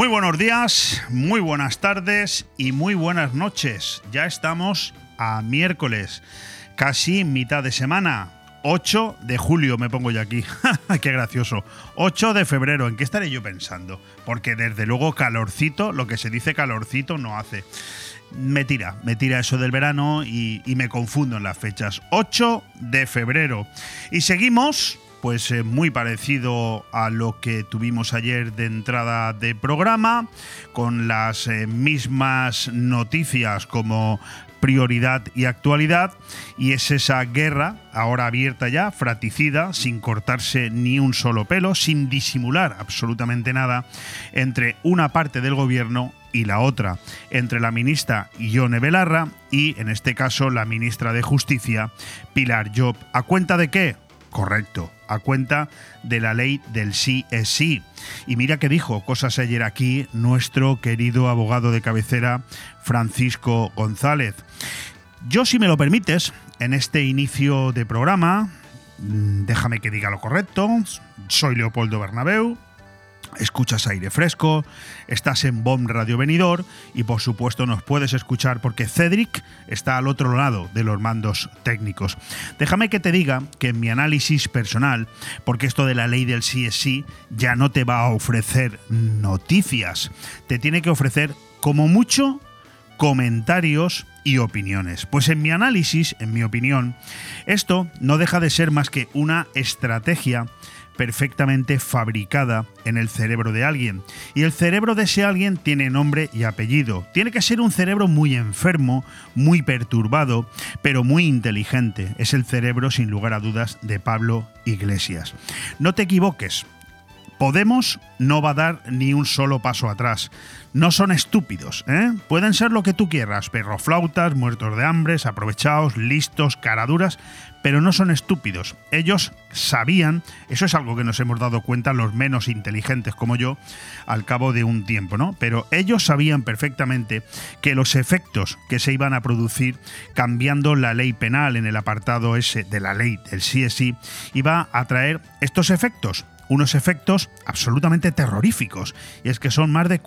Muy buenos días, muy buenas tardes y muy buenas noches. Ya estamos a miércoles, casi mitad de semana. 8 de julio me pongo ya aquí. Qué gracioso. 8 de febrero. ¿En qué estaré yo pensando? Porque desde luego calorcito, lo que se dice calorcito no hace. Me tira eso del verano y me confundo en las fechas. 8 de febrero. Y seguimos, pues muy parecido a lo que tuvimos ayer de entrada de programa, con las mismas noticias como prioridad y actualidad, y es esa guerra, ahora abierta ya, fratricida, sin cortarse ni un solo pelo, sin disimular absolutamente nada, entre una parte del gobierno y la otra, entre la ministra Ione Belarra y, en este caso, la ministra de Justicia, Pilar Llop. ¿A cuenta de qué? Correcto, a cuenta de la ley del sí es sí. Y mira que dijo cosas ayer aquí nuestro querido abogado de cabecera, Francisco González. Yo, si me lo permites, en este inicio de programa, déjame que diga lo correcto. Soy Leopoldo Bernabéu. Escuchas Aire Fresco, estás en BOM Radio Benidorm y por supuesto nos puedes escuchar porque Cedric está al otro lado de los mandos técnicos. Déjame que te diga que en mi análisis personal, porque esto de la ley del sí es sí ya no te va a ofrecer noticias, te tiene que ofrecer como mucho comentarios y opiniones. Pues en mi análisis, en mi opinión, esto no deja de ser más que una estrategia perfectamente fabricada en el cerebro de alguien. Y el cerebro de ese alguien tiene nombre y apellido. Tiene que ser un cerebro muy enfermo, muy perturbado, pero muy inteligente. Es el cerebro, sin lugar a dudas, de Pablo Iglesias. No te equivoques. Podemos no va a dar ni un solo paso atrás. No son estúpidos, ¿eh? Pueden ser lo que tú quieras, perroflautas, muertos de hambre, aprovechados, listos, caraduras, pero no son estúpidos. Ellos sabían, eso es algo que nos hemos dado cuenta los menos inteligentes como yo al cabo de un tiempo, ¿no? Pero ellos sabían perfectamente que los efectos que se iban a producir cambiando la ley penal en el apartado ese de la ley del sí es sí iba a traer estos efectos. Unos efectos absolutamente terroríficos. Y es que son más de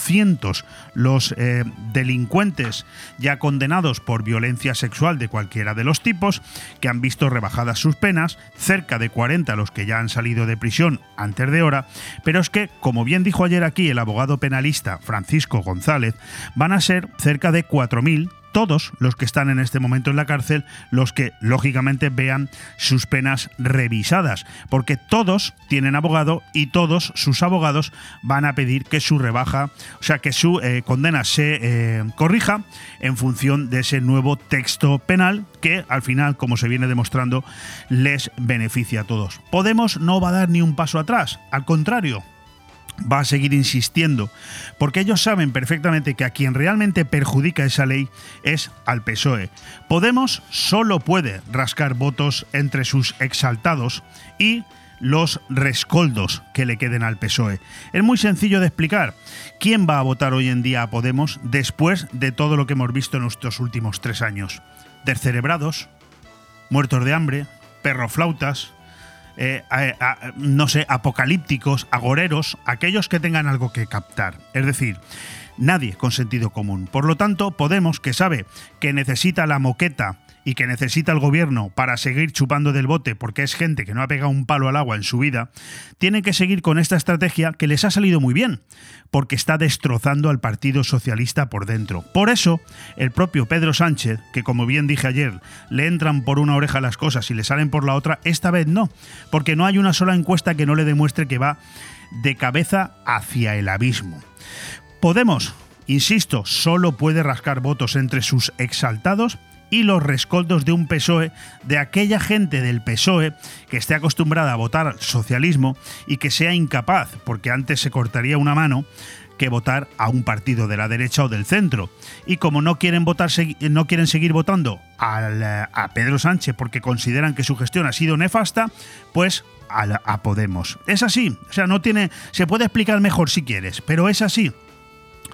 400 los delincuentes ya condenados por violencia sexual de cualquiera de los tipos, que han visto rebajadas sus penas, cerca de 40 los que ya han salido de prisión antes de hora, pero es que, como bien dijo ayer aquí el abogado penalista Francisco González, van a ser cerca de 4.000 todos los que están en este momento en la cárcel, los que lógicamente vean sus penas revisadas, porque todos tienen abogado y todos sus abogados van a pedir que su rebaja, o sea, que su condena se corrija en función de ese nuevo texto penal que al final, como se viene demostrando, les beneficia a todos. Podemos no va a dar ni un paso atrás, al contrario, va a seguir insistiendo, porque ellos saben perfectamente que a quien realmente perjudica esa ley es al PSOE. Podemos solo puede rascar votos entre sus exaltados y los rescoldos que le queden al PSOE. Es muy sencillo de explicar. ¿Quién va a votar hoy en día a Podemos después de todo lo que hemos visto en estos últimos 3 años? Descerebrados, muertos de hambre, perroflautas, no sé, apocalípticos, agoreros, aquellos que tengan algo que captar. Es decir, nadie con sentido común. Por lo tanto, Podemos, que sabe que necesita la moqueta y que necesita el gobierno para seguir chupando del bote porque es gente que no ha pegado un palo al agua en su vida, tienen que seguir con esta estrategia que les ha salido muy bien, porque está destrozando al Partido Socialista por dentro. Por eso, el propio Pedro Sánchez, que como bien dije ayer, le entran por una oreja las cosas y le salen por la otra, esta vez no, porque no hay una sola encuesta que no le demuestre que va de cabeza hacia el abismo. Podemos, insisto, solo puede rascar votos entre sus exaltados y los rescoldos de un PSOE, de aquella gente del PSOE que esté acostumbrada a votar al socialismo y que sea incapaz, porque antes se cortaría una mano, que votar a un partido de la derecha o del centro. Y como no quieren seguir votando a Pedro Sánchez porque consideran que su gestión ha sido nefasta, pues a Podemos. Es así, o sea, no tiene, se puede explicar mejor si quieres, pero es así.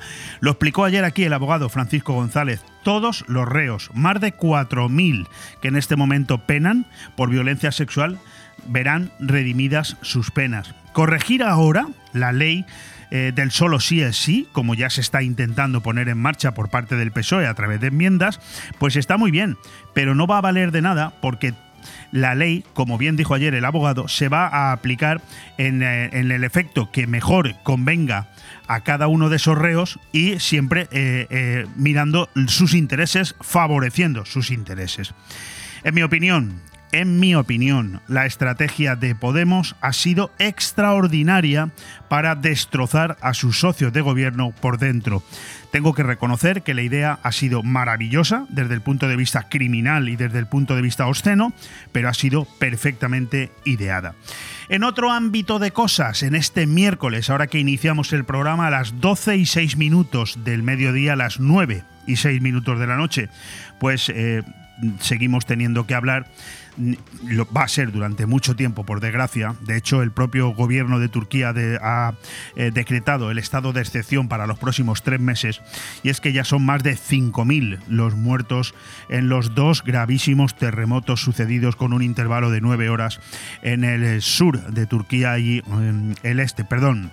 Lo explicó ayer aquí el abogado Francisco González. Todos los reos, más de 4.000 que en este momento penan por violencia sexual, verán redimidas sus penas. Corregir ahora la ley del solo sí es sí, como ya se está intentando poner en marcha por parte del PSOE a través de enmiendas, pues está muy bien, pero no va a valer de nada porque la ley, como bien dijo ayer el abogado, se va a aplicar en el efecto que mejor convenga a cada uno de esos reos y siempre mirando sus intereses, favoreciendo sus intereses. En mi opinión, la estrategia de Podemos ha sido extraordinaria para destrozar a sus socios de gobierno por dentro. Tengo que reconocer que la idea ha sido maravillosa desde el punto de vista criminal y desde el punto de vista obsceno, pero ha sido perfectamente ideada. En otro ámbito de cosas, en este miércoles, ahora que iniciamos el programa a las 12:06 del mediodía, a las 9:06 de la noche, pues seguimos teniendo que hablar. Va a ser durante mucho tiempo, por desgracia. De hecho, el propio gobierno de Turquía ha decretado el estado de excepción para los próximos 3 meses, y es que ya son más de 5.000 los muertos en los 2 gravísimos terremotos sucedidos con un intervalo de 9 horas en el sur de Turquía y en el este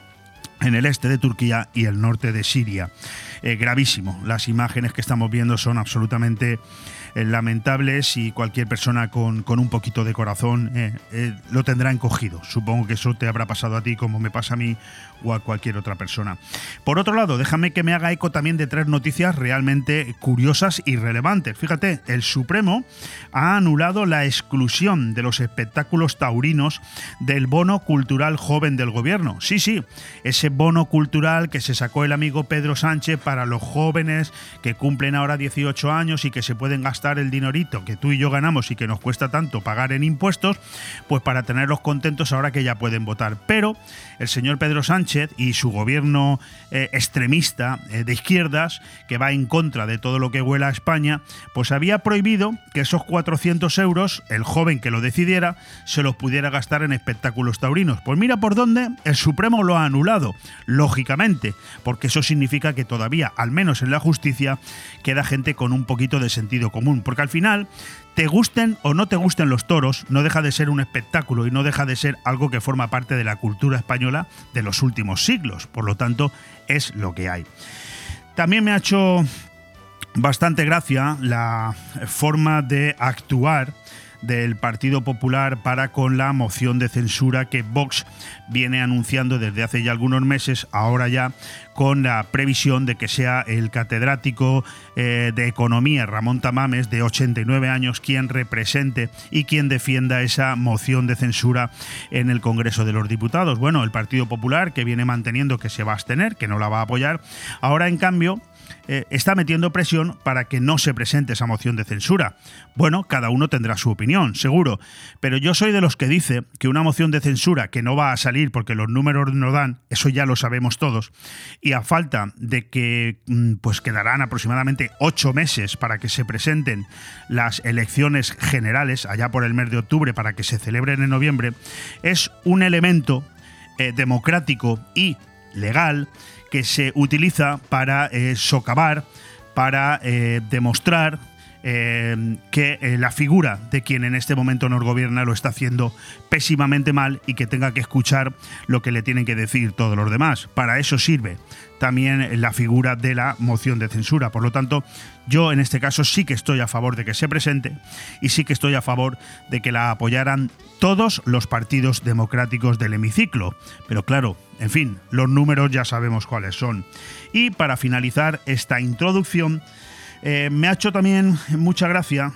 de Turquía y el norte de Siria. Gravísimo. Las imágenes que estamos viendo son absolutamente lamentables y cualquier persona con un poquito de corazón lo tendrá encogido. Supongo que eso te habrá pasado a ti como me pasa a mí o a cualquier otra persona. Por otro lado, déjame que me haga eco también de 3 noticias realmente curiosas y relevantes. Fíjate, el Supremo ha anulado la exclusión de los espectáculos taurinos del bono cultural joven del gobierno. Sí, ese bono cultural que se sacó el amigo Pedro Sánchez para los jóvenes que cumplen ahora 18 años y que se pueden gastar el dinerito que tú y yo ganamos y que nos cuesta tanto pagar en impuestos, pues para tenerlos contentos ahora que ya pueden votar. Pero el señor Pedro Sánchez y su gobierno extremista de izquierdas, que va en contra de todo lo que huela a España, pues había prohibido que esos 400 euros, el joven que lo decidiera, se los pudiera gastar en espectáculos taurinos. Pues mira por dónde el Supremo lo ha anulado, lógicamente, porque eso significa que todavía, al menos en la justicia, queda gente con un poquito de sentido común, porque al final, te gusten o no te gusten los toros, no deja de ser un espectáculo y no deja de ser algo que forma parte de la cultura española de los últimos siglos. Por lo tanto, es lo que hay. También me ha hecho bastante gracia la forma de actuar del Partido Popular para con la moción de censura que Vox viene anunciando desde hace ya algunos meses, ahora ya con la previsión de que sea el catedrático de Economía, Ramón Tamames, de 89 años, quien represente y quien defienda esa moción de censura en el Congreso de los Diputados. Bueno, el Partido Popular, que viene manteniendo que se va a abstener, que no la va a apoyar, ahora en cambio está metiendo presión para que no se presente esa moción de censura. Bueno, cada uno tendrá su opinión, seguro, pero yo soy de los que dice que una moción de censura que no va a salir porque los números no dan, eso ya lo sabemos todos, y a falta de que pues quedarán aproximadamente 8 meses para que se presenten las elecciones generales allá por el mes de octubre para que se celebren en noviembre, es un elemento democrático y legal que se utiliza para socavar, para demostrar que la figura de quien en este momento nos gobierna lo está haciendo pésimamente mal y que tenga que escuchar lo que le tienen que decir todos los demás. Para eso sirve también la figura de la moción de censura. Por lo tanto, yo en este caso sí que estoy a favor de que se presente y sí que estoy a favor de que la apoyaran todos los partidos democráticos del hemiciclo. Pero claro, en fin, los números ya sabemos cuáles son. Y para finalizar esta introducción, me ha hecho también mucha gracia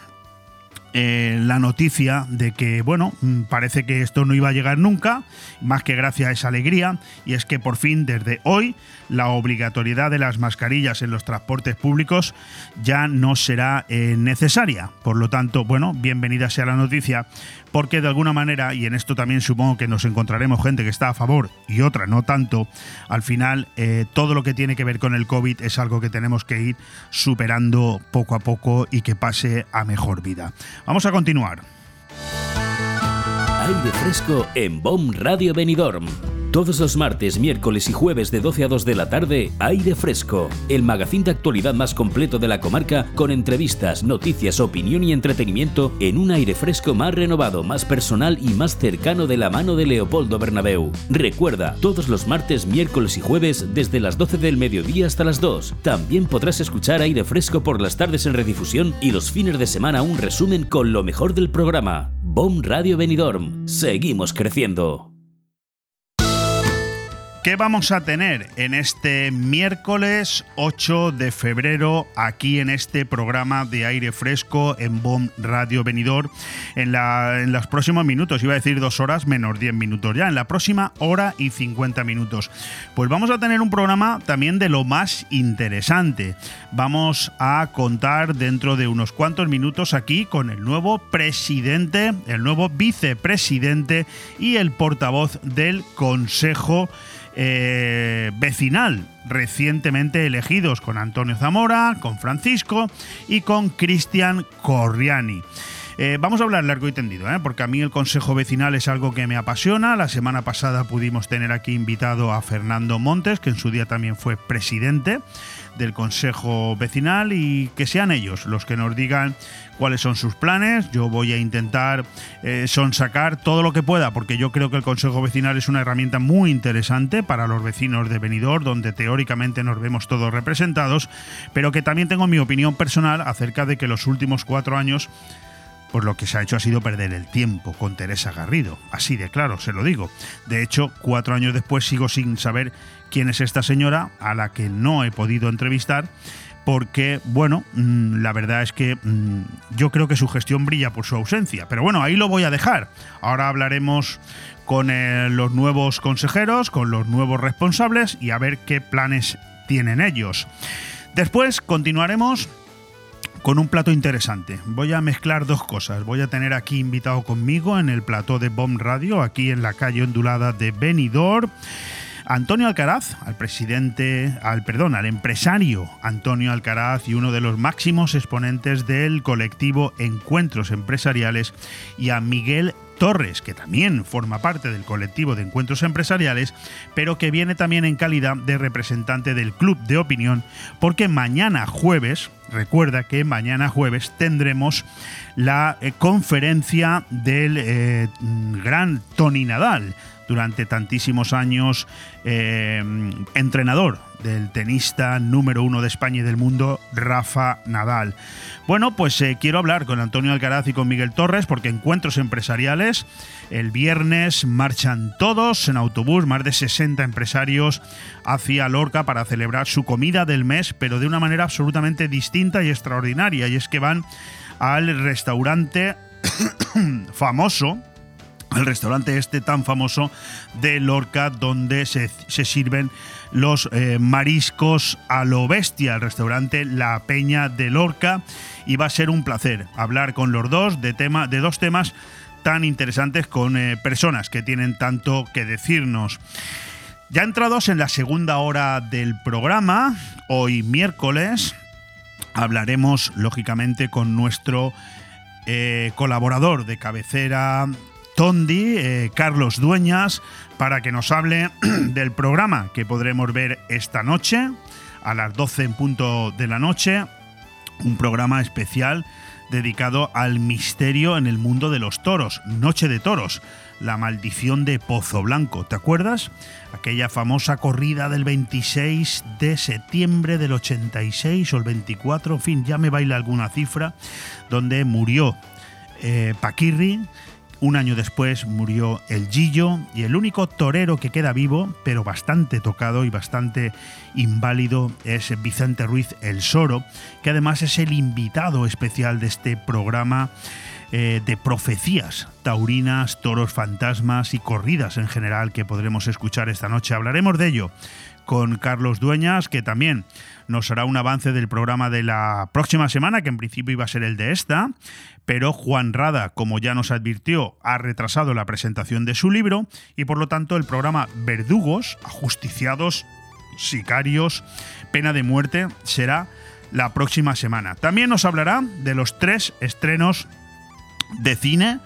la noticia de que, bueno, parece que esto no iba a llegar nunca, más que gracia es alegría, y es que por fin desde hoy la obligatoriedad de las mascarillas en los transportes públicos ya no será necesaria. Por lo tanto, bueno, bienvenida sea la noticia, porque de alguna manera, y en esto también supongo que nos encontraremos gente que está a favor y otra no tanto, al final todo lo que tiene que ver con el COVID es algo que tenemos que ir superando poco a poco y que pase a mejor vida. Vamos a continuar. Aire fresco en BOM Radio Benidorm. Todos los martes, miércoles y jueves de 12 a 2 de la tarde, Aire Fresco, el magazín de actualidad más completo de la comarca, con entrevistas, noticias, opinión y entretenimiento en un aire fresco más renovado, más personal y más cercano de la mano de Leopoldo Bernabéu. Recuerda, todos los martes, miércoles y jueves desde las 12 del mediodía hasta las 2. También podrás escuchar Aire Fresco por las tardes en redifusión y los fines de semana un resumen con lo mejor del programa. BOM Radio Benidorm. Seguimos creciendo. ¿Qué vamos a tener en este miércoles 8 de febrero aquí en este programa de Aire Fresco en BOM Radio Benidorm en los próximos minutos? Iba a decir 2 horas menos 10 minutos ya, en la próxima hora y 50 minutos. Pues vamos a tener un programa también de lo más interesante. Vamos a contar dentro de unos cuantos minutos aquí con el nuevo presidente, el nuevo vicepresidente y el portavoz del Consejo Vecinal, recientemente elegidos, con Antonio Zamora, con Francisco y con Cristian Corriani. Vamos a hablar largo y tendido, porque a mí el Consejo Vecinal es algo que me apasiona. La semana pasada pudimos tener aquí invitado a Fernando Montes, que en su día también fue presidente del Consejo Vecinal, y que sean ellos los que nos digan cuáles son sus planes. Yo voy a intentar sonsacar todo lo que pueda, porque yo creo que el Consejo Vecinal es una herramienta muy interesante para los vecinos de Benidorm, donde teóricamente nos vemos todos representados, pero que también tengo mi opinión personal acerca de que los últimos 4 años pues lo que se ha hecho ha sido perder el tiempo con Teresa Garrido. Así de claro, se lo digo. De hecho, 4 años después sigo sin saber quién es esta señora, a la que no he podido entrevistar, porque, bueno, la verdad es que yo creo que su gestión brilla por su ausencia. Pero bueno, ahí lo voy a dejar. Ahora hablaremos con los nuevos consejeros, con los nuevos responsables, y a ver qué planes tienen ellos. Después continuaremos con un plato interesante. Voy a mezclar 2 cosas. Voy a tener aquí invitado conmigo en el plató de BOM Radio, aquí en la calle ondulada de Benidorm, Antonio Alcaraz, al empresario Antonio Alcaraz, y uno de los máximos exponentes del colectivo Encuentros Empresariales, y a Miguel Torres, que también forma parte del colectivo de Encuentros Empresariales, pero que viene también en calidad de representante del Club de Opinión, porque mañana jueves, recuerda que mañana jueves tendremos la conferencia del gran Toni Nadal, durante tantísimos años entrenador del tenista número 1 de España y del mundo, Rafa Nadal. Bueno, pues quiero hablar con Antonio Alcaraz y con Miguel Torres, porque Encuentros Empresariales, el viernes marchan todos en autobús, más de 60 empresarios, hacia Lorca para celebrar su comida del mes, pero de una manera absolutamente distinta y extraordinaria, y es que van al restaurante famoso, el restaurante tan famoso de Lorca, donde se sirven los mariscos a lo bestia, el restaurante La Peña de Lorca, y va a ser un placer hablar con los dos de 2 temas tan interesantes, con personas que tienen tanto que decirnos. Ya entrados en la segunda hora del programa, hoy miércoles, hablaremos lógicamente con nuestro colaborador de cabecera, Tondi, Carlos Dueñas, para que nos hable del programa que podremos ver esta noche a las 12 en punto de la noche, un programa especial dedicado al misterio en el mundo de los toros, Noche de Toros, la maldición de Pozo Blanco. ¿Te acuerdas? Aquella famosa corrida del 26 de septiembre del 86 o el 24, en fin, ya me baila alguna cifra, donde murió Paquirri. Un año después murió el Gillo, y el único torero que queda vivo, pero bastante tocado y bastante inválido, es Vicente Ruiz el Soro, que además es el invitado especial de este programa de profecías taurinas, toros fantasmas y corridas en general que podremos escuchar esta noche. Hablaremos de ello con Carlos Dueñas, que también nos hará un avance del programa de la próxima semana, que en principio iba a ser el de esta, pero Juan Rada, como ya nos advirtió, ha retrasado la presentación de su libro, y por lo tanto el programa Verdugos, Ajusticiados, Sicarios, Pena de Muerte será la próxima semana. También nos hablará de los 3 estrenos de cine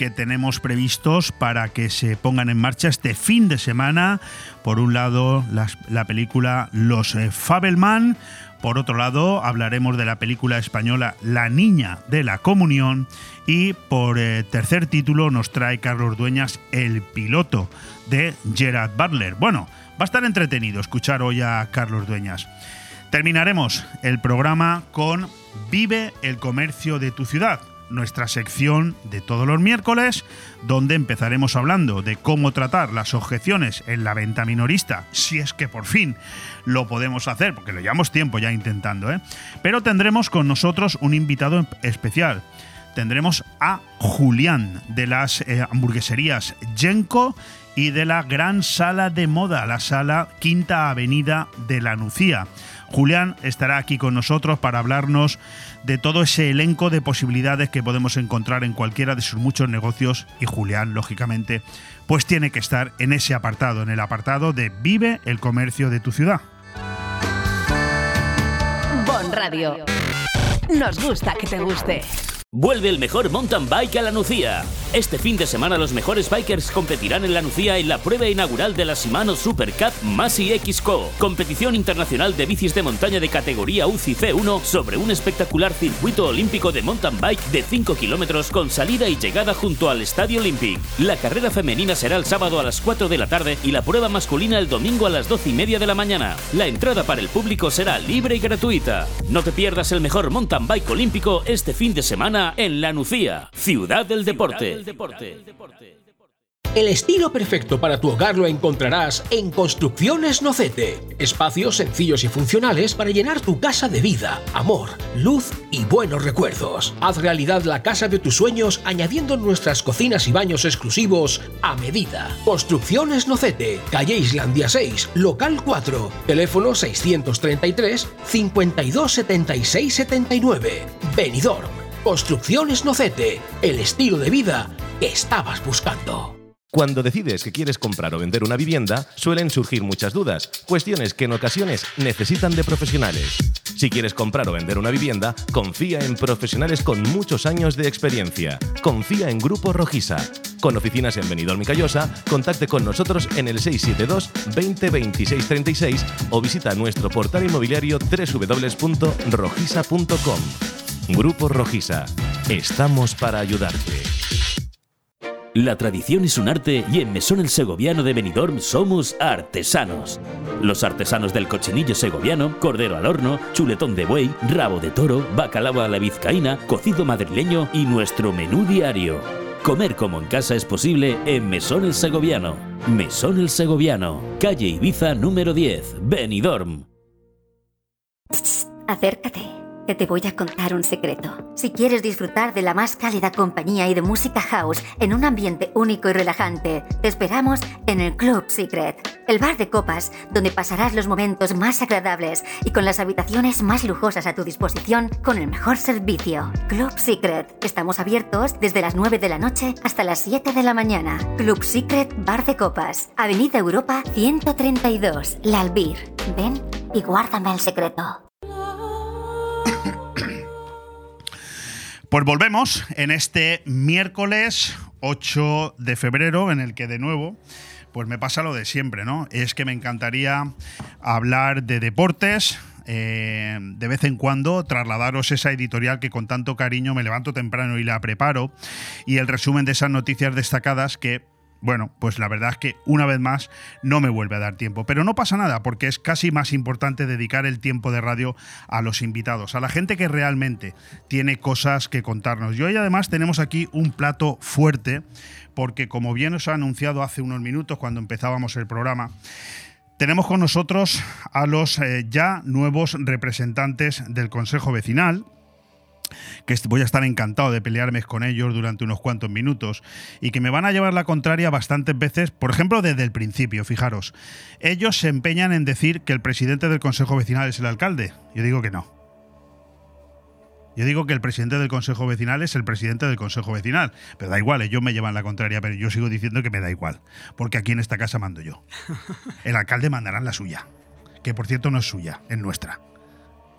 que tenemos previstos para que se pongan en marcha este fin de semana. Por un lado, la película Los Fabelman. Por otro lado, hablaremos de la película española La Niña de la Comunión. Y por tercer título nos trae Carlos Dueñas El Piloto, de Gerard Butler. Bueno, va a estar entretenido escuchar hoy a Carlos Dueñas. Terminaremos el programa con Vive el comercio de tu ciudad, nuestra sección de todos los miércoles, donde empezaremos hablando de cómo tratar las objeciones en la venta minorista, si es que por fin lo podemos hacer, porque lo llevamos tiempo ya intentando, ¿eh? Pero tendremos con nosotros un invitado especial. Tendremos a Julián, de las hamburgueserías Yenko y de la gran sala de moda, la sala Quinta Avenida de la Nucía. Julián estará aquí con nosotros para hablarnos de todo ese elenco de posibilidades que podemos encontrar en cualquiera de sus muchos negocios, y Julián, lógicamente, pues tiene que estar en ese apartado, en el apartado de Vive el comercio de tu ciudad. Bon Radio. Nos gusta que te guste. Vuelve el mejor mountain bike a la Nucía. Este fin de semana los mejores bikers competirán en la Nucía en la prueba inaugural de la Shimano Super Cup Masi XCO, competición internacional de bicis de montaña de categoría UCI C1 sobre un espectacular circuito olímpico de mountain bike de 5 kilómetros con salida y llegada junto al Estadio Olympic. La carrera femenina será el sábado a las 4 de la tarde y la prueba masculina el domingo a las 12:30 de la mañana. La entrada para el público será libre y gratuita. No te pierdas el mejor mountain bike olímpico este fin de semana en la Nucía, ciudad del deporte. El estilo perfecto para tu hogar lo encontrarás en Construcciones Nocete. Espacios sencillos y funcionales para llenar tu casa de vida, amor, luz y buenos recuerdos. Haz realidad la casa de tus sueños añadiendo nuestras cocinas y baños exclusivos a medida. Construcciones Nocete, calle Islandia 6, local 4, teléfono 633 52 76 79. Benidorm. Construcciones Nocete, el estilo de vida que estabas buscando. Cuando decides que quieres comprar o vender una vivienda, suelen surgir muchas dudas, cuestiones que en ocasiones necesitan de profesionales. Si quieres comprar o vender una vivienda, confía en profesionales con muchos años de experiencia. Confía en Grupo Rojisa. Con oficinas en Benidorm y Callosa, contacte con nosotros en el 672 20 26 36 o visita nuestro portal inmobiliario www.rojisa.com. Grupo Rojisa. Estamos para ayudarte. La tradición es un arte y en Mesón el Segoviano de Benidorm somos artesanos. Los artesanos del cochinillo segoviano, cordero al horno, chuletón de buey, rabo de toro, bacalao a la vizcaína, cocido madrileño y nuestro menú diario. Comer como en casa es posible en Mesón el Segoviano. Mesón el Segoviano, calle Ibiza número 10, Benidorm. Psst, acércate, que te voy a contar un secreto. Si quieres disfrutar de la más cálida compañía y de música house en un ambiente único y relajante, te esperamos en el Club Secret, el bar de copas donde pasarás los momentos más agradables y con las habitaciones más lujosas a tu disposición con el mejor servicio. Club Secret. Estamos abiertos desde las 9 de la noche hasta las 7 de la mañana. Club Secret Bar de Copas, Avenida Europa 132, La Albir. Ven y guárdame el secreto. Pues volvemos en este miércoles 8 de febrero, en el que de nuevo pues me pasa lo de siempre, ¿no? Es que me encantaría hablar de deportes, de vez en cuando trasladaros esa editorial que con tanto cariño me levanto temprano y la preparo, y el resumen de esas noticias destacadas que, bueno, pues la verdad es que una vez más no me vuelve a dar tiempo. Pero no pasa nada, porque es casi más importante dedicar el tiempo de radio a los invitados, a la gente que realmente tiene cosas que contarnos. Y hoy además tenemos aquí un plato fuerte, porque como bien os he anunciado hace unos minutos cuando empezábamos el programa, tenemos con nosotros a los ya nuevos representantes del Consejo Vecinal, que voy a estar encantado de pelearme con ellos durante unos cuantos minutos y que me van a llevar la contraria bastantes veces, por ejemplo, desde el principio. Fijaros, ellos se empeñan en decir que el presidente del Consejo Vecinal es el alcalde. Yo digo que no. Yo digo que el presidente del Consejo Vecinal es el presidente del Consejo Vecinal. Pero da igual, ellos me llevan la contraria, pero yo sigo diciendo que me da igual, porque aquí en esta casa mando yo. El alcalde mandará en la suya, que por cierto no es suya, es nuestra.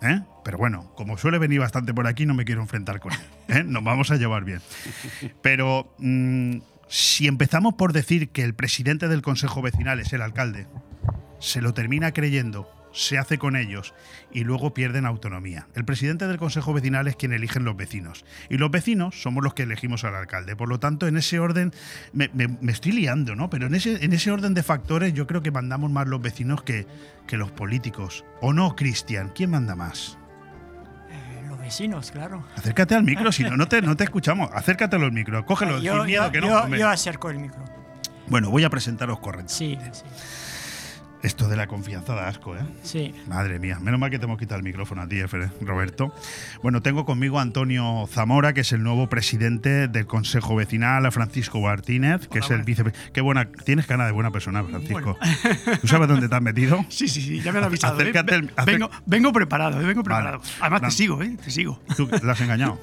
Pero bueno, como suele venir bastante por aquí, no me quiero enfrentar con él. Nos vamos a llevar bien. Pero si empezamos por decir que el presidente del Consejo Vecinal es el alcalde, se lo termina creyendo, se hace con ellos y luego pierden autonomía. El presidente del Consejo Vecinal es quien eligen los vecinos y los vecinos somos los que elegimos al alcalde. Por lo tanto, en ese orden, me estoy liando, ¿no? Pero en ese orden de factores yo creo que mandamos más los vecinos que los políticos. ¿O no, Cristian? ¿Quién manda más? Los vecinos, claro. Acércate al micro, si no te escuchamos. Acércatelo al micro, cógelo. Sin miedo, que no. Yo acerco el micro. Bueno, voy a presentaros correctamente. Sí. Esto de la confianza da asco, ¿eh? Sí. Madre mía, menos mal que te hemos quitado el micrófono a ti, Roberto. Bueno, tengo conmigo a Antonio Zamora, que es el nuevo presidente del Consejo Vecinal, a Francisco Martínez, que es el vicepresidente. Qué buena, tienes cara de buena persona, Francisco. Bueno. ¿Tú sabes dónde te has metido? Sí, ya me lo han avisado. Vengo preparado. Vale. Además, te sigo. ¿Tú la has engañado?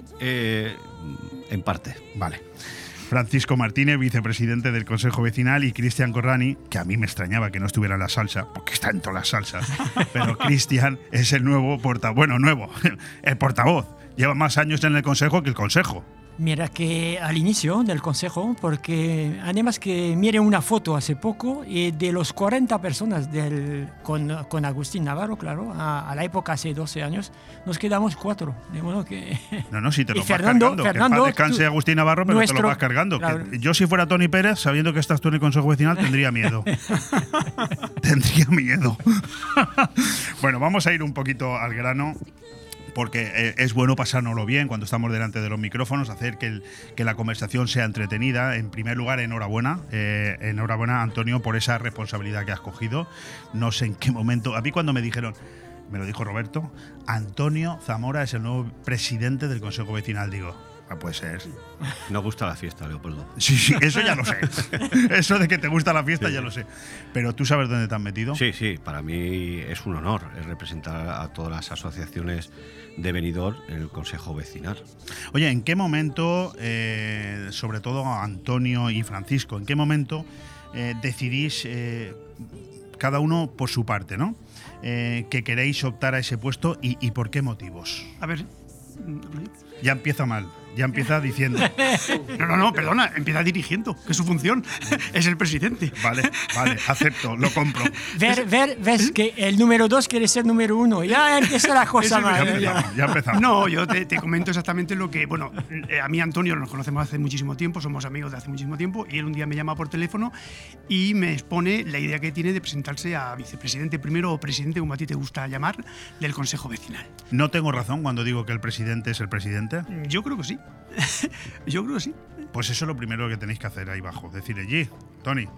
En parte. Vale. Francisco Martínez, vicepresidente del Consejo Vecinal, y Cristian Corrani, que a mí me extrañaba que no estuviera en la salsa, porque está en todas las salsas, pero Cristian es el nuevo portavoz. Bueno, el portavoz. Lleva más años en el Consejo que el Consejo. Mira que al inicio del consejo, porque además que mire una foto hace poco y de los 40 personas con Agustín Navarro, claro, a la época hace 12 años, nos quedamos 4. De modo que… No, si te lo y vas Fernando, cargando. Que en paz descanse Agustín Navarro, pero te lo vas cargando. Claro. Que yo si fuera Tony Pérez, sabiendo que estás tú en el Consejo Vecinal, tendría miedo. Tendría miedo. Bueno, vamos a ir un poquito al grano, porque es bueno pasárnoslo bien cuando estamos delante de los micrófonos, hacer que la conversación sea entretenida. En primer lugar, enhorabuena. Enhorabuena, Antonio, por esa responsabilidad que has cogido. No sé en qué momento… A mí cuando me dijeron, me lo dijo Roberto, Antonio Zamora es el nuevo presidente del Consejo Vecinal, digo… No puede ser. Nos gusta la fiesta, Leopoldo. Sí, eso ya lo sé. Eso de que te gusta la fiesta ya lo sé. Pero ¿tú sabes dónde te has metido? Sí, para mí es un honor representar a todas las asociaciones de Benidorm en el Consejo Vecinal. Oye, ¿en qué momento, sobre todo Antonio y Francisco, en qué momento decidís, cada uno por su parte, ¿no? Que queréis optar a ese puesto y por qué motivos? A ver… Ya empieza mal. Ya empieza diciendo… No, perdona, empieza dirigiendo, que es su función. Es el presidente. Vale, acepto, lo compro. Ves que el número 2 quiere ser número 1. Ya empieza la cosa mal. Ya empezamos. No, yo te comento exactamente lo que… Bueno, a mí Antonio nos conocemos hace muchísimo tiempo, somos amigos de hace muchísimo tiempo, y él un día me llama por teléfono y me expone la idea que tiene de presentarse a vicepresidente primero o presidente, como a ti te gusta llamar, del Consejo Vecinal. ¿No tengo razón cuando digo que el presidente es el presidente? Yo creo que sí. Yo creo que sí. Pues eso es lo primero que tenéis que hacer ahí abajo. Decirle, allí, Tony,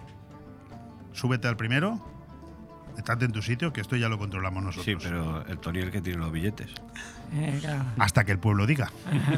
súbete al primero, estate en tu sitio, que esto ya lo controlamos nosotros. Sí, pero el Tony es el que tiene los billetes. Claro. Hasta que el pueblo diga.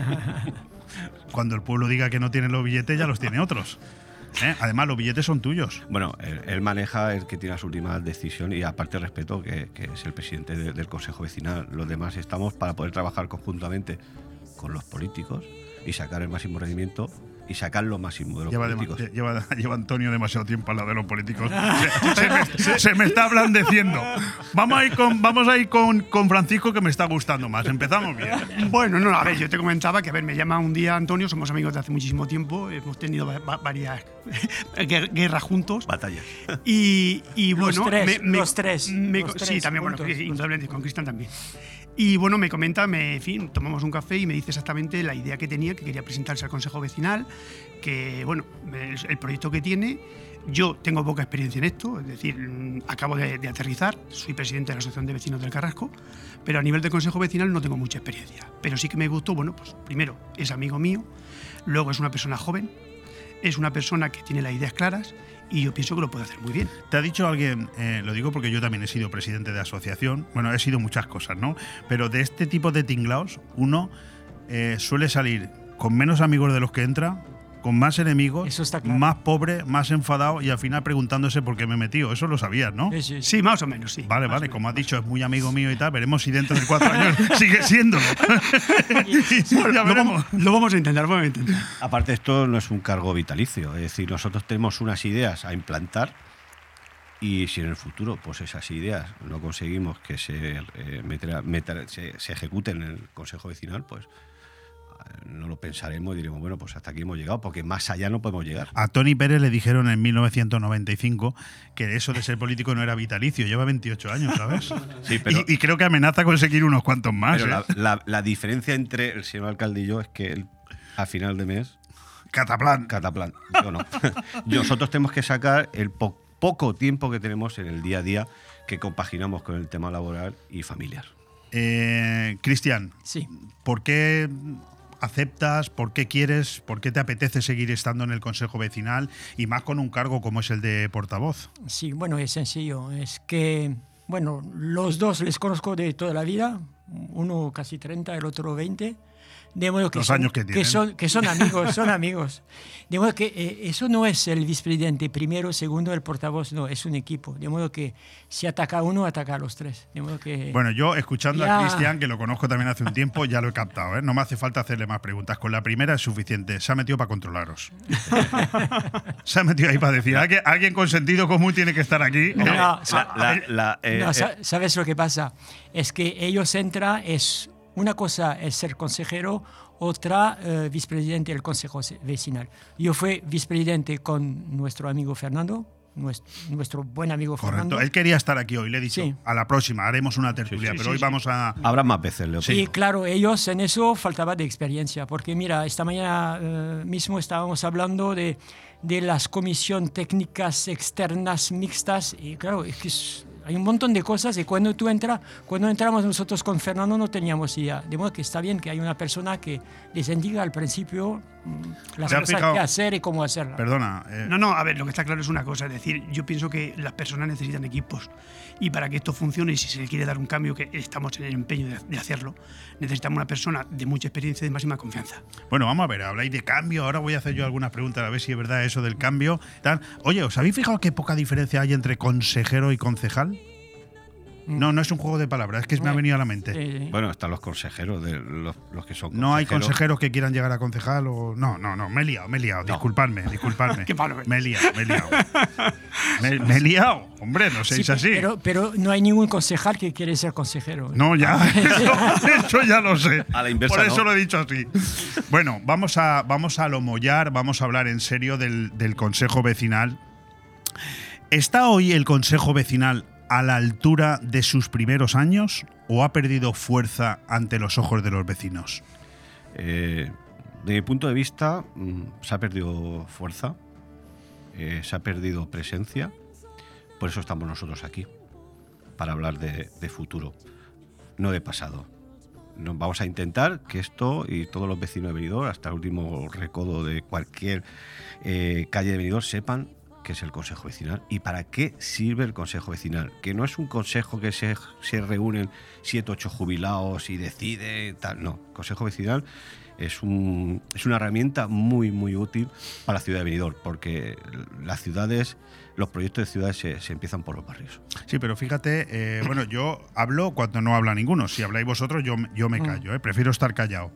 Cuando el pueblo diga que no tiene los billetes, ya los tiene otros. Además, los billetes son tuyos. Bueno, él maneja el que tiene las últimas decisiones y aparte respeto que es el presidente del Consejo Vecinal. Los demás estamos para poder trabajar conjuntamente con los políticos y sacar el máximo rendimiento y sacar lo máximo de los políticos. Lleva Antonio demasiado tiempo al lado de los políticos. Se me está ablandeciendo. Vamos a ir con Francisco, que me está gustando más. Empezamos bien. Bueno, no, a ver, yo te comentaba que, me llama un día Antonio, somos amigos de hace muchísimo tiempo, hemos tenido varias guerras juntos. Batallas. Y bueno… Los tres. Sí, también, bueno, indudablemente, con Cristian también. Y bueno, me comenta, en fin, tomamos un café y me dice exactamente la idea que tenía, que quería presentarse al Consejo Vecinal, que bueno, el proyecto que tiene. Yo tengo poca experiencia en esto, es decir, acabo de aterrizar, soy presidente de la Asociación de Vecinos del Carrasco, pero a nivel de Consejo Vecinal no tengo mucha experiencia. Pero sí que me gustó, bueno, pues primero es amigo mío, luego es una persona joven, es una persona que tiene las ideas claras y yo pienso que lo puede hacer muy bien. ¿Te ha dicho alguien, lo digo porque yo también he sido presidente de asociación, bueno, he sido muchas cosas, ¿no? Pero de este tipo de tinglaos, uno suele salir con menos amigos de los que entra, con más enemigos, eso está claro, más pobre, más enfadado y al final preguntándose por qué me he metido. Eso lo sabías, ¿no? Sí, más o menos, sí. Vale, como has dicho, es muy amigo mío y tal. Veremos si dentro de 4 años sigue siéndolo. Bueno, lo vamos a intentar, Aparte, esto no es un cargo vitalicio. Es decir, nosotros tenemos unas ideas a implantar Y si en el futuro pues esas ideas no conseguimos que se ejecuten en el Consejo Vecinal, pues no lo pensaremos y diremos, bueno, pues hasta aquí hemos llegado, porque más allá no podemos llegar. A Tony Pérez le dijeron en 1995 que eso de ser político no era vitalicio, lleva 28 años, ¿sabes? Sí, pero, y creo que amenaza conseguir unos cuantos más. Pero la diferencia entre el señor alcalde y yo es que él, a final de mes... Cataplan. Yo no. Nosotros tenemos que sacar el poco tiempo que tenemos en el día a día que compaginamos con el tema laboral y familiar. Cristian, sí. ¿Por qué aceptas, por qué quieres, por qué te apetece seguir estando en el Consejo Vecinal y más con un cargo como es el de portavoz? Sí, bueno, es sencillo. Es que, bueno, los dos les conozco de toda la vida, uno casi 30, el otro 20. De modo que los son, años que tienen. Que son amigos, son amigos. De modo que eso no es el vicepresidente primero, segundo, el portavoz, no, es un equipo. De modo que si ataca uno, ataca a los tres. De modo que bueno, yo escuchando a Cristian, que lo conozco también hace un tiempo, ya lo he captado, ¿eh? No me hace falta hacerle más preguntas. Con la primera es suficiente. Se ha metido para controlaros. Se ha metido ahí para decir, alguien con sentido común tiene que estar aquí. ¿Sabes lo que pasa? Es que ellos entran, una cosa es ser consejero, otra vicepresidente del Consejo Vecinal. Yo fui vicepresidente con nuestro amigo Fernando, nuestro buen amigo Fernando. Correcto, él quería estar aquí hoy, le he dicho, a la próxima haremos una tertulia, pero hoy vamos a... Habrá más veces, Leopoldo. Y claro, ellos en eso faltaba de experiencia, porque mira, esta mañana mismo estábamos hablando de las comisiones técnicas externas mixtas, y claro, es que hay un montón de cosas, y cuando entramos nosotros con Fernando no teníamos idea. De modo que está bien que hay una persona que les indica al principio las cosas que hacer y cómo hacerlas. Perdona. No, a ver, lo que está claro es una cosa, es decir, yo pienso que las personas necesitan equipos, y para que esto funcione y si se le quiere dar un cambio, que estamos en el empeño de hacerlo, necesitamos una persona de mucha experiencia y de máxima confianza. Bueno, vamos a ver, habláis de cambio, ahora voy a hacer yo algunas preguntas a ver si es verdad eso del cambio. Oye, ¿os habéis fijado qué poca diferencia hay entre consejero y concejal? No es un juego de palabras, es que me ha venido a la mente. Bueno, están los consejeros, de los que son consejeros. ¿No hay consejeros que quieran llegar a concejal? O no, me he liado. No. Disculpadme. Qué malo. Me he liado. Hombre, no seáis así. Pero no hay ningún concejal que quiere ser consejero. No, ya, eso ya lo sé. A la inversa, por eso lo he dicho así. Bueno, vamos a lomollar, vamos a hablar en serio del Consejo Vecinal. ¿Está hoy el Consejo Vecinal a la altura de sus primeros años o ha perdido fuerza ante los ojos de los vecinos? De mi punto de vista, se ha perdido fuerza, se ha perdido presencia, por eso estamos nosotros aquí, para hablar de futuro, no de pasado. Vamos a intentar que esto y todos los vecinos de Benidorm, hasta el último recodo de cualquier calle de Benidorm, sepan qué es el Consejo Vecinal y para qué sirve el Consejo Vecinal, que no es un consejo que se reúnen 7 o 8 jubilados y decide tal, no, el Consejo Vecinal es una herramienta muy muy útil para la ciudad de Benidorm, porque las ciudades, los proyectos de ciudades se empiezan por los barrios. Sí, pero fíjate, bueno, yo hablo cuando no habla ninguno, si habláis vosotros yo me callo, prefiero estar callado.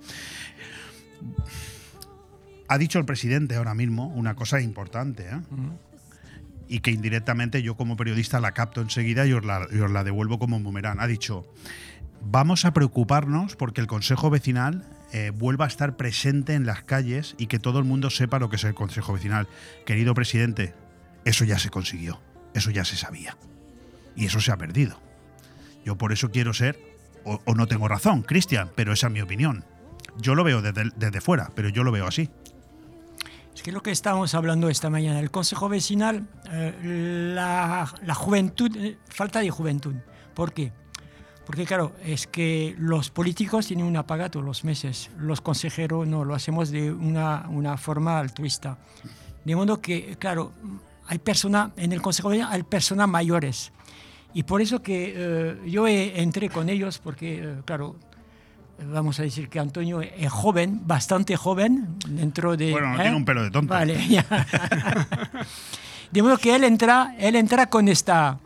Ha dicho el presidente ahora mismo una cosa importante, y que indirectamente yo como periodista la capto enseguida y os la devuelvo como un boomerang. Ha dicho, vamos a preocuparnos porque el Consejo Vecinal vuelva a estar presente en las calles y que todo el mundo sepa lo que es el Consejo Vecinal. Querido presidente, eso ya se consiguió, eso ya se sabía y eso se ha perdido. Yo por eso quiero ser, o no tengo razón, Cristian, pero esa es mi opinión. Yo lo veo desde fuera, pero yo lo veo así. Es que lo que estábamos hablando esta mañana, el Consejo Vecinal, la juventud, falta de juventud. ¿Por qué? Porque claro, es que los políticos tienen una paga todos los meses, los consejeros no, lo hacemos de una forma altruista. De modo que, claro, hay personas, en el Consejo Vecinal hay personas mayores. Y por eso que yo entré con ellos, porque, claro, vamos a decir que Antonio es joven, bastante joven, dentro de... Bueno, no tiene un pelo de tonto. Vale, ya. De modo que él entra con esta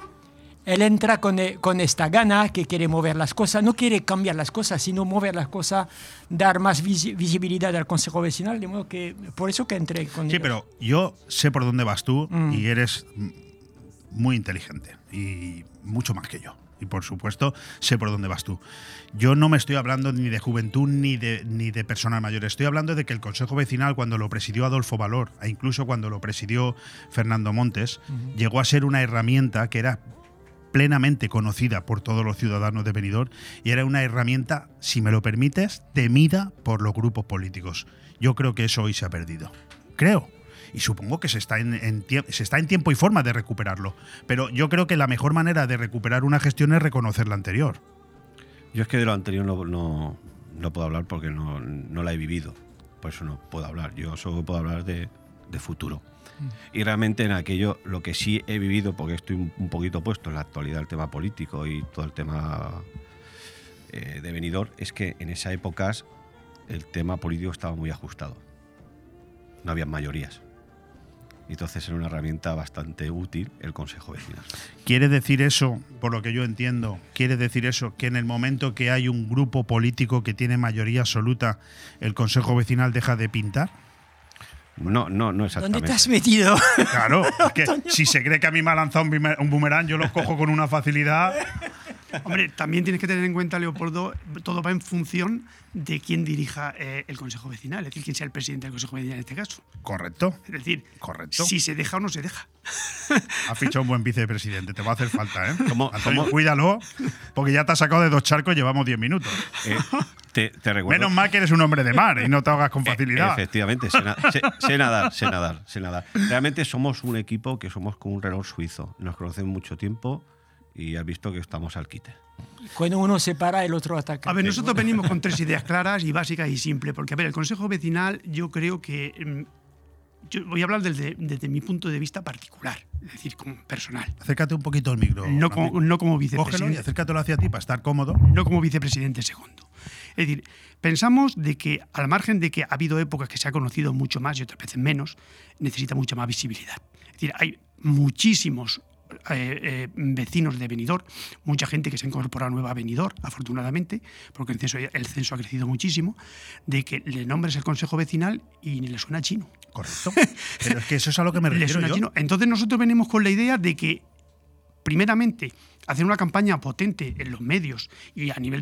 gana que quiere mover las cosas, no quiere cambiar las cosas, sino mover las cosas, dar más visibilidad al Consejo Vecinal, de modo que por eso que entré con ellos. Sí, pero yo sé por dónde vas tú y eres muy inteligente y mucho más que yo. Y por supuesto, sé por dónde vas tú. Yo no me estoy hablando ni de juventud ni de personas mayores. Estoy hablando de que el Consejo Vecinal, cuando lo presidió Adolfo Valor, e incluso cuando lo presidió Fernando Montes, llegó a ser una herramienta que era plenamente conocida por todos los ciudadanos de Benidorm y era una herramienta, si me lo permites, temida por los grupos políticos. Yo creo que eso hoy se ha perdido. Creo. Y supongo que se está en tiempo y forma de recuperarlo. Pero yo creo que la mejor manera de recuperar una gestión es reconocer la anterior. Yo es que de lo anterior no puedo hablar porque no la he vivido. Por eso no puedo hablar. Yo solo puedo hablar de futuro. Y realmente en aquello, lo que sí he vivido, porque estoy un poquito puesto en la actualidad, el tema político y todo el tema de Benidorm, es que en esas épocas el tema político estaba muy ajustado. No había mayorías. Entonces era una herramienta bastante útil el Consejo Vecinal. ¿Quiere decir eso, por lo que yo entiendo, quiere decir eso, que en el momento que hay un grupo político que tiene mayoría absoluta, el Consejo Vecinal deja de pintar? No exactamente. ¿Dónde te has metido? Claro, es que si se cree que a mí me ha lanzado un boomerang, yo lo cojo con una facilidad. Hombre, también tienes que tener en cuenta, Leopoldo, todo va en función de quién dirija el Consejo Vecinal, es decir, quién sea el presidente del Consejo Vecinal en este caso. Correcto. Es decir, correcto. Si se deja o no se deja. Has fichado un buen vicepresidente, te va a hacer falta, ¿eh? Antonio, cuídalo, porque ya te has sacado de 2 charcos y llevamos 10 minutos. Te recuerdo. Menos mal que eres un hombre de mar y no te ahogas con facilidad. Efectivamente, sé nadar. Realmente somos un equipo que somos como un reloj suizo. Nos conocemos mucho tiempo y has visto que estamos al quite. Cuando uno se para, el otro ataca. A ver, nosotros venimos con 3 ideas claras y básicas y simples, porque, a ver, el Consejo Vecinal yo creo que... Yo voy a hablar desde mi punto de vista particular, es decir, como personal. Acércate un poquito al micro. No como vicepresidente. Cógelo y acércatelo hacia ti para estar cómodo. No como vicepresidente segundo. Es decir, pensamos de que, al margen de que ha habido épocas que se ha conocido mucho más y otras veces menos, necesita mucha más visibilidad. Es decir, hay muchísimos vecinos de Benidorm, mucha gente que se ha incorporado nueva a Benidorm, afortunadamente, porque el censo ha crecido muchísimo, de que le nombres el Consejo Vecinal y ni le suena chino. Correcto. Pero es que eso es a lo que me refiero. Le suena yo. Chino. Entonces nosotros venimos con la idea de que, primeramente, hacer una campaña potente en los medios y a nivel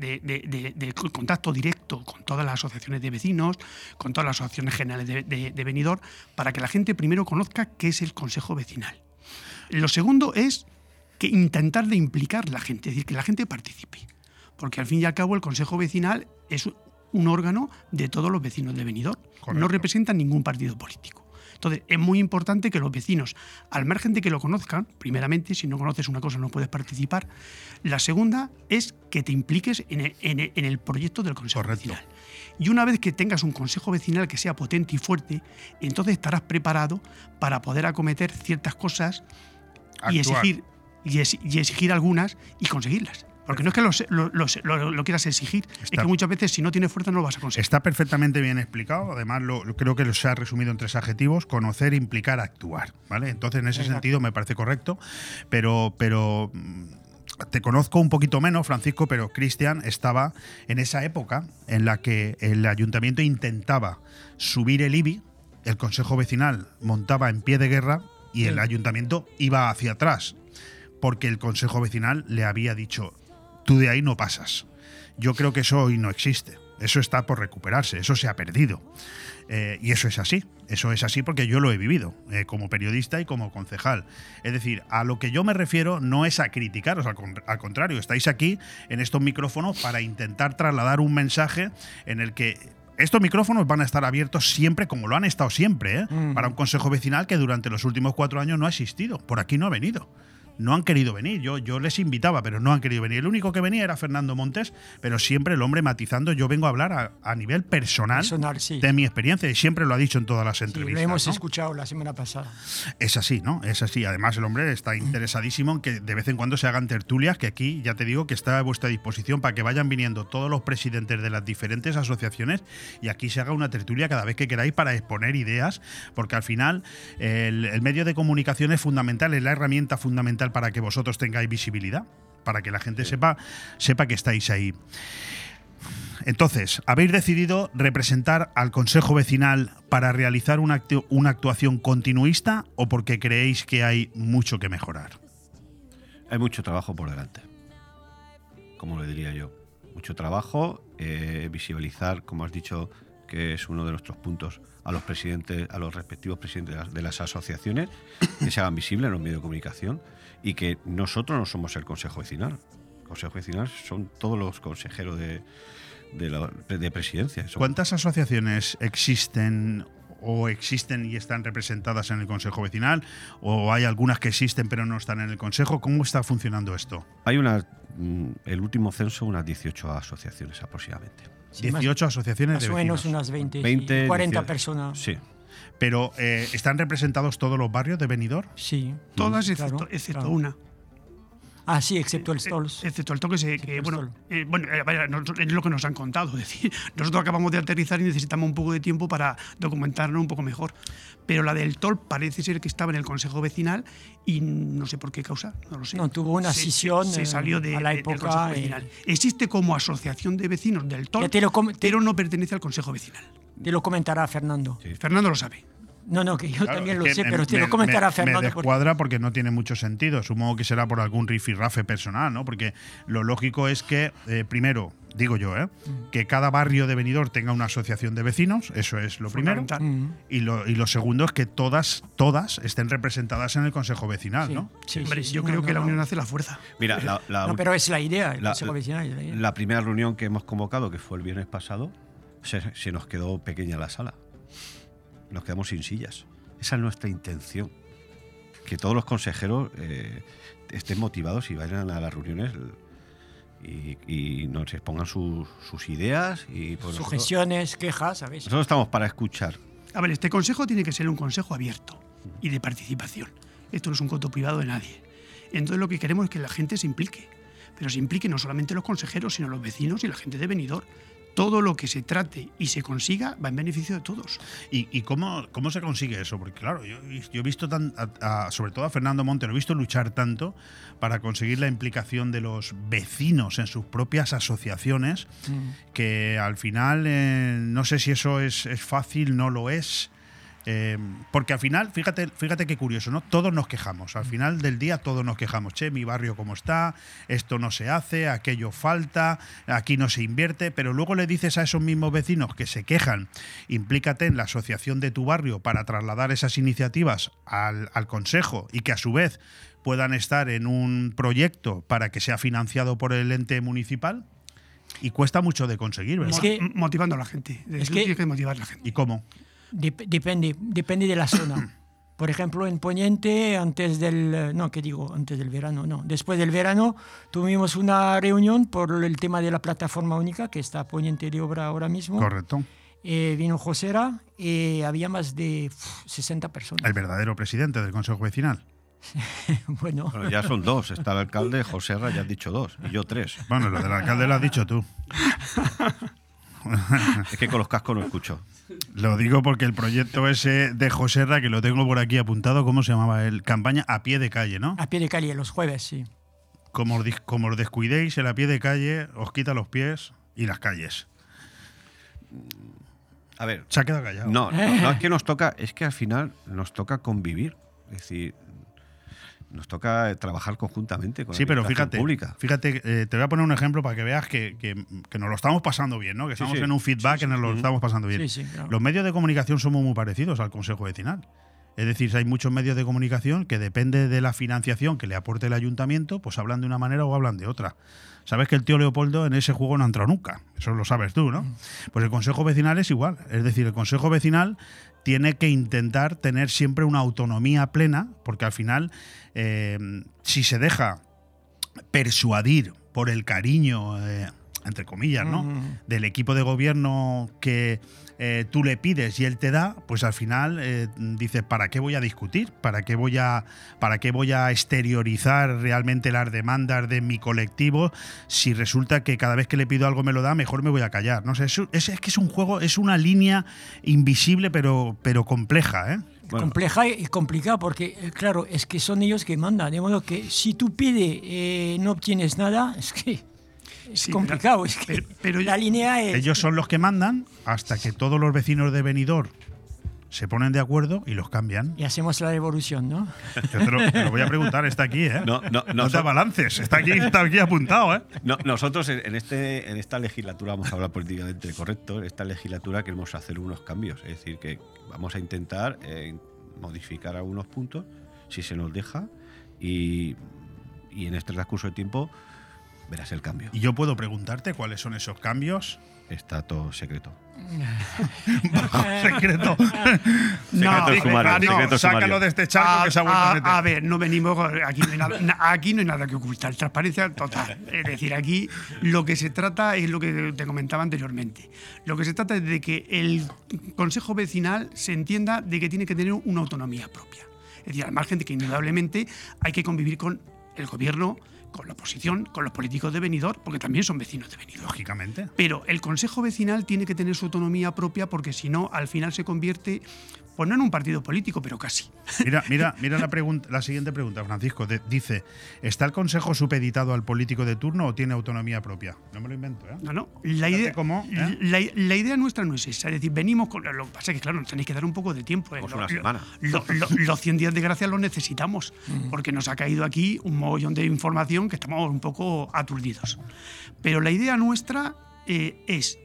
de contacto directo con todas las asociaciones de vecinos, con todas las asociaciones generales de Benidorm, para que la gente primero conozca qué es el Consejo Vecinal. Lo segundo es que intentar de implicar a la gente, es decir, que la gente participe. Porque al fin y al cabo el Consejo Vecinal es un órgano de todos los vecinos de Benidorm. Correcto. No representa ningún partido político. Entonces, es muy importante que los vecinos, al margen de que lo conozcan, primeramente, si no conoces una cosa no puedes participar. La segunda es que te impliques en el proyecto del Consejo Correcto. Vecinal. Y una vez que tengas un Consejo Vecinal que sea potente y fuerte, entonces estarás preparado para poder acometer ciertas cosas y exigir algunas y conseguirlas. Porque no es que lo quieras exigir, es que muchas veces si no tienes fuerza no lo vas a conseguir. Está perfectamente bien explicado, además creo que se ha resumido en 3 adjetivos: conocer, implicar, actuar, ¿vale? Entonces en ese sentido me parece correcto, pero te conozco un poquito menos, Francisco, pero Cristian estaba en esa época en la que el ayuntamiento intentaba subir el IBI, el Consejo Vecinal montaba en pie de guerra y el ayuntamiento iba hacia atrás, porque el Consejo Vecinal le había dicho: tú de ahí no pasas. Yo creo que eso hoy no existe. Eso está por recuperarse, eso se ha perdido. Y eso es así. Eso es así porque yo lo he vivido como periodista y como concejal. Es decir, a lo que yo me refiero no es a criticaros, al contrario, estáis aquí en estos micrófonos para intentar trasladar un mensaje en el que estos micrófonos van a estar abiertos siempre, como lo han estado siempre, para un consejo vecinal que durante los últimos 4 años no ha existido. Por aquí no ha venido. No han querido venir, yo les invitaba, pero no han querido venir. El único que venía era Fernando Montes, pero siempre el hombre matizando. Yo vengo a hablar a nivel personal sí, de mi experiencia, y siempre lo ha dicho en todas las entrevistas. Lo hemos ¿no? escuchado la semana pasada. Es así, ¿no? Es así. Además, el hombre está interesadísimo en que de vez en cuando se hagan tertulias, que aquí ya te digo que está a vuestra disposición para que vayan viniendo todos los presidentes de las diferentes asociaciones y aquí se haga una tertulia cada vez que queráis para exponer ideas, porque al final el medio de comunicación es fundamental, es la herramienta fundamental para que vosotros tengáis visibilidad, para que la gente sepa que estáis ahí. Entonces, ¿habéis decidido representar al Consejo Vecinal para realizar una actuación continuista o porque creéis que hay mucho que mejorar? Hay mucho trabajo por delante, como le diría yo. Mucho trabajo, visibilizar, como has dicho, que es uno de nuestros puntos, a los presidentes, a los respectivos presidentes de las asociaciones, que se hagan visibles en los medios de comunicación y que nosotros no somos el Consejo Vecinal. El Consejo Vecinal son todos los consejeros de presidencia. ¿Cuántas asociaciones existen y están representadas en el Consejo Vecinal? ¿O hay algunas que existen pero no están en el Consejo? ¿Cómo está funcionando esto? Hay el último censo, unas 18 asociaciones aproximadamente. Sí, 18 asociaciones de vecinos. Más o menos unas 20 40 18, personas. Sí. Pero, ¿están representados todos los barrios de Benidorm? Sí. Todas, excepto una. Ah, sí, excepto el Stolz. Excepto el toque, es lo que nos han contado. Es decir, nosotros acabamos de aterrizar y necesitamos un poco de tiempo para documentarnos un poco mejor. Pero la del TOL parece ser que estaba en el Consejo Vecinal y no sé por qué causa, no lo sé. No, tuvo una escisión se salió a la época, del Consejo Vecinal. Existe como asociación de vecinos del TOL, pero no pertenece al Consejo Vecinal. Te lo comentará Fernando. Sí. Fernando lo sabe. No, que yo también lo sé, pero te lo comentará Fernando. Me descuadra porque no tiene mucho sentido. Supongo que será por algún rifirrafe personal, ¿no? Porque lo lógico es que, primero, digo yo, que cada barrio de Benidorm tenga una asociación de vecinos, eso es lo primero. Y lo segundo es que todas estén representadas en el Consejo Vecinal, ¿no? Sí, hombre, yo creo que la unión hace la fuerza. Mira, pero es la idea, el Consejo Vecinal es la idea. La primera reunión que hemos convocado, que fue el viernes pasado, se nos quedó pequeña la sala. Nos quedamos sin sillas. Esa es nuestra intención. Que todos los consejeros estén motivados y vayan a las reuniones y nos expongan sus ideas y sugestiones, quejas, ¿sabes? Nosotros estamos para escuchar. A ver, este consejo tiene que ser un consejo abierto y de participación. Esto no es un coto privado de nadie. Entonces lo que queremos es que la gente se implique. Pero se implique no solamente los consejeros, sino los vecinos y la gente de Benidorm. Todo lo que se trate y se consiga va en beneficio de todos. ¿Y cómo se consigue eso? Porque claro, yo he visto sobre todo a Fernando Monte, lo he visto luchar tanto para conseguir la implicación de los vecinos en sus propias asociaciones, que al final no sé si eso es fácil, no lo es. Porque al final, fíjate qué curioso, ¿no? Todos nos quejamos. Al final del día todos nos quejamos. Che, mi barrio cómo está, esto no se hace, aquello falta, aquí no se invierte. Pero luego le dices a esos mismos vecinos que se quejan, implícate en la asociación de tu barrio para trasladar esas iniciativas al consejo y que a su vez puedan estar en un proyecto para que sea financiado por el ente municipal. Y cuesta mucho de conseguir, ¿verdad? Es que motivando a la gente. Tienes que motivar a la gente. ¿Y cómo? Depende de la zona. Por ejemplo, en Poniente, antes del verano, no. Después del verano tuvimos una reunión por el tema de la plataforma única, que está Poniente de obra ahora mismo. Correcto. Vino Josera y había más de 60 personas. El verdadero presidente del Consejo Vecinal. Bueno, ya son dos. Está el alcalde, Joserra, ya has dicho dos. Y yo tres. Bueno, lo del alcalde lo has dicho tú. Es que con los cascos no escucho. Lo digo porque el proyecto ese de Joserra, que lo tengo por aquí apuntado, ¿cómo se llamaba? Campaña a pie de calle, ¿no? A pie de calle, los jueves, sí. Como os descuidéis, el a pie de calle os quita los pies y las calles. A ver. Se ha quedado callado. No, es que nos toca, es que al final nos toca convivir. Es decir, nos toca trabajar conjuntamente con la administración pública. Fíjate, te voy a poner un ejemplo para que veas que nos lo estamos pasando bien, ¿no? Que estamos en un feedback que nos lo estamos pasando bien. Sí, claro. Los medios de comunicación somos muy parecidos al Consejo Vecinal. Es decir, hay muchos medios de comunicación que depende de la financiación que le aporte el ayuntamiento, pues hablan de una manera o hablan de otra. Sabes que el tío Leopoldo en ese juego no ha entrado nunca. Eso lo sabes tú, ¿no? Pues el Consejo Vecinal es igual. Es decir, el Consejo Vecinal tiene que intentar tener siempre una autonomía plena, porque al final, si se deja persuadir por el cariño, entre comillas, ¿no? Del equipo de gobierno que tú le pides y él te da, pues al final dices, ¿para qué voy a discutir? ¿Para qué voy a exteriorizar realmente las demandas de mi colectivo si resulta que cada vez que le pido algo me lo da, mejor me voy a callar? No sé, es que es un juego, es una línea invisible pero compleja, ¿eh? Bueno. Compleja y complicada porque, claro, es que son ellos que mandan. De modo que si tú pides no obtienes nada, es que... Es complicado, es que pero la línea es... Ellos son los que mandan hasta que todos los vecinos de Benidorm se ponen de acuerdo y los cambian. Y hacemos la revolución, ¿no? Yo te lo voy a preguntar, está aquí, ¿eh? No te abalances, está aquí apuntado, ¿eh? No, nosotros en esta legislatura, vamos a hablar políticamente correcto, en esta legislatura queremos hacer unos cambios, es decir, que vamos a intentar modificar algunos puntos, si se nos deja, y en este transcurso de tiempo verás el cambio. ¿Y yo puedo preguntarte cuáles son esos cambios? Está todo secreto. Secreto. Secreto sumario. Sácalo de este charco que se ha vuelto a meter. A ver, no venimos. Aquí no hay nada que ocultar. Transparencia total. Es decir, aquí lo que se trata es lo que te comentaba anteriormente. Lo que se trata es de que el Consejo Vecinal se entienda de que tiene que tener una autonomía propia. Es decir, al margen de que indudablemente hay que convivir con el gobierno, con la oposición, con los políticos de Benidorm, porque también son vecinos de Benidorm. Lógicamente. Pero el Consejo Vecinal tiene que tener su autonomía propia, porque si no, al final se convierte, pues no en un partido político, pero casi. Mira la siguiente pregunta, Francisco. Dice, ¿está el Consejo supeditado al político de turno o tiene autonomía propia? No me lo invento, ¿eh? No. La idea nuestra no es esa. Es decir, venimos con... Lo que pasa es que, claro, nos tenéis que dar un poco de tiempo. Pues una semana. Los 100 días de gracia los necesitamos, porque nos ha caído aquí un mogollón de información que estamos un poco aturdidos. Pero la idea nuestra es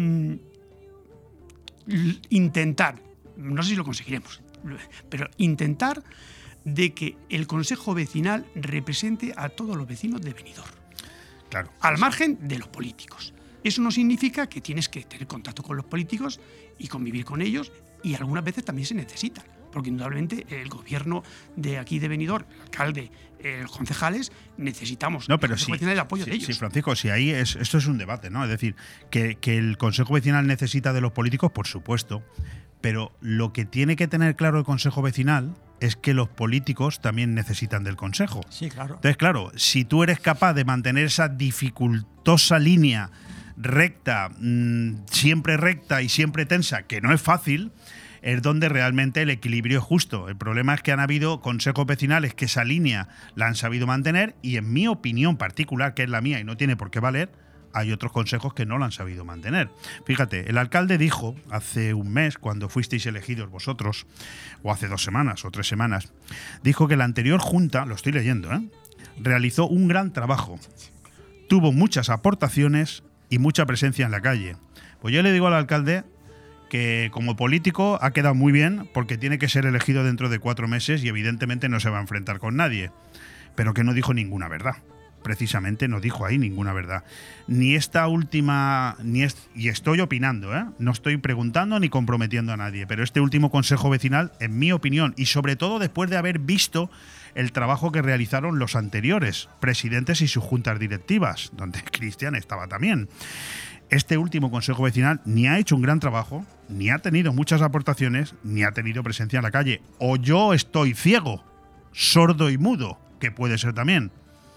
intentar, no sé si lo conseguiremos, pero intentar de que el Consejo Vecinal represente a todos los vecinos de Benidorm. Claro. Al margen de los políticos. Eso no significa que tienes que tener contacto con los políticos y convivir con ellos, y algunas veces también se necesitan, porque indudablemente el gobierno de aquí de Benidorm, el alcalde, los concejales, necesitamos el apoyo de ellos. Sí, Francisco, si ahí esto es un debate, ¿no? Es decir, que el Consejo Vecinal necesita de los políticos, por supuesto, pero lo que tiene que tener claro el Consejo Vecinal es que los políticos también necesitan del Consejo. Sí, claro. Entonces, claro, si tú eres capaz de mantener esa dificultosa línea recta, siempre recta y siempre tensa, que no es fácil, es donde realmente el equilibrio es justo. El problema es que han habido consejos vecinales que esa línea la han sabido mantener, y en mi opinión particular, que es la mía y no tiene por qué valer, hay otros consejos que no la han sabido mantener. Fíjate, el alcalde dijo hace un mes, cuando fuisteis elegidos vosotros, o hace 2 semanas o 3 semanas, dijo que la anterior junta, lo estoy leyendo, realizó un gran trabajo, tuvo muchas aportaciones y mucha presencia en la calle. Pues yo le digo al alcalde que como político ha quedado muy bien, porque tiene que ser elegido dentro de 4 meses y evidentemente no se va a enfrentar con nadie, pero que no dijo ninguna verdad. Precisamente no dijo ahí ninguna verdad. Ni esta última, y estoy opinando, no estoy preguntando ni comprometiendo a nadie, pero este último Consejo Vecinal, en mi opinión, y sobre todo después de haber visto el trabajo que realizaron los anteriores presidentes y sus juntas directivas, donde Cristian estaba también. Este último Consejo Vecinal ni ha hecho un gran trabajo, ni ha tenido muchas aportaciones, ni ha tenido presencia en la calle. O yo estoy ciego, sordo y mudo, que puede ser también.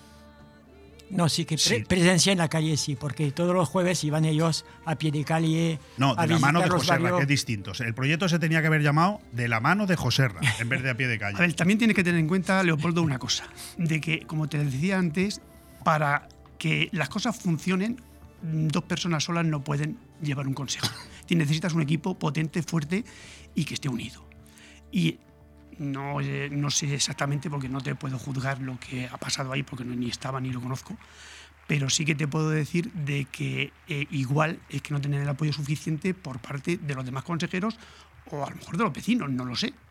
No, sí que presencia en la calle sí, porque todos los jueves iban ellos a pie de calle. No, de la mano de Joserra, barrios. que es distinto. El proyecto se tenía que haber llamado de la mano de Joserra, en vez de a pie de calle. A ver, también tienes que tener en cuenta, Leopoldo, una cosa, de que, como te decía antes, para que las cosas funcionen, 2 personas solas no pueden llevar un consejo. Necesitas un equipo potente, fuerte y que esté unido. Y no sé exactamente, porque no te puedo juzgar lo que ha pasado ahí, porque ni estaba ni lo conozco, pero sí que te puedo decir de que igual es que no tienen el apoyo suficiente por parte de los demás consejeros, o a lo mejor de los vecinos, no lo sé.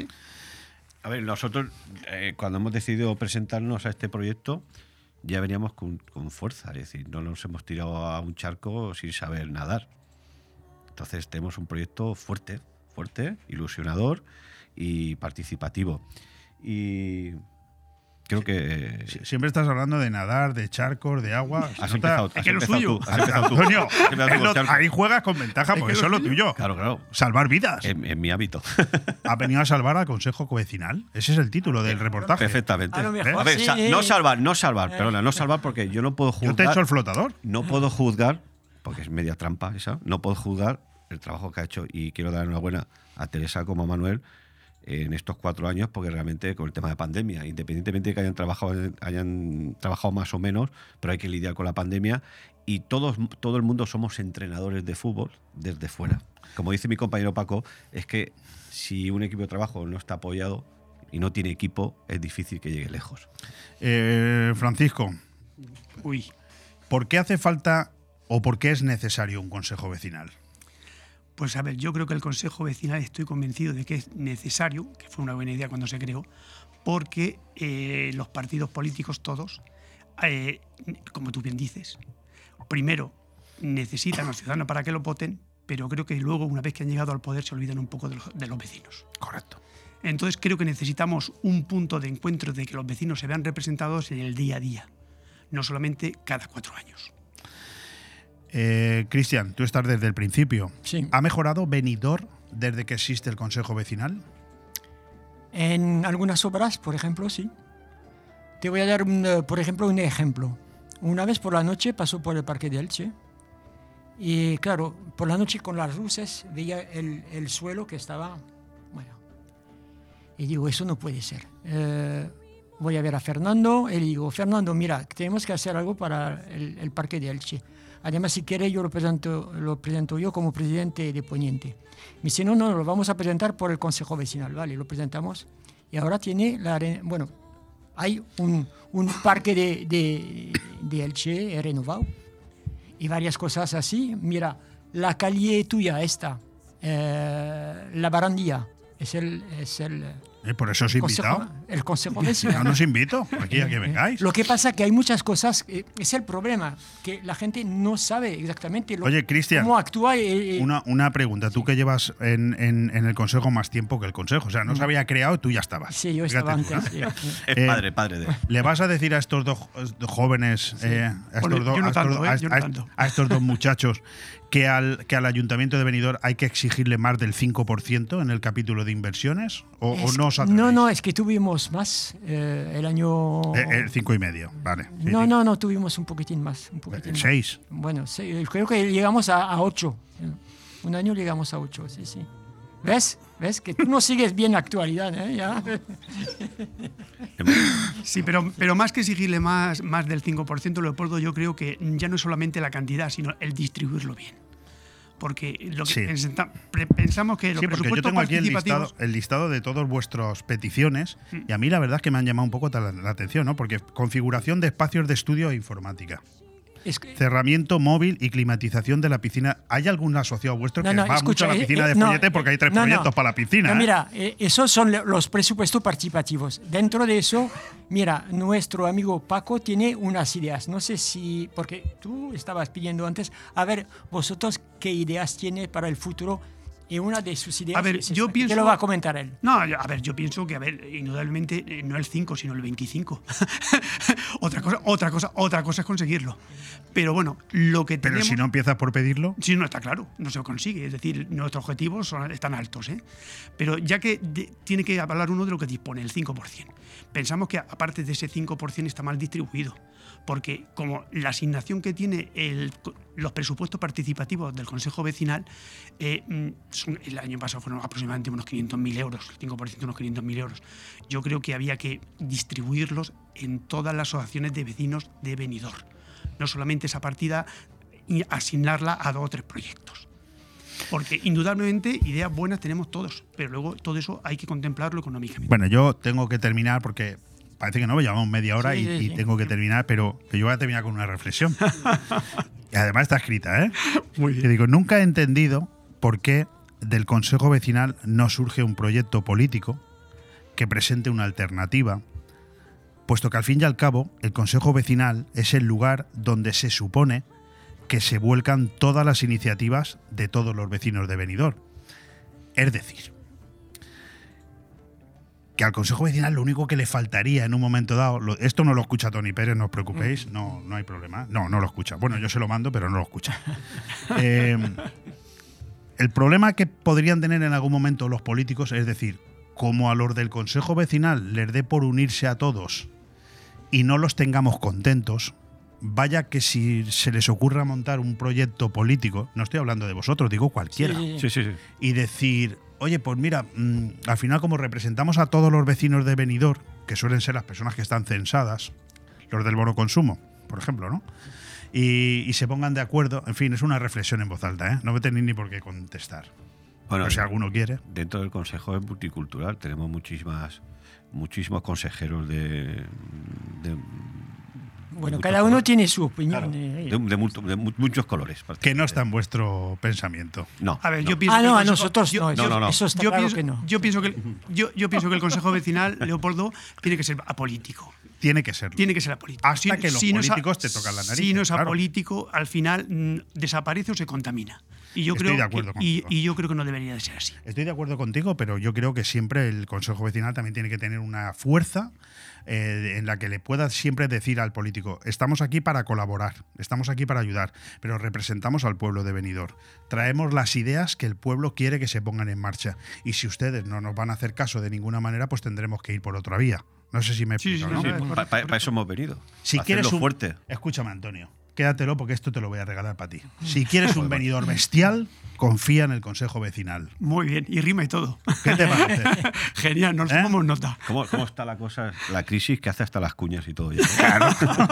A ver, nosotros cuando hemos decidido presentarnos a este proyecto ya veníamos con fuerza, es decir, no nos hemos tirado a un charco sin saber nadar. Entonces tenemos un proyecto fuerte, ilusionador y participativo. Y creo que... Siempre estás hablando de nadar, de charcos, de agua. Has empezado tú. Antonio, ahí juegas con ventaja, porque eso es lo tuyo. Claro. Salvar vidas. En mi hábito. Ha venido a salvar al Consejo Vecinal. Ese es el título del reportaje. Perfectamente. A lo mejor, a ver, sí. no salvar, porque yo no puedo juzgar. Yo te he hecho el flotador. No puedo juzgar, porque es media trampa esa, no puedo juzgar el trabajo que ha hecho, y quiero dar enhorabuena a Teresa como a Manuel, en estos 4 años, porque realmente con el tema de pandemia, independientemente de que hayan trabajado más o menos, pero hay que lidiar con la pandemia y todo el mundo somos entrenadores de fútbol desde fuera. Como dice mi compañero Paco, es que si un equipo de trabajo no está apoyado y no tiene equipo, es difícil que llegue lejos. Francisco, Uy. ¿por qué hace falta o por qué es necesario un consejo vecinal? Pues a ver, yo creo que el Consejo Vecinal estoy convencido de que es necesario, que fue una buena idea cuando se creó, porque los partidos políticos todos, como tú bien dices, primero necesitan a los ciudadanos para que lo voten, pero creo que luego, una vez que han llegado al poder, se olvidan un poco de los vecinos. Correcto. Entonces creo que necesitamos un punto de encuentro de que los vecinos se vean representados en el día a día, no solamente cada 4 años. Cristian, tú estás desde el principio. Sí. ¿Ha mejorado Benidorm desde que existe el Consejo Vecinal? En algunas obras, por ejemplo, sí. Te voy a dar, por ejemplo, un ejemplo. Una vez por la noche pasó por el Parque de Elche y, claro, por la noche con las luces veía el suelo que estaba... Bueno, y digo, eso no puede ser. Voy a ver a Fernando y le digo, Fernando, mira, tenemos que hacer algo para el Parque de Elche. Además, si quiere, yo lo presento yo como presidente de Poniente. Me dice, no, lo vamos a presentar por el Consejo Vecinal. Vale, lo presentamos. Y ahora tiene bueno, hay un parque de Elche renovado y varias cosas así. Mira, la calle tuya esta, la barandilla, es el por eso os he invitado. El Consejo Vecinal. No os invito aquí a que vengáis. Lo que pasa es que hay muchas cosas, es el problema, que la gente no sabe exactamente Oye, Cristian, cómo actúa. Una pregunta, tú que llevas en el Consejo más tiempo que el Consejo, o sea, no se había creado, tú ya estabas. Sí, yo estaba antes. Sí. Es padre de... ¿Le vas a decir a estos dos jóvenes, a estos dos muchachos, que al Ayuntamiento de Benidorm hay que exigirle más del 5% en el capítulo de inversiones? ¿O no os atrevéis? No, es que tuvimos más el año... El 5,5, vale. Sí, no, tuvimos un poquitín más. 6. Bueno, creo que llegamos a 8. Un año llegamos a 8, sí. ¿Ves? Que tú no sigues bien la actualidad, ¿eh? Ya. Sí, pero más que exigirle más del 5%, Leopoldo, yo creo que ya no es solamente la cantidad, sino el distribuirlo bien. Porque lo que pensamos que los presupuestos yo tengo aquí participativos... el listado de todas vuestras peticiones y a mí la verdad es que me han llamado un poco la atención, ¿no? Porque configuración de espacios de estudio e informática. Cerramiento móvil y climatización de la piscina. ¿Hay algún asociado vuestro que va mucho a la piscina de Follete? Porque hay 3 proyectos para la piscina. Mira, esos son los presupuestos participativos. Dentro de eso, mira, nuestro amigo Paco tiene unas ideas. No sé si, porque tú estabas pidiendo antes, a ver, vosotros qué ideas tiene para el futuro. Y una de sus ideas, a ver, yo pienso, ¿qué lo va a comentar él? No, a ver, yo pienso que, indudablemente no el 5, sino el 25. otra cosa es conseguirlo. Pero bueno, lo que tenemos... Pero si no empiezas por pedirlo... Sí, no, está claro, no se consigue. Es decir, nuestros objetivos están altos, ¿eh? Pero ya que tiene que hablar uno de lo que dispone, el 5%. Pensamos que aparte de ese 5% está mal distribuido. Porque como la asignación que tiene los presupuestos participativos del Consejo Vecinal, el año pasado fueron aproximadamente unos 500.000 euros, el 5% unos 500.000 euros. Yo creo que había que distribuirlos en todas las asociaciones de vecinos de Benidorm. No solamente esa partida y asignarla a 2 o 3 proyectos. Porque indudablemente ideas buenas tenemos todos, pero luego todo eso hay que contemplarlo económicamente. Bueno, yo tengo que terminar porque... Parece que no, llevamos media hora y tengo que terminar, pero yo voy a terminar con una reflexión. Y además está escrita, ¿eh? Muy bien. Que digo, nunca he entendido por qué del Consejo Vecinal no surge un proyecto político que presente una alternativa, puesto que al fin y al cabo el Consejo Vecinal es el lugar donde se supone que se vuelcan todas las iniciativas de todos los vecinos de Benidorm. Es decir, que al Consejo Vecinal lo único que le faltaría en un momento dado, esto no lo escucha Tony Pérez, no os preocupéis, no hay problema. No lo escucha. Bueno, yo se lo mando, pero no lo escucha. El problema que podrían tener en algún momento los políticos es decir, como a los del Consejo Vecinal les dé por unirse a todos y no los tengamos contentos, vaya que si se les ocurra montar un proyecto político, no estoy hablando de vosotros, digo cualquiera, Sí. y decir... oye, pues mira, al final como representamos a todos los vecinos de Benidorm, que suelen ser las personas que están censadas, los del bono consumo, por ejemplo, ¿no? Y se pongan de acuerdo. En fin, es una reflexión en voz alta, ¿eh? No me tenéis ni por qué contestar. Bueno, si alguno quiere. Dentro del Consejo es multicultural, tenemos muchísimos consejeros bueno, cada uno tiene su opinión. Claro, de muchos colores. Que no está en vuestro pensamiento. No. A ver, no. yo pienso a nosotros no. Eso está claro que no. Yo pienso que el Consejo Vecinal, Leopoldo, tiene que ser apolítico. Tiene que serlo. Tiene que ser apolítico. Hasta que los políticos te tocan la nariz. Si no es apolítico, al final desaparece o se contamina. Y yo Estoy de acuerdo contigo. Y yo creo que no debería de ser así. Estoy de acuerdo contigo, pero yo creo que siempre el Consejo Vecinal también tiene que tener una fuerza en la que le pueda siempre decir al político: estamos aquí para colaborar, estamos aquí para ayudar, pero representamos al pueblo de Benidorm. Traemos las ideas que el pueblo quiere que se pongan en marcha. Y si ustedes no nos van a hacer caso de ninguna manera, pues tendremos que ir por otra vía. No sé si me explico, ¿no? Sí. Para eso hemos venido. Si quieres fuerte. Escúchame, Antonio. Quédatelo porque esto te lo voy a regalar para ti. Si quieres un Benidorm bestial, confía en el Consejo Vecinal. Muy bien, y rima y todo. ¿Qué te parece? Genial, nos tomamos nota. ¿Cómo está la cosa? La crisis que hace hasta las cuñas y todo. Ya, claro.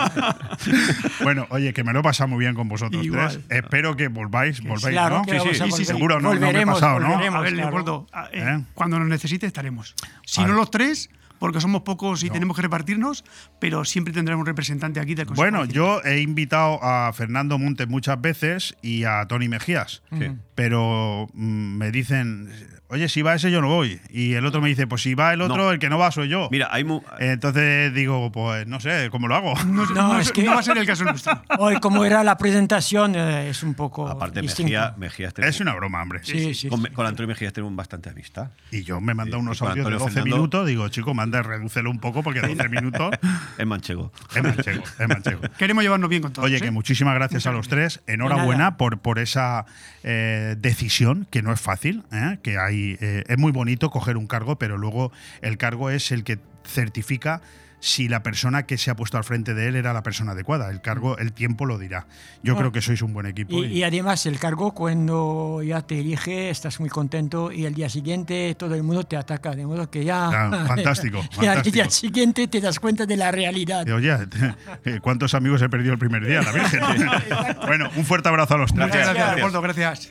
Bueno, oye, que me lo he pasado muy bien con vosotros Igual. tres. Espero que volváis, claro, ¿no? Que sí, seguro, no me he pasado, ¿no? A ver, Leopoldo, cuando nos necesite estaremos. Si no los tres, porque somos pocos y tenemos que repartirnos, pero siempre tendremos un representante aquí del Consejo. Bueno, yo he invitado a Fernando Montes muchas veces y a Tony Mejías, pero me dicen: oye, si va ese yo no voy. Y el otro me dice: pues si va el otro, el que no va soy yo. Mira, entonces digo, pues no sé, ¿cómo lo hago? Es que no va a ser el caso nuestro. Hoy, como era la presentación, es un poco aparte, distinto. Mejías es una broma, hombre. Sí. Con Antonio Mejías tenemos bastante amistad. Y yo me manda unos audios de 12 Fernando, minutos, digo: chico, redúcelo un poco porque 12 minutos… Es manchego. Es manchego. Queremos llevarnos bien con todos. Oye, que muchísimas gracias a los tres. Enhorabuena por esa decisión, que no es fácil, que hay… es muy bonito coger un cargo, pero luego el cargo es el que certifica si la persona que se ha puesto al frente de él era la persona adecuada. El cargo, el tiempo lo dirá. Yo creo que sois un buen equipo. Y además el cargo, cuando ya te elige, estás muy contento y el día siguiente todo el mundo te ataca, de modo que ya… fantástico. Y al día siguiente te das cuenta de la realidad. Oye, ¿cuántos amigos he perdido el primer día? La Virgen. Bueno, un fuerte abrazo a los tres. Muchas gracias, Leopoldo. Gracias.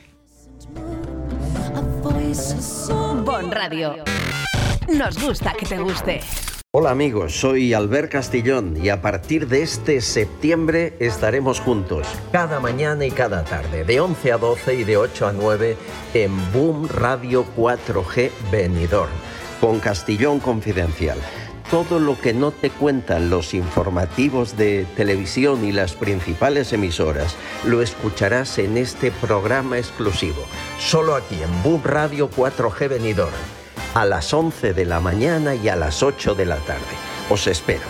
Bon Radio. Nos gusta que te guste. Hola amigos, soy Albert Castillón y a partir de este septiembre estaremos juntos cada mañana y cada tarde, de 11 a 12 y de 8 a 9 en Boom Radio 4G Benidorm, con Castillón Confidencial. Todo lo que no te cuentan los informativos de televisión y las principales emisoras lo escucharás en este programa exclusivo, solo aquí en Boom Radio 4G Benidorm, a las 11 de la mañana y a las 8 de la tarde. Os espero.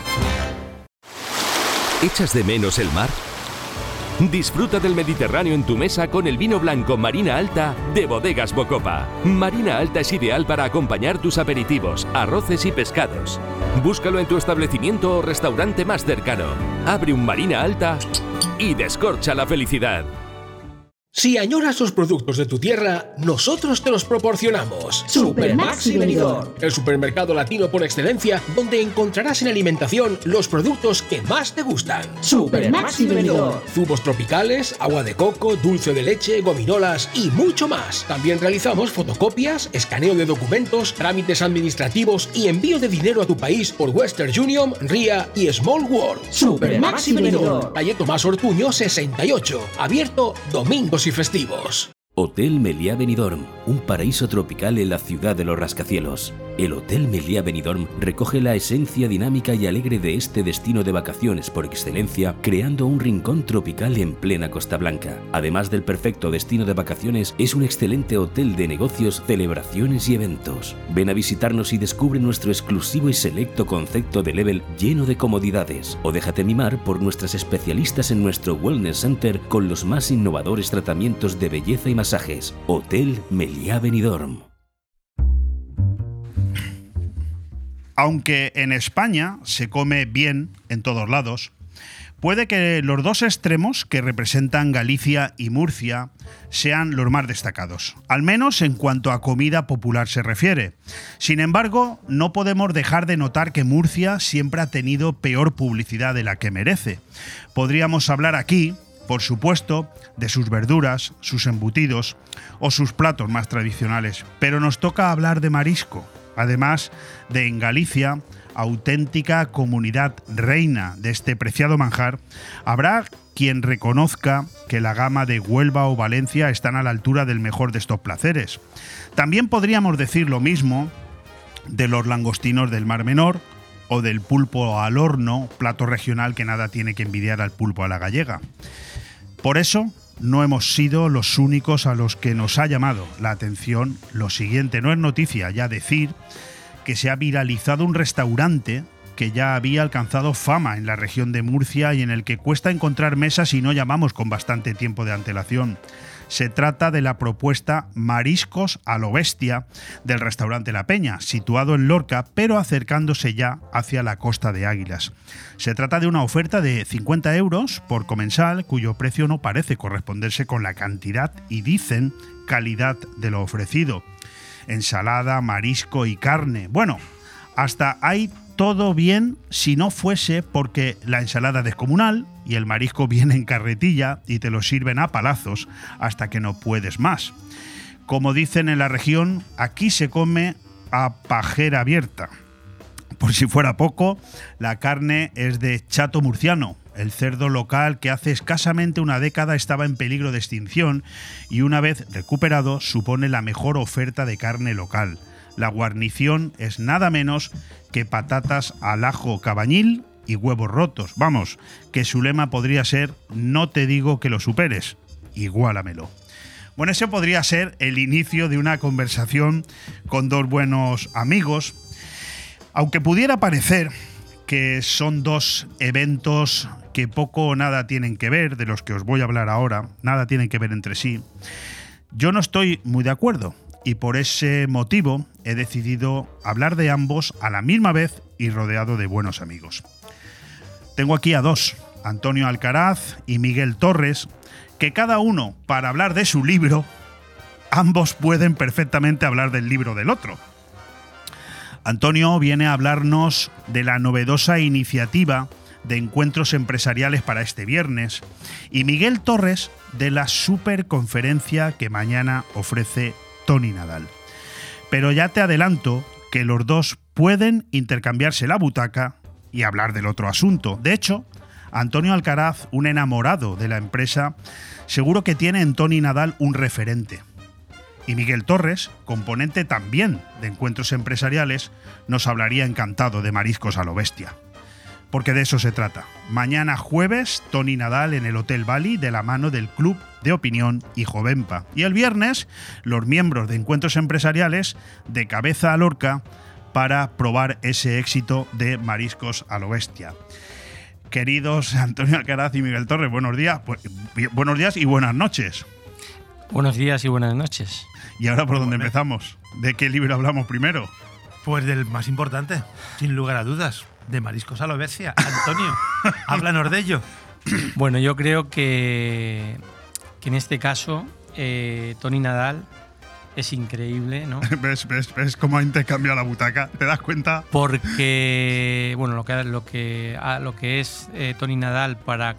¿Echas de menos el mar? Disfruta del Mediterráneo en tu mesa con el vino blanco Marina Alta de Bodegas Bocopa. Marina Alta es ideal para acompañar tus aperitivos, arroces y pescados. Búscalo en tu establecimiento o restaurante más cercano. Abre un Marina Alta y descorcha la felicidad. Si añoras los productos de tu tierra, nosotros te los proporcionamos. Supermaxi Benidorm, el supermercado latino por excelencia, donde encontrarás en alimentación los productos que más te gustan. Supermaxi Benidorm, zumos tropicales, agua de coco, dulce de leche, gominolas y mucho más. También realizamos fotocopias, escaneo de documentos, trámites administrativos y envío de dinero a tu país por Western Union, RIA y Small World. Supermaxi Benidorm, calle Tomás Ortuño 68, abierto domingos y festivos. Hotel Meliá Benidorm, un paraíso tropical en la ciudad de los rascacielos. El Hotel Meliá Benidorm recoge la esencia dinámica y alegre de este destino de vacaciones por excelencia, creando un rincón tropical en plena Costa Blanca. Además del perfecto destino de vacaciones, es un excelente hotel de negocios, celebraciones y eventos. Ven a visitarnos y descubre nuestro exclusivo y selecto concepto de level lleno de comodidades. O déjate mimar por nuestras especialistas en nuestro Wellness Center con los más innovadores tratamientos de belleza y masajes. Hotel Meliá Benidorm. Aunque en España se come bien en todos lados, Puede que los dos extremos que representan Galicia y Murcia sean los más destacados, al menos en cuanto a comida popular se refiere. Sin embargo, no podemos dejar de notar que Murcia siempre ha tenido peor publicidad de la que merece. Podríamos hablar aquí, por supuesto, de sus verduras, sus embutidos o sus platos más tradicionales, pero nos toca hablar de marisco, además de en Galicia, auténtica comunidad reina de este preciado manjar. Habrá quien reconozca que la gama de Huelva o Valencia están a la altura del mejor de estos placeres. También podríamos decir lo mismo de los langostinos del Mar Menor o del pulpo al horno, plato regional que nada tiene que envidiar al pulpo a la gallega. Por eso, no hemos sido los únicos a los que nos ha llamado la atención lo siguiente. No es noticia ya decir que se ha viralizado un restaurante que ya había alcanzado fama en la región de Murcia y en el que cuesta encontrar mesas si no llamamos con bastante tiempo de antelación. Se trata de la propuesta Mariscos a lo Bestia del restaurante La Peña, situado en Lorca, pero acercándose ya hacia la Costa de Águilas. Se trata de una oferta de 50 euros por comensal, cuyo precio no parece corresponderse con la cantidad y, dicen, calidad de lo ofrecido. Ensalada, marisco y carne. Bueno, hasta ahí todo bien si no fuese porque la ensalada es descomunal y el marisco viene en carretilla y te lo sirven a palazos hasta que no puedes más. Como dicen en la región, aquí se come a pajera abierta. Por si fuera poco, la carne es de chato murciano, el cerdo local que hace escasamente una década estaba en peligro de extinción y una vez recuperado supone la mejor oferta de carne local. La guarnición es nada menos que patatas al ajo cabañil y huevos rotos. Vamos, que su lema podría ser no te digo que lo superes, igualamelo. Bueno, ese podría ser el inicio de una conversación con dos buenos amigos, aunque pudiera parecer que son dos eventos que poco o nada tienen que ver, de los que os voy a hablar ahora, nada tienen que ver entre sí. Yo no estoy muy de acuerdo y por ese motivo he decidido hablar de ambos a la misma vez y rodeado de buenos amigos. Tengo aquí a dos, Antonio Alcaraz y Miguel Torres, que cada uno, para hablar de su libro, ambos pueden perfectamente hablar del libro del otro. Antonio viene a hablarnos de la novedosa iniciativa de encuentros empresariales para este viernes y Miguel Torres de la superconferencia que mañana ofrece Toni Nadal. Pero ya te adelanto que los dos pueden intercambiarse la butaca y hablar del otro asunto. De hecho, Antonio Alcaraz, un enamorado de la empresa, seguro que tiene en Toni Nadal un referente. Y Miguel Torres, componente también de encuentros empresariales, nos hablaría encantado de Mariscos a lo Bestia. Porque de eso se trata. Mañana jueves, Toni Nadal en el Hotel Bali de la mano del Club de Opinión y Jovenpa. Y el viernes, los miembros de encuentros empresariales de cabeza a Lorca para probar ese éxito de Mariscos a lo Bestia. Queridos Antonio Alcaraz y Miguel Torres, buenos días y buenas noches. Buenos días y buenas noches. ¿Y ahora por dónde empezamos? ¿De qué libro hablamos primero? Pues del más importante, sin lugar a dudas, de Mariscos a lo Bestia. Antonio, háblanos de ello. Bueno, yo creo que en este caso Toni Nadal es increíble, ¿no? ¿Ves cómo ha intercambiado la butaca? ¿Te das cuenta? Porque, bueno, lo que es Toni Nadal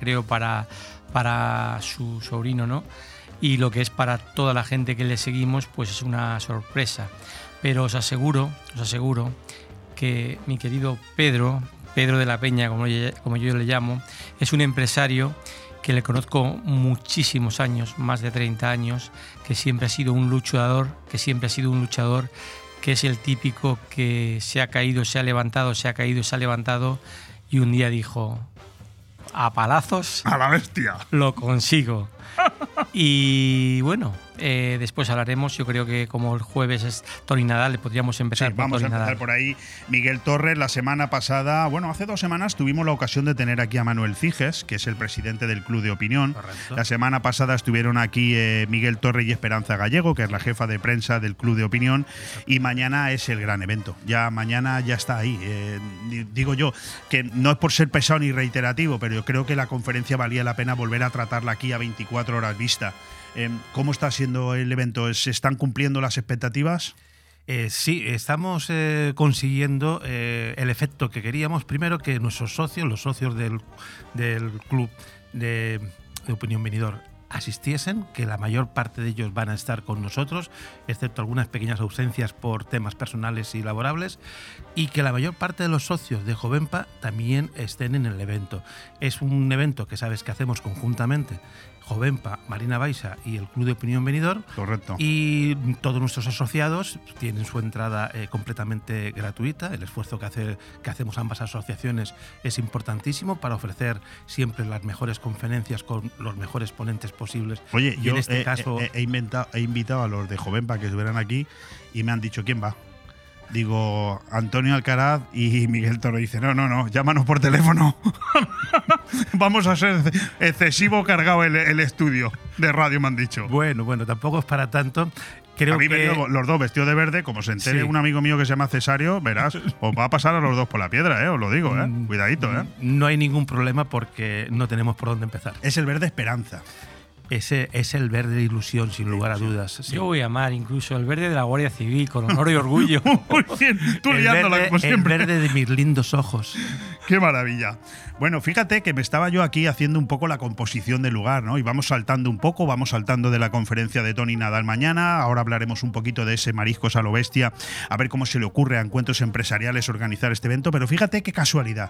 para su sobrino, ¿no? Y lo que es para toda la gente que le seguimos, pues es una sorpresa. Pero os aseguro que mi querido Pedro de la Peña, como yo le llamo, es un empresario que le conozco muchísimos años, más de 30 años, que siempre ha sido un luchador, que es el típico que se ha caído, se ha levantado, se ha caído, se ha levantado, y un día dijo, a palazos, a la bestia, lo consigo. Y bueno, después hablaremos. Yo creo que como el jueves es Toni Nadal, podríamos empezar por vamos Toni a empezar Nadal. por ahí. Miguel Torres, la semana pasada, bueno, hace 2 semanas tuvimos la ocasión de tener aquí a Manuel Ciges, que es el presidente del Club de Opinión. Correcto. La semana pasada estuvieron aquí Miguel Torres y Esperanza Gallego, que es la jefa de prensa del Club de Opinión. Y mañana es el gran evento. Ya mañana ya está ahí. Digo yo que no es por ser pesado ni reiterativo, pero yo creo que la conferencia valía la pena volver a tratarla aquí a 24 horas vista. ¿Cómo está siendo el evento? ¿Se están cumpliendo las expectativas? Sí, estamos consiguiendo el efecto que queríamos. Primero, que nuestros socios, los socios del Club de Opinión Benidorm, asistiesen, que la mayor parte de ellos van a estar con nosotros, excepto algunas pequeñas ausencias por temas personales y laborables, y que la mayor parte de los socios de Jovenpa también estén en el evento. Es un evento que sabes que hacemos conjuntamente Jovenpa, Marina Baixa y el Club de Opinión Benidorm. Correcto. Y todos nuestros asociados tienen su entrada completamente gratuita. El esfuerzo que hacemos ambas asociaciones es importantísimo para ofrecer siempre las mejores conferencias con los mejores ponentes posibles. Oye, y yo en este caso he invitado a los de Jovenpa que estuvieran aquí y me han dicho ¿quién va? Digo, Antonio Alcaraz, y Miguel Toro dice, no, llámanos por teléfono. Vamos a ser excesivo cargado el estudio de radio, me han dicho. Bueno, tampoco es para tanto. Creo a mí que los dos vestidos de verde, como se entere sí. un amigo mío que se llama Cesario, verás, os va a pasar a los dos por la piedra, os lo digo, cuidadito. No hay ningún problema porque no tenemos por dónde empezar. Es el verde esperanza. Ese es el verde de ilusión, sin lugar a dudas. Sí. Yo voy a amar incluso el verde de la Guardia Civil, con honor y orgullo. Muy bien, tú liándola como siempre. El verde de mis lindos ojos. ¡Qué maravilla! Bueno, fíjate que me estaba yo aquí haciendo un poco la composición del lugar, ¿no? Y vamos saltando un poco, vamos saltando de la conferencia de Toni Nadal mañana. Ahora hablaremos un poquito de ese Mariscos a lo Bestia, a ver cómo se le ocurre a Encuentros Empresariales organizar este evento. Pero fíjate qué casualidad.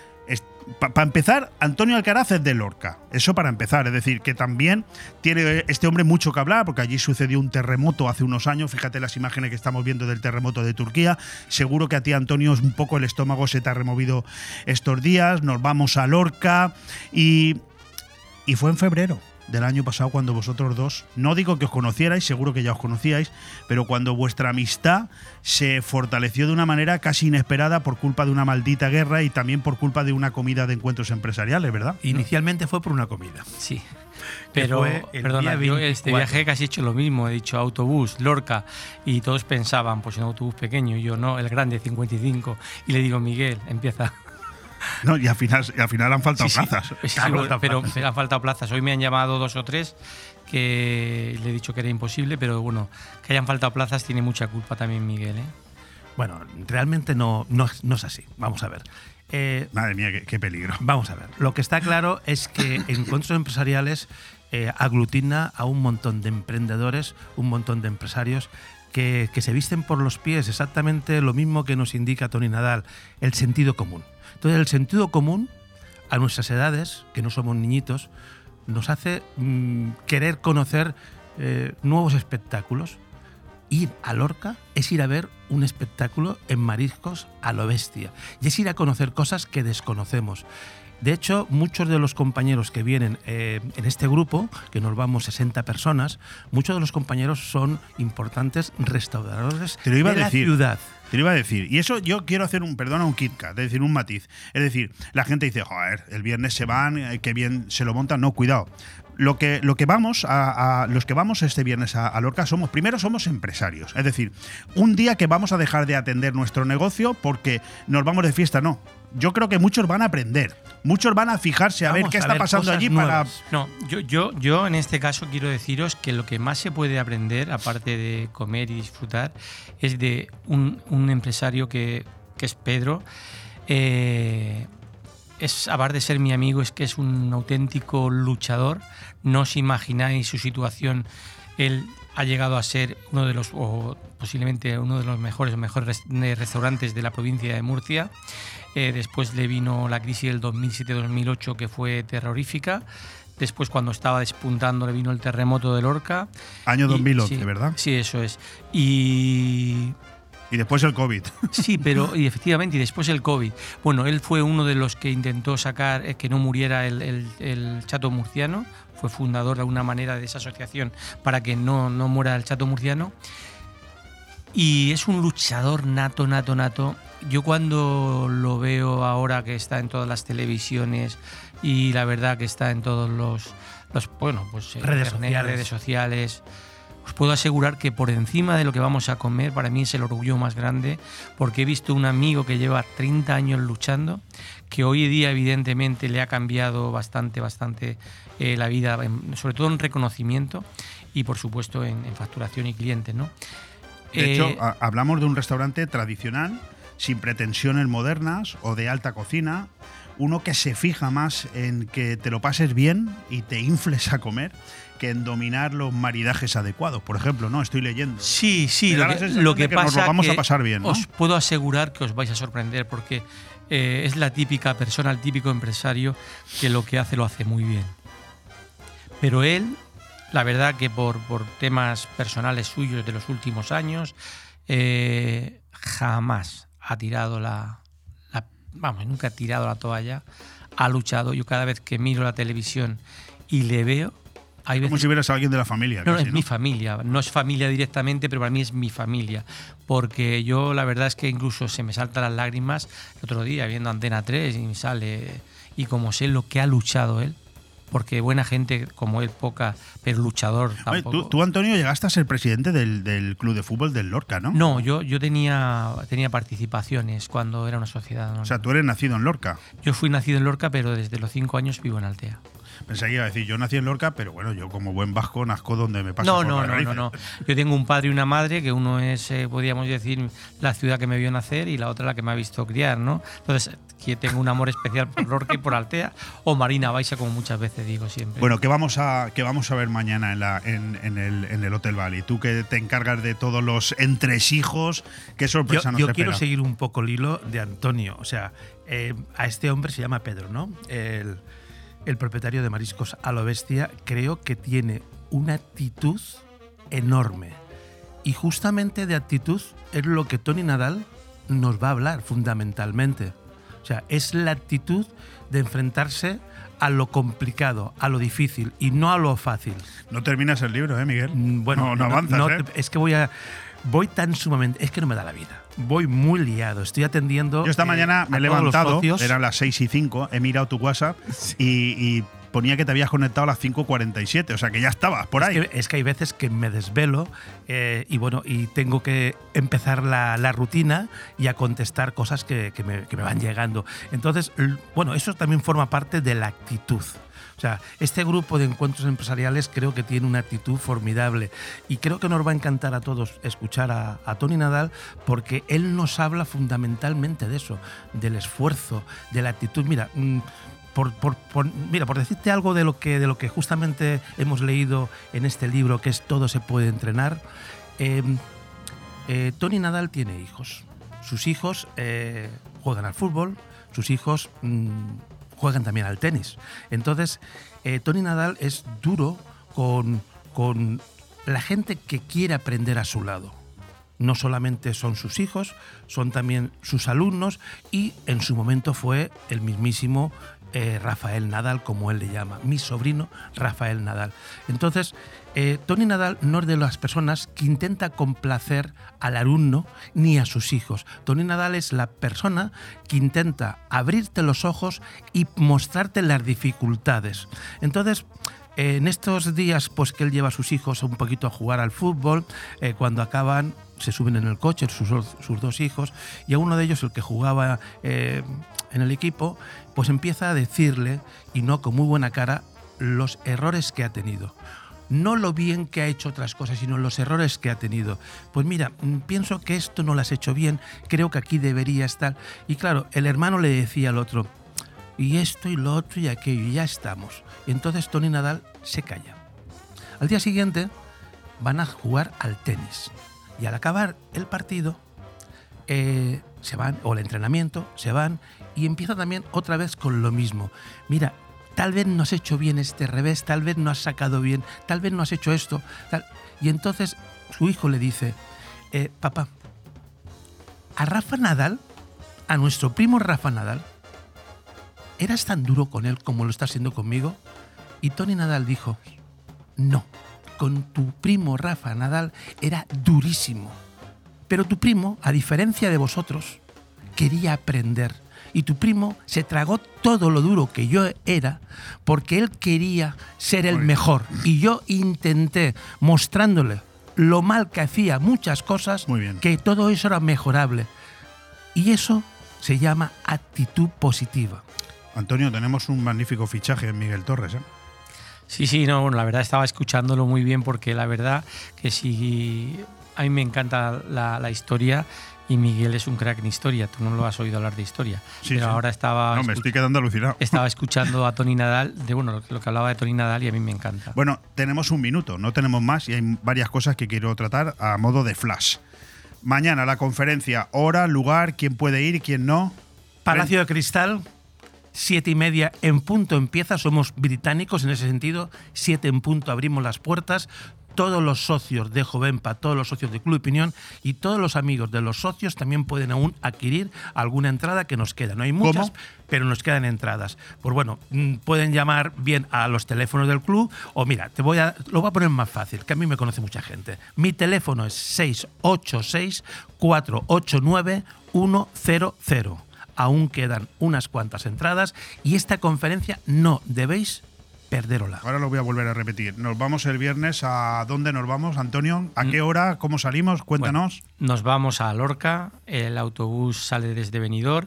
Para empezar, Antonio Alcaraz es de Lorca. Eso para empezar. Es decir, que también tiene este hombre mucho que hablar, porque allí sucedió un terremoto hace unos años. Fíjate las imágenes que estamos viendo del terremoto de Turquía. Seguro que a ti, Antonio, un poco el estómago se te ha removido estos días. Nos vamos a Lorca y fue en febrero del año pasado cuando vosotros dos, no digo que os conocierais, seguro que ya os conocíais, pero cuando vuestra amistad se fortaleció de una manera casi inesperada por culpa de una maldita guerra y también por culpa de una comida de encuentros empresariales, ¿verdad? Inicialmente fue por una comida. Sí. Pero, perdona, yo este viaje casi he hecho lo mismo, he dicho autobús, Lorca, y todos pensaban, pues un autobús pequeño, y yo no, el grande, 55, y le digo, Miguel, empieza. No, y al final han faltado plazas. Sí, pero han faltado plazas. Hoy me han llamado 2 o 3 que le he dicho que era imposible, pero bueno, que hayan faltado plazas tiene mucha culpa también Miguel, ¿eh? Bueno, realmente no es así. Vamos a ver. Madre mía, qué peligro. Vamos a ver. Lo que está claro es que Encuentros Empresariales aglutina a un montón de emprendedores, un montón de empresarios que se visten por los pies, exactamente lo mismo que nos indica Toni Nadal, el sentido común. Entonces, el sentido común, a nuestras edades, que no somos niñitos, nos hace querer conocer nuevos espectáculos. Ir a Lorca es ir a ver un espectáculo en Mariscos a lo Bestia. Y es ir a conocer cosas que desconocemos. De hecho, muchos de los compañeros que vienen en este grupo, que nos vamos 60 personas, muchos de los compañeros son importantes restauradores de la ciudad. Te lo iba a decir. Y eso yo quiero hacer un KitKat, es decir, un matiz. Es decir, la gente dice, joder, el viernes se van, qué bien se lo montan. No, cuidado. Los que vamos este viernes a Lorca somos empresarios. Es decir, un día que vamos a dejar de atender nuestro negocio porque nos vamos de fiesta, no. Yo creo que muchos van a aprender. Muchos van a fijarse a ver qué está pasando allí nuevas. No, yo en este caso quiero deciros que lo que más se puede aprender, aparte de comer y disfrutar, es de un empresario que es Pedro. Aparte de ser mi amigo, es que es un auténtico luchador. No os imagináis su situación. Él ha llegado a ser posiblemente uno de los mejores restaurantes de la provincia de Murcia. Después le vino la crisis del 2007-2008, que fue terrorífica. Después, cuando estaba despuntando, le vino el terremoto de Lorca. Año 2011, sí, ¿verdad? Sí, eso es. Y Y después el COVID. Sí, pero y efectivamente, y después el COVID. Bueno, él fue uno de los que intentó sacar que no muriera el chato murciano. Fue fundador de alguna manera de esa asociación para que no muera el chato murciano. Y es un luchador nato. Yo cuando lo veo ahora que está en todas las televisiones y la verdad que está en todos los redes sociales, os puedo asegurar que por encima de lo que vamos a comer, para mí es el orgullo más grande, porque he visto un amigo que lleva 30 años luchando, que hoy en día evidentemente le ha cambiado bastante la vida, sobre todo en reconocimiento y por supuesto en facturación y clientes, ¿no? De hecho, hablamos de un restaurante tradicional, sin pretensiones modernas o de alta cocina, uno que se fija más en que te lo pases bien y te infles a comer que en dominar los maridajes adecuados, por ejemplo, ¿no? Estoy leyendo. Sí, lo que pasa nos lo vamos que a pasar bien, ¿no? Os puedo asegurar que os vais a sorprender porque es la típica persona, el típico empresario que lo que hace lo hace muy bien. Pero él, la verdad que por temas personales suyos de los últimos años, jamás ha tirado nunca ha tirado la toalla, ha luchado. Yo cada vez que miro la televisión y le veo, hay veces, como si vieras a alguien de la familia. No, casi, es mi familia. No es familia directamente, pero para mí es mi familia. Porque yo la verdad es que incluso se me saltan las lágrimas el otro día viendo Antena 3 y me sale. Y como sé lo que ha luchado él, porque buena gente como él, poca, pero luchador tampoco. Oye, tú, Antonio, llegaste a ser presidente del club de fútbol del Lorca, ¿no? No, yo tenía participaciones cuando era una sociedad. ¿no? O sea, tú eres nacido en Lorca. Yo fui nacido en Lorca, pero desde los 5 años vivo en Altea. Pensé que iba a decir, yo nací en Lorca, pero bueno, yo como buen vasco nazco donde me pasa por las raíces. No. Yo tengo un padre y una madre, que uno es, podríamos decir, la ciudad que me vio nacer y la otra la que me ha visto criar, ¿no? Entonces, que tengo un amor especial por Lorca y por Altea, o Marina Baixa, como muchas veces digo siempre. Bueno, ¿qué vamos a ver mañana en el Hotel Valley? Tú que te encargas de todos los entresijos, ¿qué sorpresa nos espera? Yo quiero seguir un poco el hilo de Antonio. O sea, a este hombre se llama Pedro, ¿no? El propietario de Mariscos a lo Bestia, creo que tiene una actitud enorme. Y justamente de actitud es lo que Toni Nadal nos va a hablar fundamentalmente. O sea, es la actitud de enfrentarse a lo complicado, a lo difícil y no a lo fácil. No terminas el libro, Miguel. Bueno, no avanzas, es que voy tan sumamente... Es que no me da la vida. Voy muy liado. Estoy atendiendo... Yo esta mañana me he levantado, eran las 6:05, he mirado tu WhatsApp y ponía que te habías conectado a las 5:47, o sea que ya estabas por ahí. Es que hay veces que me desvelo y tengo que empezar la rutina y a contestar cosas que me van llegando. Entonces, bueno, eso también forma parte de la actitud. O sea, este grupo de encuentros empresariales creo que tiene una actitud formidable y creo que nos va a encantar a todos escuchar a Toni Nadal, porque él nos habla fundamentalmente de eso, del esfuerzo, de la actitud. Mira, por decirte algo de lo que justamente hemos leído en este libro, que es Todo se puede entrenar, Toni Nadal tiene hijos. Sus hijos juegan al fútbol, sus hijos juegan también al tenis. Entonces, Toni Nadal es duro con la gente que quiere aprender a su lado. No solamente son sus hijos, son también sus alumnos y en su momento fue el mismísimo Rafael Nadal, como él le llama, mi sobrino Rafael Nadal. Entonces, Toni Nadal no es de las personas que intenta complacer al alumno ni a sus hijos. Toni Nadal es la persona que intenta abrirte los ojos y mostrarte las dificultades. Entonces, en estos días pues que él lleva a sus hijos un poquito a jugar al fútbol, cuando acaban se suben en el coche sus dos hijos, y a uno de ellos, el que jugaba en el equipo, pues empieza a decirle, y no con muy buena cara, los errores que ha tenido. No lo bien que ha hecho otras cosas, sino los errores que ha tenido. Pues mira, pienso que esto no lo has hecho bien, creo que aquí debería estar. Y claro, el hermano le decía al otro, y esto y lo otro y aquello, y ya estamos. Y entonces Toni Nadal se calla. Al día siguiente van a jugar al tenis. Y al acabar el partido, se van, o el entrenamiento, se van, y empieza también otra vez con lo mismo. Mira, tal vez no has hecho bien este revés, tal vez no has sacado bien, tal vez no has hecho esto. Tal. Y entonces su hijo le dice, papá, a Rafa Nadal, a nuestro primo Rafa Nadal, ¿eras tan duro con él como lo estás siendo conmigo? Y Tony Nadal dijo, no, con tu primo Rafa Nadal era durísimo. Pero tu primo, a diferencia de vosotros, quería aprender. Y tu primo se tragó todo lo duro que yo era porque él quería ser el mejor. Y yo intenté, mostrándole lo mal que hacía muchas cosas, que todo eso era mejorable. Y eso se llama actitud positiva. Antonio, tenemos un magnífico fichaje en Miguel Torres, ¿eh? Sí, no, bueno, la verdad estaba escuchándolo muy bien porque la verdad que sí, a mí me encanta la historia y Miguel es un crack en historia. Tú no lo has oído hablar de historia, pero ahora estaba... No, me estoy quedando alucinado. Estaba escuchando a Tony Nadal, lo que hablaba de Tony Nadal y a mí me encanta. Bueno, tenemos un minuto, no tenemos más y hay varias cosas que quiero tratar a modo de flash. Mañana la conferencia, hora, lugar, quién puede ir, quién no. Palacio de Cristal, 7:30 en punto empieza, somos británicos en ese sentido, 7 en punto abrimos las puertas, todos los socios de Jovenpa, todos los socios de Club Opinión y todos los amigos de los socios también pueden aún adquirir alguna entrada que nos queda. No hay muchas, pero nos quedan entradas. Pues bueno, pueden llamar bien a los teléfonos del club o mira, lo voy a poner más fácil, que a mí me conoce mucha gente. Mi teléfono es 686-489-100. Aún quedan unas cuantas entradas y esta conferencia no debéis perderola. Ahora lo voy a volver a repetir. Nos vamos el viernes. ¿A dónde nos vamos, Antonio? ¿A qué hora? ¿Cómo salimos? Cuéntanos. Bueno, nos vamos a Lorca. El autobús sale desde Benidorm.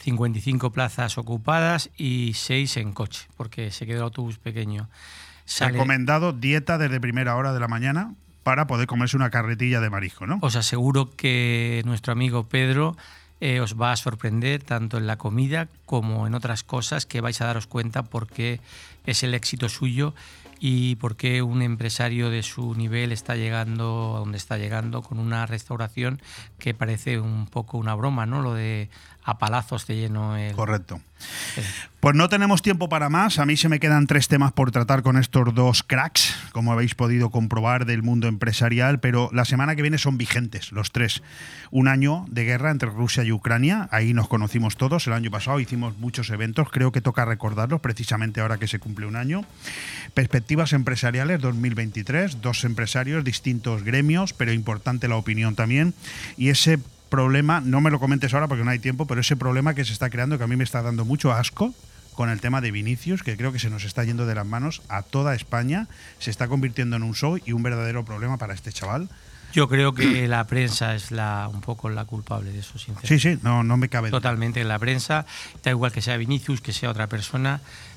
55 plazas ocupadas y 6 en coche, porque se quedó el autobús pequeño. Recomendado dieta desde primera hora de la mañana para poder comerse una carretilla de marisco, ¿no? Os aseguro que nuestro amigo Pedro os va a sorprender tanto en la comida como en otras cosas que vais a daros cuenta porque es el éxito suyo y por qué un empresario de su nivel está llegando a donde está llegando con una restauración que parece un poco una broma, ¿no? Lo de a palazos te lleno el... Correcto. Pues no tenemos tiempo para más. A mí se me quedan 3 temas por tratar con estos 2 cracks, como habéis podido comprobar, del mundo empresarial, pero la semana que viene son vigentes los 3. Un año de guerra entre Rusia y Ucrania, ahí nos conocimos todos, el año pasado hicimos muchos eventos, creo que toca recordarlos precisamente ahora que se cumple un año. Perspectivas empresariales 2023, 2 empresarios, distintos gremios, pero importante la opinión también, y ese problema, no me lo comentes ahora porque no hay tiempo, pero ese problema que se está creando, que a mí me está dando mucho asco con el tema de Vinicius, que creo que se nos está yendo de las manos a toda España, se está convirtiendo en un show y un verdadero problema para este chaval. Yo creo que la prensa es un poco la culpable de eso, sinceramente. Sí, no me cabe duda. Totalmente, la prensa, da igual que sea Vinicius, que sea otra persona,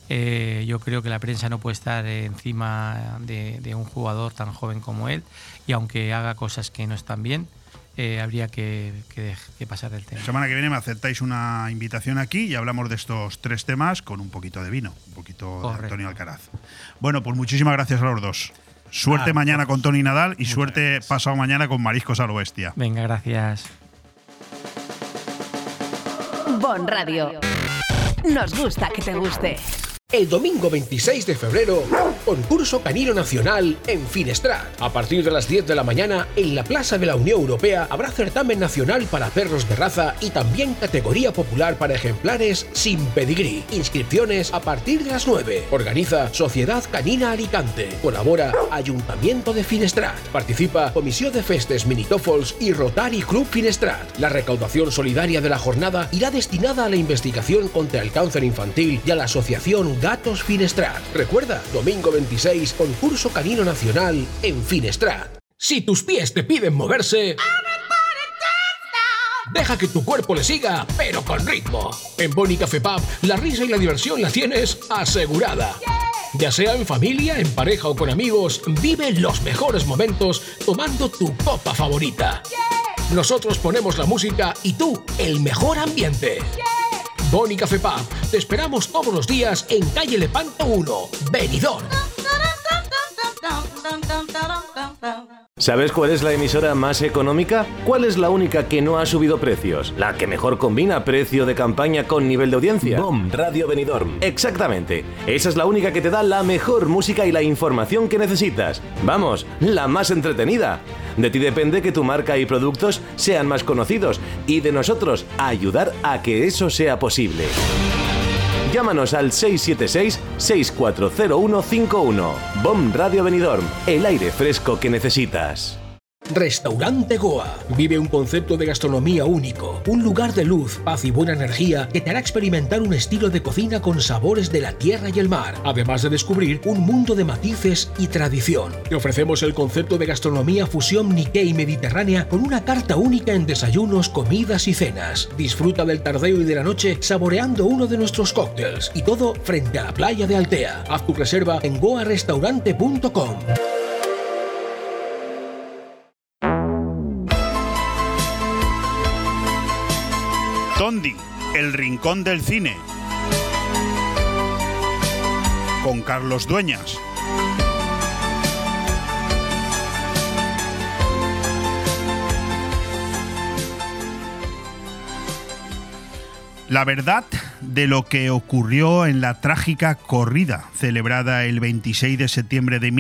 yo creo que la prensa no puede estar encima de un jugador tan joven como él, y aunque haga cosas que no están bien, habría que pasar del tema. La semana que viene me aceptáis una invitación aquí y hablamos de estos 3 temas con un poquito de vino, un poquito de Antonio Alcaraz. Bueno, pues muchísimas gracias a los 2. Suerte mañana con Tony Nadal y suerte pasado mañana con Mariscos a lo Bestia. Venga, gracias. Bon Radio. Nos gusta que te guste. El domingo 26 de febrero, concurso canino nacional en Finestrat. A partir de las 10 de la mañana, en la Plaza de la Unión Europea, habrá certamen nacional para perros de raza y también categoría popular para ejemplares sin pedigrí. Inscripciones a partir de las 9. Organiza Sociedad Canina Alicante. Colabora Ayuntamiento de Finestrat. Participa Comisión de Festes Minitòfols y Rotary Club Finestrat. La recaudación solidaria de la jornada irá destinada a la investigación contra el cáncer infantil y a la asociación Gatos Finestrat. Recuerda, domingo 26, concurso canino nacional en Finestrat. Si tus pies te piden moverse, deja que tu cuerpo le siga, pero con ritmo. En Boni Café Pub, la risa y la diversión la tienes asegurada. Ya sea en familia, en pareja o con amigos, vive los mejores momentos tomando tu copa favorita. Nosotros ponemos la música y tú el mejor ambiente. Boni Café Pub, te esperamos todos los días en calle Lepanto 1, Benidorm. ¿Sabes cuál es la emisora más económica? ¿Cuál es la única que no ha subido precios? ¿La que mejor combina precio de campaña con nivel de audiencia? BOM Radio Benidorm. Exactamente. Esa es la única que te da la mejor música y la información que necesitas. Vamos, la más entretenida. De ti depende que tu marca y productos sean más conocidos y de nosotros ayudar a que eso sea posible. Llámanos al 676-640151. BOM Radio Benidorm, el aire fresco que necesitas. Restaurante Goa. Vive un concepto de gastronomía único, un lugar de luz, paz y buena energía que te hará experimentar un estilo de cocina con sabores de la tierra y el mar, además de descubrir un mundo de matices y tradición. Te ofrecemos el concepto de gastronomía fusión Nikkei mediterránea con una carta única en desayunos, comidas y cenas. Disfruta del tardeo y de la noche saboreando uno de nuestros cócteles y todo frente a la playa de Altea. Haz tu reserva en goarestaurante.com. Tondi, el rincón del cine, con Carlos Dueñas. La verdad de lo que ocurrió en la trágica corrida celebrada el 26 de septiembre de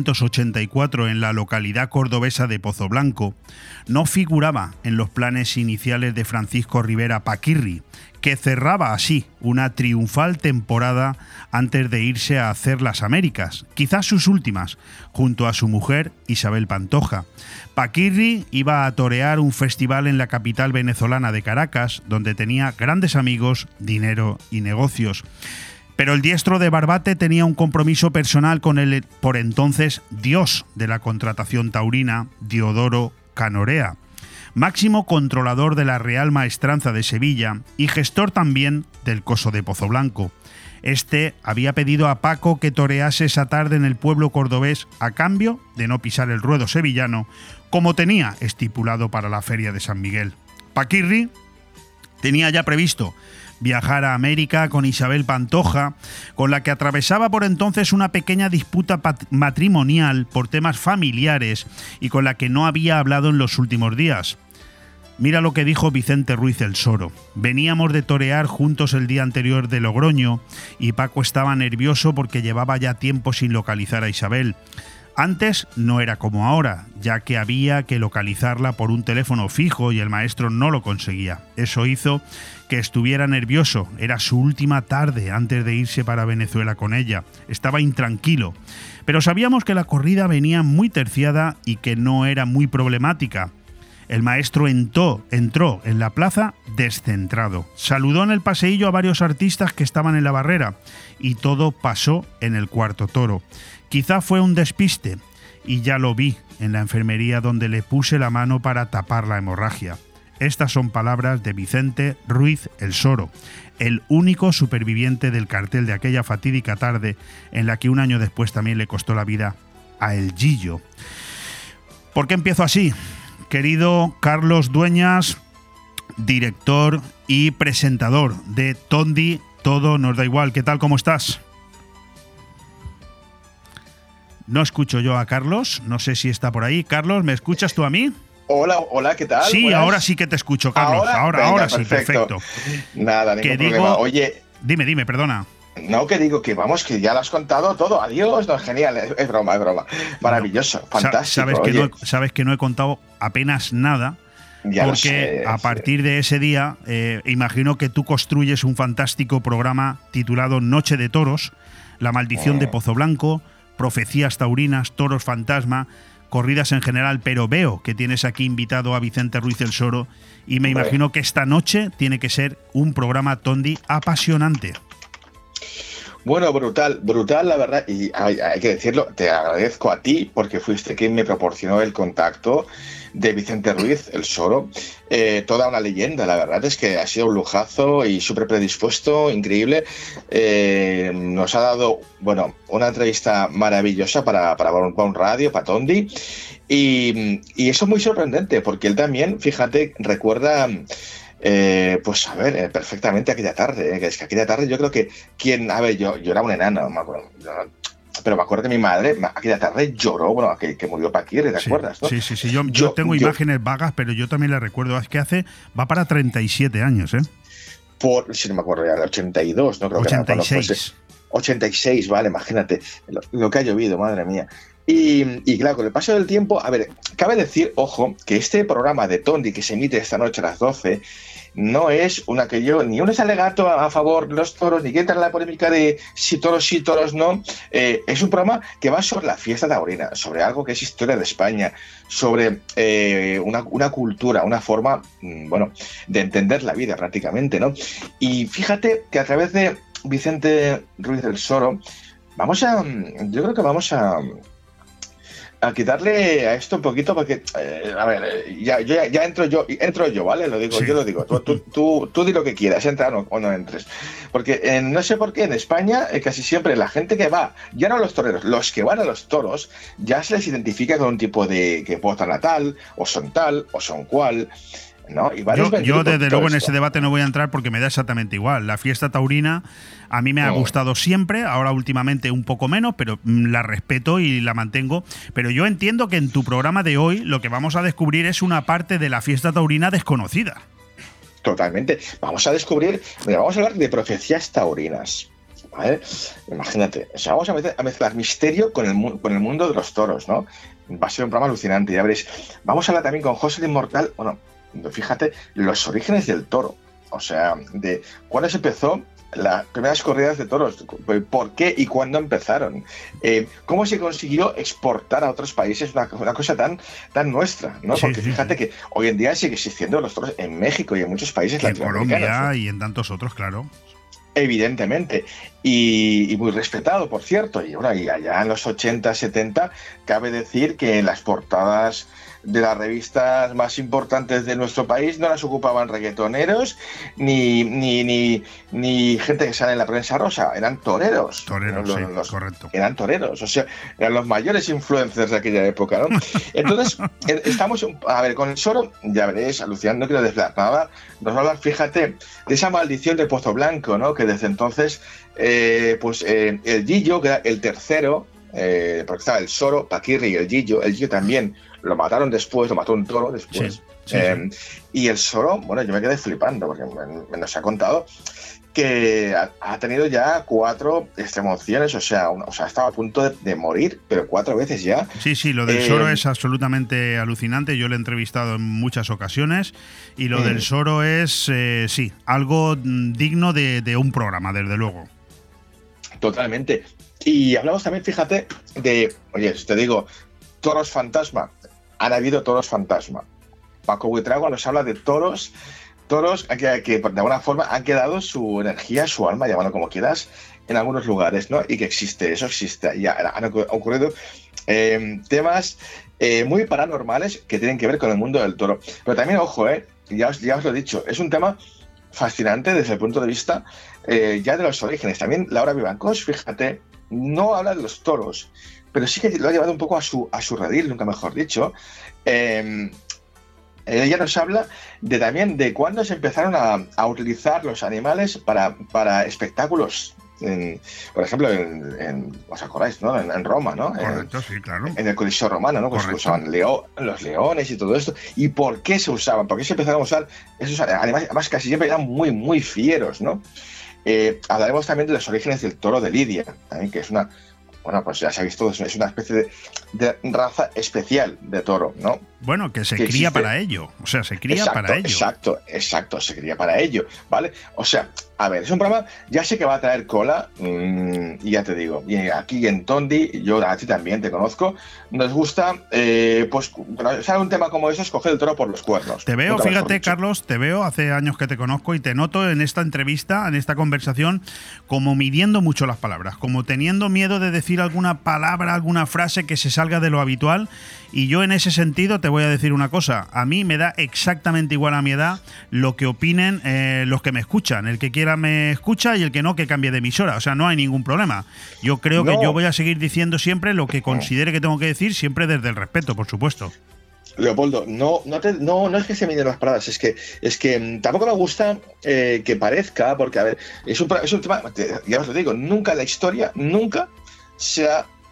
1984 en la localidad cordobesa de Pozoblanco no figuraba en los planes iniciales de Francisco Rivera Paquirri, que cerraba así una triunfal temporada antes de irse a hacer las Américas, quizás sus últimas, junto a su mujer Isabel Pantoja. Paquirri iba a torear un festival en la capital venezolana de Caracas, donde tenía grandes amigos, dinero y negocios. Pero el diestro de Barbate tenía un compromiso personal con el por entonces dios de la contratación taurina, Diodoro Canorea, máximo controlador de la Real Maestranza de Sevilla y gestor también del Coso de Pozoblanco. Este había pedido a Paco que torease esa tarde en el pueblo cordobés a cambio de no pisar el ruedo sevillano, como tenía estipulado para la Feria de San Miguel. Paquirri tenía ya previsto viajar a América con Isabel Pantoja, con la que atravesaba por entonces una pequeña disputa matrimonial por temas familiares y con la que no había hablado en los últimos días. Mira lo que dijo Vicente Ruiz el Soro. Veníamos de torear juntos el día anterior de Logroño y Paco estaba nervioso porque llevaba ya tiempo sin localizar a Isabel. Antes no era como ahora, ya que había que localizarla por un teléfono fijo y el maestro no lo conseguía. Eso hizo que estuviera nervioso. Era su última tarde antes de irse para Venezuela con ella. Estaba intranquilo. Pero sabíamos que la corrida venía muy terciada y que no era muy problemática. El maestro entró en la plaza descentrado. Saludó en el paseillo a varios artistas que estaban en la barrera y todo pasó en el cuarto toro. Quizá fue un despiste y ya lo vi en la enfermería donde le puse la mano para tapar la hemorragia. Estas son palabras de Vicente Ruiz el Soro, el único superviviente del cartel de aquella fatídica tarde en la que un año después también le costó la vida a El Gillo. ¿Por qué empiezo así? Querido Carlos Dueñas, director y presentador de Tondi, Todo Nos Da Igual. ¿Qué tal? ¿Cómo estás? No escucho yo a Carlos, no sé si está por ahí. Carlos, ¿me escuchas tú a mí? Hola, ¿qué tal? Sí, Buenas. Ahora sí que te escucho, Carlos. Ahora sí, perfecto. Nada, ningún problema. Oye, dime, perdona. No, que digo que vamos, que ya lo has contado todo. Adiós, no, genial, es broma. Maravilloso, fantástico. Sabes que no he contado apenas nada, ya porque a partir de ese día, imagino que tú construyes un fantástico programa titulado Noche de Toros, La Maldición de Pozoblanco, Profecías Taurinas, Toros Fantasma, corridas en general, pero veo que tienes aquí invitado a Vicente Ruiz el Soro y me imagino que esta noche tiene que ser un programa, Tondi, apasionante. Bueno, brutal, la verdad, y hay que decirlo, te agradezco a ti porque fuiste quien me proporcionó el contacto de Vicente Ruiz, el Soro, toda una leyenda, la verdad es que ha sido un lujazo y súper predispuesto, increíble, nos ha dado, bueno, una entrevista maravillosa para BOM Radio, para Tondi, y eso es muy sorprendente porque él también, fíjate, recuerda... pues a ver, perfectamente aquella tarde, que es que aquella tarde yo creo que yo era un enano, me acuerdo, pero me acuerdo que mi madre aquella tarde lloró, bueno, que murió Paquirri, ¿te acuerdas? ¿no? Sí. Yo tengo imágenes vagas, pero yo también la recuerdo. Es que va para 37 años, ¿eh? Si no me acuerdo ya, el 82, ¿no? Creo 86. Que era, 86, vale, imagínate lo que ha llovido, madre mía. Y claro, con el paso del tiempo, a ver, cabe decir, ojo, que este programa de Tondi que se emite esta noche a las 12 no es ni un alegato a favor de los toros, ni que entra en la polémica de si toros no. Es un programa que va sobre la fiesta taurina, sobre algo que es historia de España, sobre una cultura, una forma, bueno, de entender la vida prácticamente, ¿no? Y fíjate que a través de Vicente Ruiz del Soro, yo creo que vamos a quitarle a esto un poquito porque, a ver, ya entro yo, ¿vale? Yo lo digo. Tú di lo que quieras, entra o no entres. Porque no sé por qué en España casi siempre la gente que va, ya no los toreros, los que van a los toros, ya se les identifica con un tipo de que votan a tal, o son cual. ¿No? Yo desde luego en ese debate no voy a entrar porque me da exactamente igual. La fiesta taurina a mí me ha gustado siempre, ahora últimamente un poco menos, pero la respeto y la mantengo. Pero yo entiendo que en tu programa de hoy lo que vamos a descubrir es una parte de la fiesta taurina desconocida. Totalmente. Vamos a hablar de profecías taurinas. ¿Vale? Imagínate, o sea, vamos a mezclar misterio con el mundo de los toros, ¿no? Va a ser un programa alucinante, ya veréis. Vamos a hablar también con José el Inmortal, bueno, fíjate, los orígenes del toro, o sea, de cuándo se empezó las primeras corridas de toros, por qué y cuándo empezaron, cómo se consiguió exportar a otros países una cosa tan nuestra, ¿no? Porque fíjate que hoy en día sigue existiendo los toros en México y en muchos países latinoamericanos. En Colombia y en tantos otros, claro. Evidentemente, y muy respetado, por cierto, y bueno, y allá en los 80, 70, cabe decir que las portadas de las revistas más importantes de nuestro país no las ocupaban reggaetoneros ni gente que sale en la prensa rosa, eran toreros. Correcto. Eran toreros, o sea, eran los mayores influencers de aquella época, ¿no? Entonces, estamos, a ver, con el Soro, ya veréis, alucinando, no quiero desvelar nada, nos va a hablar, fíjate, de esa maldición de Pozo Blanco, ¿no? Que desde entonces, el Gillo, que era el tercero, porque estaba el Soro, Paquirri y el Gillo también lo mataron después, lo mató un toro después. Sí. Y el Soro, bueno, yo me quedé flipando porque nos ha contado que ha tenido ya 4 extremociones, o sea, estaba a punto de morir, pero 4 veces ya. Sí, lo del Soro es absolutamente alucinante. Yo lo he entrevistado en muchas ocasiones y lo del Soro es, algo digno de un programa, desde luego. Totalmente. Y hablamos también, fíjate, oye, te digo, toros fantasma. Han habido toros fantasma. Paco Buitrago nos habla de toros que de alguna forma han quedado su energía, su alma, llámalo como quieras, en algunos lugares, ¿no? Y que eso existe. Ya han ocurrido temas muy paranormales que tienen que ver con el mundo del toro. Pero también, ojo, ya os lo he dicho, es un tema fascinante desde el punto de vista ya de los orígenes. También Laura Vivancos, fíjate, no habla de los toros, pero sí que lo ha llevado un poco a su redil, nunca mejor dicho. Ella nos habla también de cuándo se empezaron a utilizar los animales para espectáculos. Por ejemplo, ¿os acordáis, no? En Roma, ¿no? Correcto, sí, claro. En el Coliseo romano, ¿no? Pues se usaban los leones y todo esto. ¿Y por qué se usaban? ¿Por qué se empezaron a usar esos animales? Además, casi siempre eran muy, muy fieros, ¿no? Hablaremos también de los orígenes del toro de Lidia, también, que es una... Bueno, pues ya se ha visto, es una especie de raza especial de toro, ¿no? Bueno, que se cría para ello. O sea, se cría para ello. Exacto, se cría para ello, ¿vale? O sea, a ver, es un programa, ya sé que va a traer cola, y ya te digo, y aquí en Tondi, yo a ti también te conozco, nos gusta, pues, cuando sale un tema como eso, escoger el toro por los cuernos. Te veo, fíjate, Carlos, hace años que te conozco y te noto en esta entrevista, en esta conversación, como midiendo mucho las palabras, como teniendo miedo de decir alguna palabra, alguna frase que se salga de lo habitual. Y yo en ese sentido te voy a decir una cosa, a mí me da exactamente igual a mi edad lo que opinen los que me escuchan, el que quiera me escucha y el que no, que cambie de emisora, o sea, no hay ningún problema. Yo creo que yo voy a seguir diciendo siempre lo que considere que tengo que decir, siempre desde el respeto, por supuesto. Leopoldo, no es que se miden las palabras, es que tampoco me gusta que parezca, porque a ver, es un tema, ya os lo digo, nunca en la historia, nunca se ha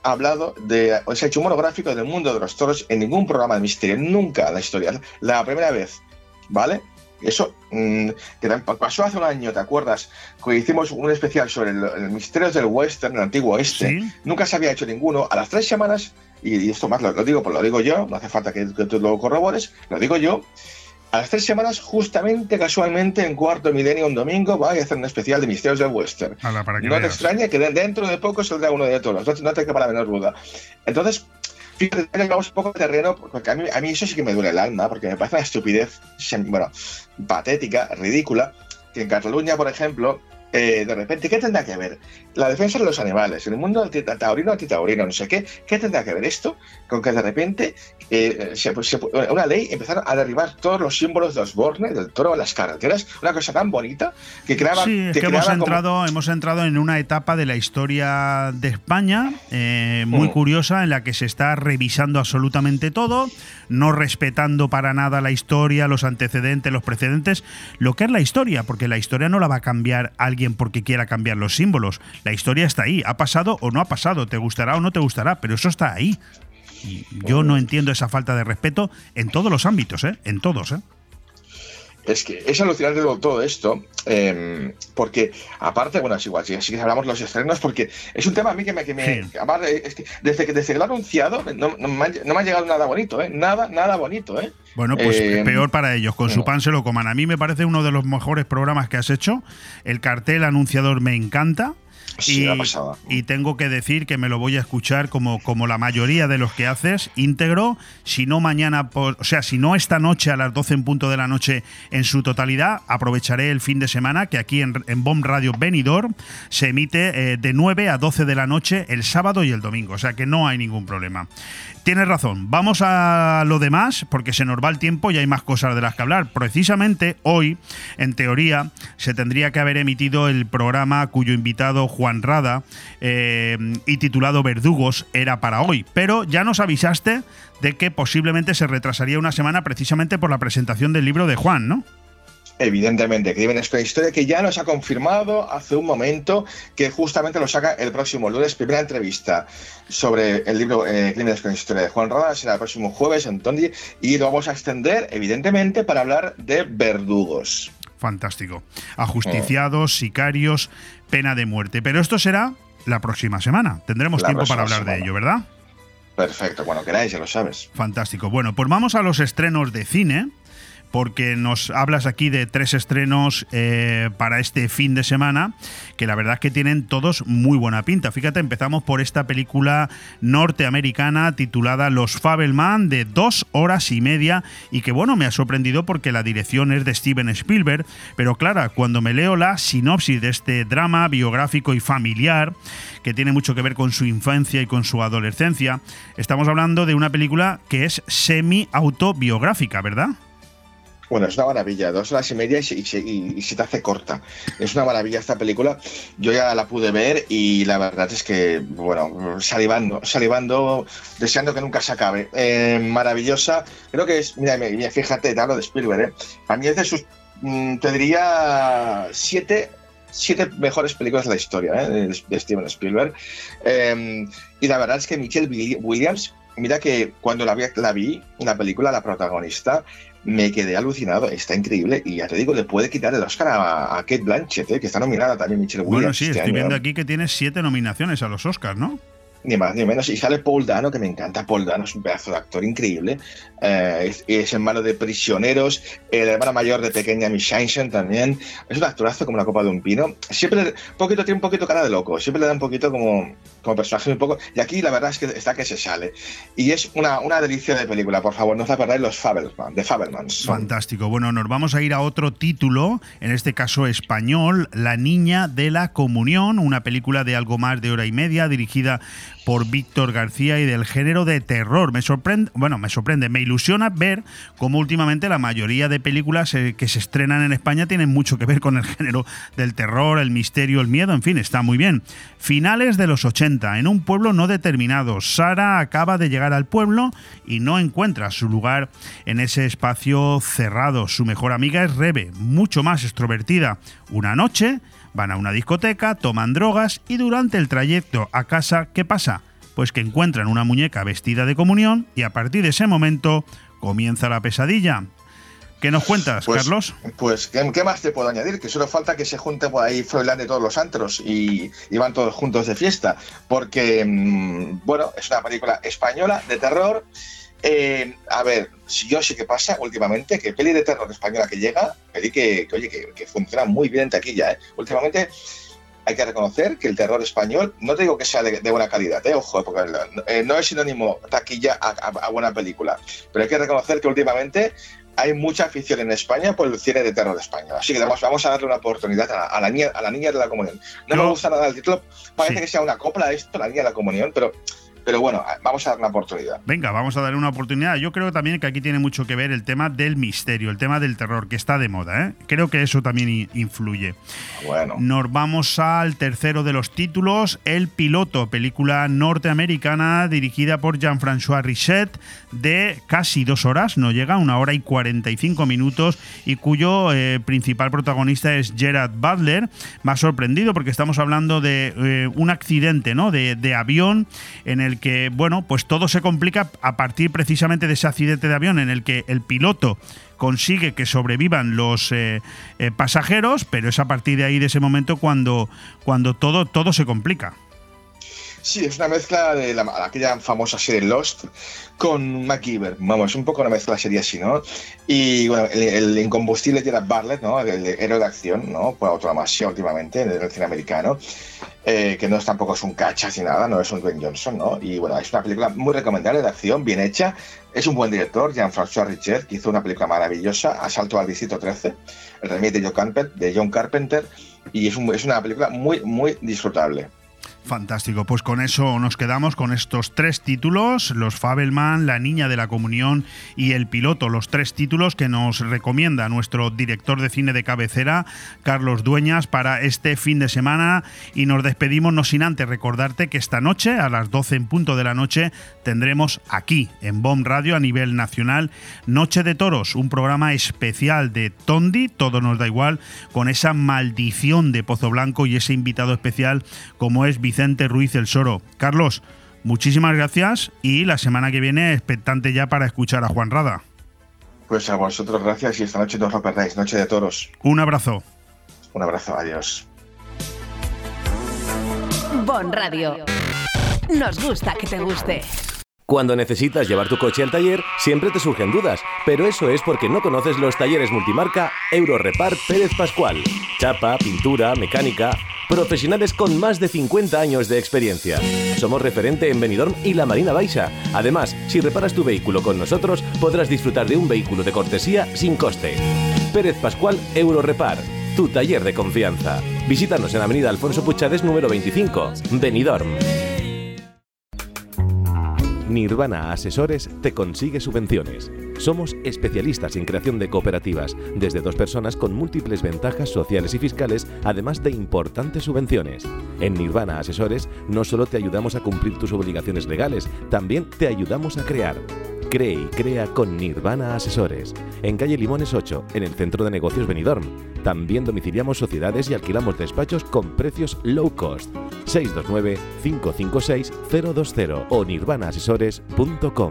hablado se ha hecho un monográfico del mundo de los toros en ningún programa de misterio, nunca en la historia, la primera vez, ¿vale? Eso que pasó hace un año, ¿te acuerdas? Que hicimos un especial sobre los misterios del western, el antiguo oeste. ¿Sí? Nunca se había hecho ninguno. A las 3 semanas, y esto más lo digo yo, no hace falta que tú lo corrobores, lo digo yo. A las 3 semanas, justamente, casualmente, en Cuarto Milenio, un domingo, voy a hacer un especial de misterios del western. No te extrañe que dentro de poco saldrá uno de todos, no te quepa la menor duda. Entonces, fíjate, vamos un poco de terreno, porque a mí eso sí que me duele el alma, porque me parece una estupidez, patética, ridícula, que en Cataluña, por ejemplo, de repente, ¿qué tendrá que ver? La defensa de los animales, en el mundo taurino, no sé qué tendrá que ver esto con que de repente una ley empezaron a derribar todos los símbolos de Osborne, del toro en las carreteras, una cosa tan bonita que creaba... Sí, es que hemos entrado en una etapa de la historia de España muy curiosa, en la que se está revisando absolutamente todo, no respetando para nada la historia, los antecedentes, los precedentes, lo que es la historia, porque la historia no la va a cambiar alguien porque quiera cambiar los símbolos. La historia está ahí, ha pasado o no ha pasado, te gustará o no te gustará, pero eso está ahí. Y yo no entiendo esa falta de respeto en todos los ámbitos, en todos. Es que es alucinante todo esto, porque aparte, bueno, es igual, así que hablamos de los estrenos, porque es un tema a mí que sí. Aparte, es que desde que lo ha anunciado no me ha llegado nada bonito, nada bonito, Bueno, pues peor para ellos, con su pan se lo coman. A mí me parece uno de los mejores programas que has hecho, el cartel anunciador me encanta. Sí, y tengo que decir que me lo voy a escuchar como la mayoría de los que haces, íntegro, si no mañana, si no esta noche a las 12 en punto de la noche en su totalidad, aprovecharé el fin de semana que aquí en BOM Radio Benidorm se emite de 9 a 12 de la noche el sábado y el domingo, o sea que no hay ningún problema. Tienes razón, vamos a lo demás porque se nos va el tiempo y hay más cosas de las que hablar. Precisamente hoy, en teoría, se tendría que haber emitido el programa cuyo invitado Juan Rada y titulado Verdugos era para hoy, pero ya nos avisaste de que posiblemente se retrasaría una semana precisamente por la presentación del libro de Juan, ¿no? Evidentemente, Crímenes con Historia, que ya nos ha confirmado hace un momento que justamente lo saca el próximo lunes. Primera entrevista sobre el libro Crímenes con Historia de Juan Rada será el próximo jueves en Tondi, y lo vamos a extender, evidentemente, para hablar de verdugos. Fantástico. Ajusticiados, sicarios, pena de muerte. Pero esto será la próxima semana. Tendremos tiempo para hablar de ello, ¿verdad? Perfecto, cuando queráis, ya lo sabes. Fantástico. Bueno, pues vamos a los estrenos de cine, porque nos hablas aquí de 3 estrenos para este fin de semana, que la verdad es que tienen todos muy buena pinta. Fíjate, empezamos por esta película norteamericana titulada Los Fabelman, de 2 horas y media, y que bueno, me ha sorprendido porque la dirección es de Steven Spielberg, pero claro, cuando me leo la sinopsis de este drama biográfico y familiar, que tiene mucho que ver con su infancia y con su adolescencia, estamos hablando de una película que es semi-autobiográfica, ¿verdad? Bueno, es una maravilla, 2 horas y media y se te hace corta. Es una maravilla esta película. Yo ya la pude ver y la verdad es que, bueno, salivando, deseando que nunca se acabe. Maravillosa. Creo que es, mira, fíjate, te hablo de Spielberg, A mí es de sus, te diría, 7 mejores películas de la historia, de Steven Spielberg. Y la verdad es que Michelle Williams, mira que cuando la vi, la película, la protagonista, me quedé alucinado, está increíble, y ya te digo, le puede quitar el Oscar a Cate Blanchett, que está nominada también Michelle Williams. Bueno, sí, estoy viendo aquí que tiene 7 nominaciones a los Oscars, ¿no? Ni más ni menos, y sale Paul Dano, que me encanta. Paul Dano es un pedazo de actor increíble, es hermano de Prisioneros, el hermano mayor de Pequeña Miss Sunshine también, es un actorazo como la copa de un pino. Siempre tiene un poquito cara de loco, siempre le da un poquito como personaje un poco, y aquí la verdad es que está que se sale, y es una delicia de película. Por favor, no os la perdáis, Los Fabelman, de Fabelmans. Fantástico. Bueno, nos vamos a ir a otro título, en este caso español, La Niña de la Comunión, una película de algo más de hora y media, dirigida por Víctor García y del género de terror. Me sorprende, me ilusiona ver cómo últimamente la mayoría de películas que se estrenan en España tienen mucho que ver con el género del terror, el misterio, el miedo, en fin, está muy bien. Finales de los 80, en un pueblo no determinado, Sara acaba de llegar al pueblo y no encuentra su lugar en ese espacio cerrado. Su mejor amiga es Rebe, mucho más extrovertida. Una noche van a una discoteca, toman drogas y durante el trayecto a casa, ¿qué pasa? pues que encuentran una muñeca vestida de comunión y a partir de ese momento comienza la pesadilla. ¿Qué nos cuentas, Carlos? Pues, ¿qué más te puedo añadir? Que solo falta que se junten por ahí Froilán de todos los antros y van todos juntos de fiesta, porque, bueno, es una película española de terror. A ver, yo sé qué pasa últimamente, que peli de terror española que llega, peli que funciona muy bien en taquilla, ¿eh? Últimamente hay que reconocer que el terror español, no te digo que sea de buena calidad, ojo, porque no es sinónimo taquilla a buena película, pero hay que reconocer que últimamente hay mucha afición en España por el cine de terror español. Así que vamos a darle una oportunidad a la niña de la comunión. No me gusta nada el título, parece que sea una copla esto, la niña de la comunión, pero bueno, vamos a dar una oportunidad. Venga, vamos a darle una oportunidad. Yo creo también que aquí tiene mucho que ver el tema del misterio, el tema del terror, que está de moda, ¿eh? Creo que eso también influye. Bueno. Nos vamos al tercero de los títulos, El Piloto, película norteamericana dirigida por Jean-François Richet, de casi 2 horas, no llega, 1 hora y 45 minutos, y cuyo principal protagonista es Gerard Butler. Me ha sorprendido porque estamos hablando de un accidente, ¿no?, de avión en el que, bueno, pues todo se complica a partir precisamente de ese accidente de avión en el que el piloto consigue que sobrevivan los pasajeros, pero es a partir de ahí, de ese momento, cuando todo se complica. Sí, es una mezcla de aquella famosa serie Lost con MacGyver. Vamos, un poco una mezcla sería así, ¿no? Y bueno, el incombustible Gerard Butler, ¿no?, el héroe de acción, ¿no?, por autonomía últimamente en el cine americano, que no tampoco es un cachas ni nada, no es un Dwayne Johnson, ¿no? Y bueno, es una película muy recomendable de acción, bien hecha. Es un buen director, Jean-François Richet, que hizo una película maravillosa, Asalto al Distrito 13, el remake de John Carpenter, y es una película muy, muy disfrutable. Fantástico, pues con eso nos quedamos, con estos 3 títulos, Los Fabelman, La Niña de la Comunión y El Piloto, los 3 títulos que nos recomienda nuestro director de cine de cabecera, Carlos Dueñas, para este fin de semana, y nos despedimos no sin antes recordarte que esta noche, a las 12 en punto de la noche, tendremos aquí, en BOM Radio, a nivel nacional, Noche de Toros, un programa especial de Tondi, todo nos da igual, con esa maldición de Pozo Blanco y ese invitado especial como es Vicente Ruiz el Soro. Carlos, muchísimas gracias y la semana que viene expectante ya para escuchar a Juan Rada. Pues a vosotros gracias y esta noche no os lo perdáis, Noche de Toros. Un abrazo. Un abrazo, adiós. BOM Radio. Nos gusta que te guste. Cuando necesitas llevar tu coche al taller, siempre te surgen dudas, pero eso es porque no conoces los talleres multimarca Eurorepar Pérez Pascual. Chapa, pintura, mecánica, profesionales con más de 50 años de experiencia. Somos referente en Benidorm y la Marina Baixa. Además, si reparas tu vehículo con nosotros, podrás disfrutar de un vehículo de cortesía sin coste. Pérez Pascual Eurorepar, tu taller de confianza. Visítanos en Avenida Alfonso Puchades número 25, Benidorm. Nirvana Asesores te consigue subvenciones. Somos especialistas en creación de cooperativas, desde 2 personas con múltiples ventajas sociales y fiscales, además de importantes subvenciones. En Nirvana Asesores no solo te ayudamos a cumplir tus obligaciones legales, también te ayudamos a crear. Cree y crea con Nirvana Asesores. En calle Limones 8, en el Centro de Negocios Benidorm. También domiciliamos sociedades y alquilamos despachos con precios low cost. 629-556-020 o nirvanaasesores.com.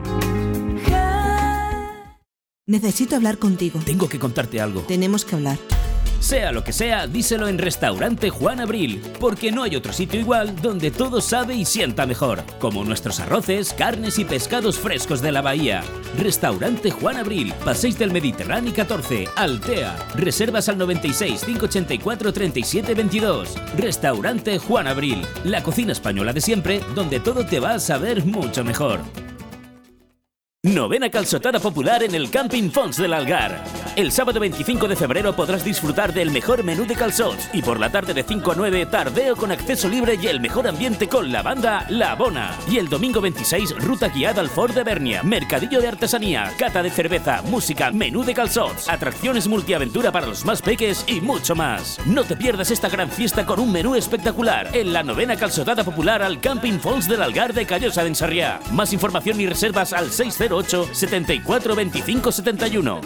Necesito hablar contigo. Tengo que contarte algo. Tenemos que hablar. Sea lo que sea, díselo en Restaurante Juan Abril, porque no hay otro sitio igual donde todo sabe y sienta mejor, como nuestros arroces, carnes y pescados frescos de la bahía. Restaurante Juan Abril, Passeig del Mediterráneo 14, Altea. Reservas al 96 584 37 22. Restaurante Juan Abril, la cocina española de siempre, donde todo te va a saber mucho mejor. Novena calçotada popular en el Camping Fons del Algar. El sábado 25 de febrero podrás disfrutar del mejor menú de calçots y por la tarde de 5 a 9 tardeo con acceso libre y el mejor ambiente con la banda La Bona. Y el domingo 26 ruta guiada al Fort de Bernia, mercadillo de artesanía, cata de cerveza, música, menú de calçots, atracciones multiaventura para los más peques y mucho más. No te pierdas esta gran fiesta con un menú espectacular en la novena calçotada popular al Camping Fons del Algar de Callosa d'en Sarrià. Más información y reservas al 608 74 25 71.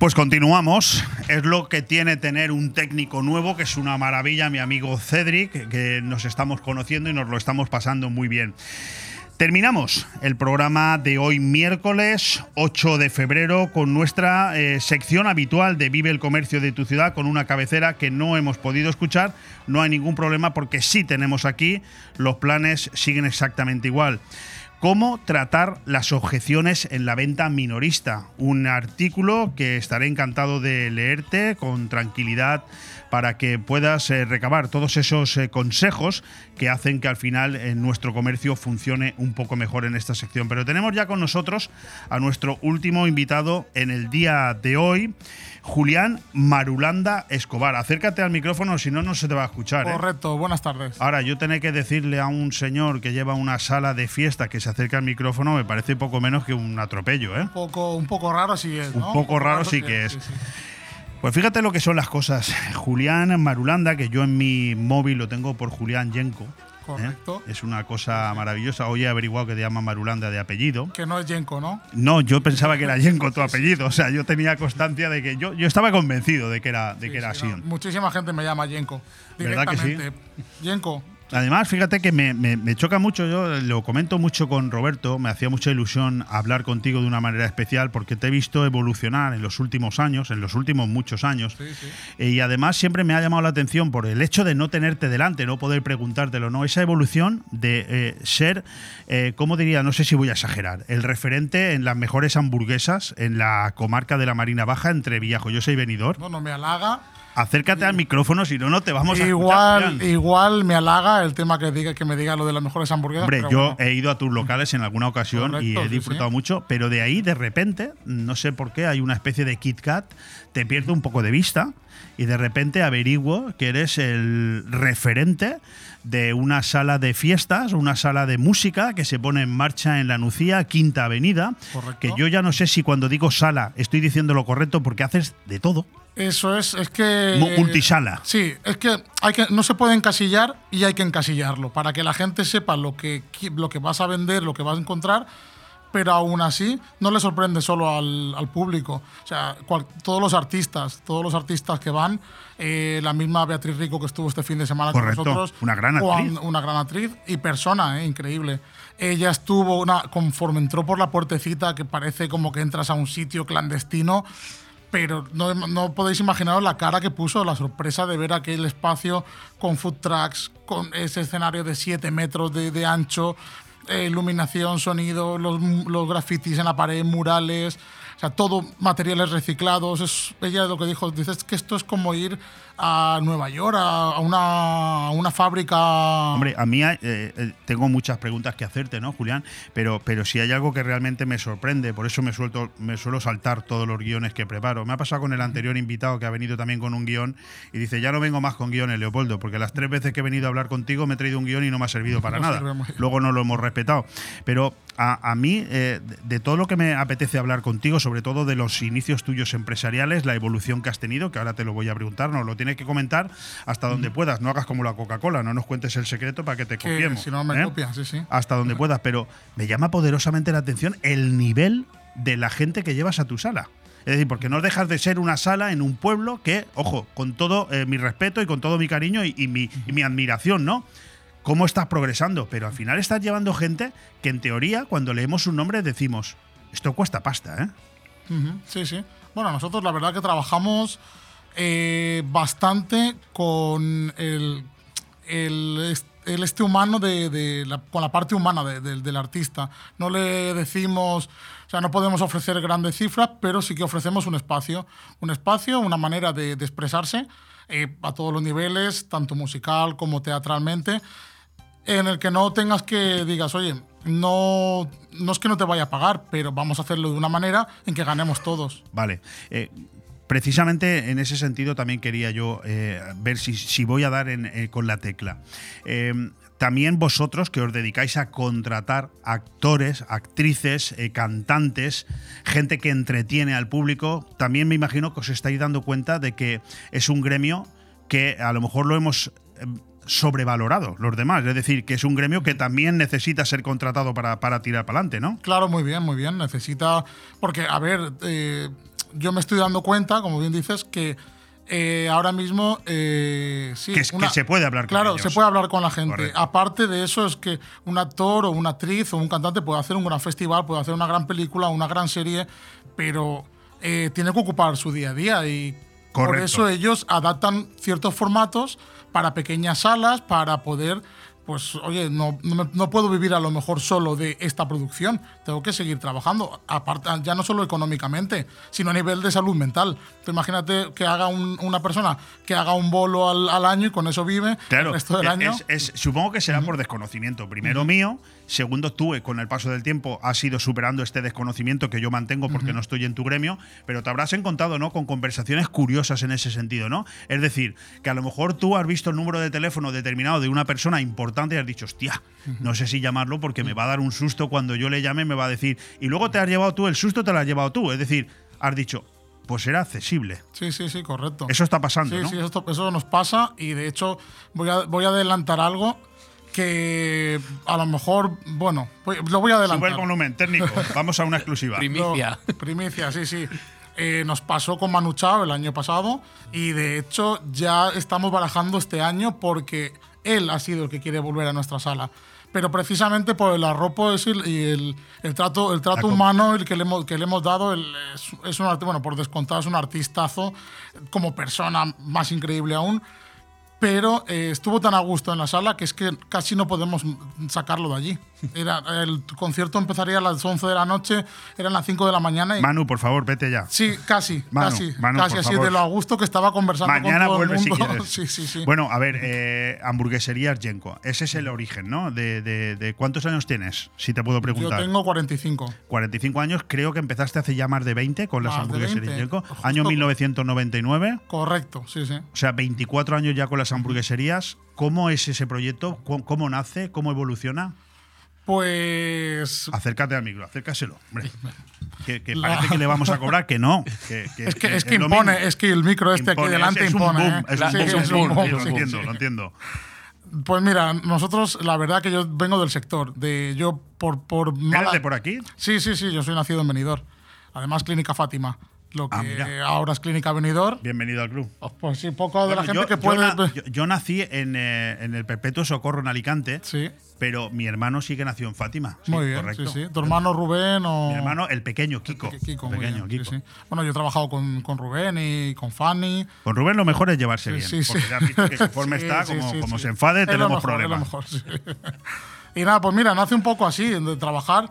Pues continuamos. Es lo que tiene tener un técnico nuevo, que es una maravilla, mi amigo Cedric, que nos estamos conociendo y nos lo estamos pasando muy bien. Terminamos el programa de hoy miércoles 8 de febrero con nuestra sección habitual de Vive el Comercio de tu ciudad, con una cabecera que no hemos podido escuchar. No hay ningún problema porque sí tenemos aquí, los planes siguen exactamente igual. ¿Cómo tratar las objeciones en la venta minorista? Un artículo que estaré encantado de leerte con tranquilidad para que puedas recabar todos esos consejos que hacen que al final nuestro comercio funcione un poco mejor en esta sección. Pero tenemos ya con nosotros a nuestro último invitado en el día de hoy, Julián Marulanda Escobar. Acércate al micrófono, si no, no se te va a escuchar. Correcto, buenas tardes. Ahora, yo tener que decirle a un señor que lleva una sala de fiesta que se acerca al micrófono me parece poco menos que un atropello, ¿eh? Un poco raro sí es, ¿no? Un poco raro sí que es. Sí. Pues fíjate lo que son las cosas. Julián Marulanda, que yo en mi móvil lo tengo por Julián Yenko. Correcto. Es una cosa maravillosa. Hoy he averiguado que te llama Marulanda de apellido. Que no es Yenko, ¿no? No, yo pensaba que era Yenko tu apellido. O sea, yo tenía constancia de que… Yo estaba convencido de que era así. No. Muchísima gente me llama Yenko. Directamente. ¿Verdad que sí? Yenko. Además, fíjate que me choca mucho, yo lo comento mucho con Roberto, me hacía mucha ilusión hablar contigo de una manera especial porque te he visto evolucionar en los últimos años, en los últimos muchos años. Sí, sí. Y además siempre me ha llamado la atención por el hecho de no tenerte delante, no poder preguntártelo, ¿no? Esa evolución de ser, ¿cómo diría? No sé si voy a exagerar, el referente en las mejores hamburguesas en la comarca de la Marina Baja entre Villajoyosa y Benidorm. No me halaga. Acércate al micrófono, si no, no te vamos a escuchar. Igual me halaga el tema que me diga lo de las mejores hamburguesas. Hombre, yo he ido a tus locales en alguna ocasión. Correcto, y he disfrutado mucho, pero de ahí, de repente, no sé por qué, hay una especie de Kit Kat, te pierdo un poco de vista y de repente averiguo que eres el referente de una sala de fiestas, una sala de música que se pone en marcha en La Nucía, Quinta Avenida. Correcto. Que yo ya no sé si cuando digo sala estoy diciendo lo correcto porque haces de todo. Eso es que… Multisala. Sí, es que no se puede encasillar y hay que encasillarlo para que la gente sepa lo que vas a vender, lo que vas a encontrar, pero aún así no le sorprende solo al público. O sea, todos los artistas que van, la misma Beatriz Rico que estuvo este fin de semana Correcto. con nosotros. Una gran actriz. Una gran actriz y persona, increíble. Ella estuvo, conforme entró por la puertecita, que parece como que entras a un sitio clandestino, pero no podéis imaginaros la cara que puso, la sorpresa de ver aquel espacio con food trucks, con ese escenario de 7 metros de ancho, iluminación, sonido, los grafitis en la pared, murales, o sea, todo materiales reciclados. Ella lo que dijo, dice que esto es como ir a Nueva York, a una fábrica. Hombre, a mí tengo muchas preguntas que hacerte, ¿no, Julián? Pero si hay algo que realmente me sorprende, por eso me suelo saltar todos los guiones que preparo. Me ha pasado con el anterior invitado que ha venido también con un guión y dice, ya no vengo más con guiones, Leopoldo, porque las 3 veces que he venido a hablar contigo me he traído un guión y no me ha servido para nada. Luego no lo hemos respetado. Pero a mí, de todo lo que me apetece hablar contigo, sobre todo de los inicios tuyos empresariales, la evolución que has tenido, que ahora te lo voy a preguntar, nos lo tienes que comentar hasta donde puedas. No hagas como la Coca-Cola, no nos cuentes el secreto para que te copiemos. Si no me copias, sí. Hasta donde puedas, pero me llama poderosamente la atención el nivel de la gente que llevas a tu sala. Es decir, porque no dejas de ser una sala en un pueblo que, ojo, con todo mi respeto y con todo mi cariño y mi admiración, ¿no? Cómo estás progresando, pero al final estás llevando gente que en teoría cuando leemos un nombre decimos, esto cuesta pasta, ¿eh? Sí. Bueno, nosotros la verdad que trabajamos bastante con el humano con la parte humana del artista. No le decimos, o sea, no podemos ofrecer grandes cifras, pero sí que ofrecemos un espacio, una manera de expresarse a todos los niveles, tanto musical como teatralmente, en el que no tengas que digas, oye, no es que no te vaya a pagar, pero vamos a hacerlo de una manera en que ganemos todos. Vale. Precisamente en ese sentido también quería yo ver si voy a dar con la tecla. También vosotros que os dedicáis a contratar actores, actrices, cantantes, gente que entretiene al público, también me imagino que os estáis dando cuenta de que es un gremio que a lo mejor lo hemos sobrevalorado los demás. Es decir, que es un gremio que también necesita ser contratado para tirar para adelante, ¿no? Claro, muy bien, muy bien. Necesita. Porque, a ver, yo me estoy dando cuenta, como bien dices, que ahora mismo sí, que se puede hablar con ellos. Claro, se puede hablar con la gente. Correcto. Aparte de eso, es que un actor o una actriz o un cantante puede hacer un gran festival, puede hacer una gran película, una gran serie, pero tiene que ocupar su día a día y por Correcto. eso ellos adaptan ciertos formatos para pequeñas salas, para poder, pues, oye, no puedo vivir a lo mejor solo de esta producción, tengo que seguir trabajando, aparte, ya no solo económicamente, sino a nivel de salud mental. Tú imagínate que haga una persona que haga un bolo al año y con eso vive Claro, el resto del año. Supongo que será por desconocimiento. Primero mío, segundo tú, con el paso del tiempo has ido superando este desconocimiento que yo mantengo porque no estoy en tu gremio, pero te habrás encontrado, ¿no?, con conversaciones curiosas en ese sentido, ¿no? Es decir, que a lo mejor tú has visto el número de teléfono determinado de una persona importante y has dicho, hostia, no sé si llamarlo porque me va a dar un susto cuando yo le llame, me va a decir, y luego te has llevado tú el susto, te lo has llevado tú. Es decir, has dicho, pues era accesible. Sí, correcto. Eso está pasando, ¿no? Sí, eso nos pasa y de hecho voy a adelantar algo que a lo mejor, bueno, lo voy a adelantar. Sube el volumen, técnico. Vamos a una exclusiva. Primicia, sí. Nos pasó con Manu Chao el año pasado y de hecho ya estamos barajando este año porque él ha sido el que quiere volver a nuestra sala. Pero precisamente por el arropo y el trato humano el que le hemos dado, es un bueno, por descontado es un artistazo, como persona más increíble aún. Pero estuvo tan a gusto en la sala que es que casi no podemos sacarlo de allí. El concierto empezaría a las 11 de la noche, eran las 5 de la mañana. Manu, por favor, vete ya. Sí, casi Manu, así favor. De lo a gusto que estaba conversando Mañana con todo vuelve el mundo. si quieres. Sí. Bueno, a ver, hamburgueserías Yenko. Ese es el origen, ¿no? De ¿cuántos años tienes? Si te puedo preguntar. Yo tengo 45. 45 años, creo que empezaste hace ya más de 20 con las hamburgueserías Yenko. Justo. Año 1999. Correcto, sí. O sea, 24 años ya con las hamburgueserías. ¿Cómo es ese proyecto? ¿Cómo nace? ¿Cómo evoluciona? Pues… Acércate al micro, acércaselo. Hombre. Que parece que le vamos a cobrar, que no. Es que impone, es que el micro aquí delante impone. Es un boom. Lo entiendo. Pues mira, nosotros, la verdad que yo vengo del sector. ¿Eres de por aquí? Sí, yo soy nacido en Benidorm. Además, Clínica Fátima. Lo que ahora es Clínica Benidorm. Bienvenido al club. Pues sí, poco de la gente que puede… Yo nací en el Perpetuo Socorro en Alicante, sí, pero mi hermano sí que nació en Fátima. Muy bien, correcto. Sí. ¿Tu hermano Rubén o…? Mi hermano, el pequeño, Kiko. Kiko. Sí. Bueno, yo he trabajado con Rubén y con Fanny. Con Rubén lo mejor es llevarse bien, porque ya has visto que conforme está, como se enfade, tenemos problemas. Es lo mejor, sí. Y nada, pues mira, nace un poco así, de trabajar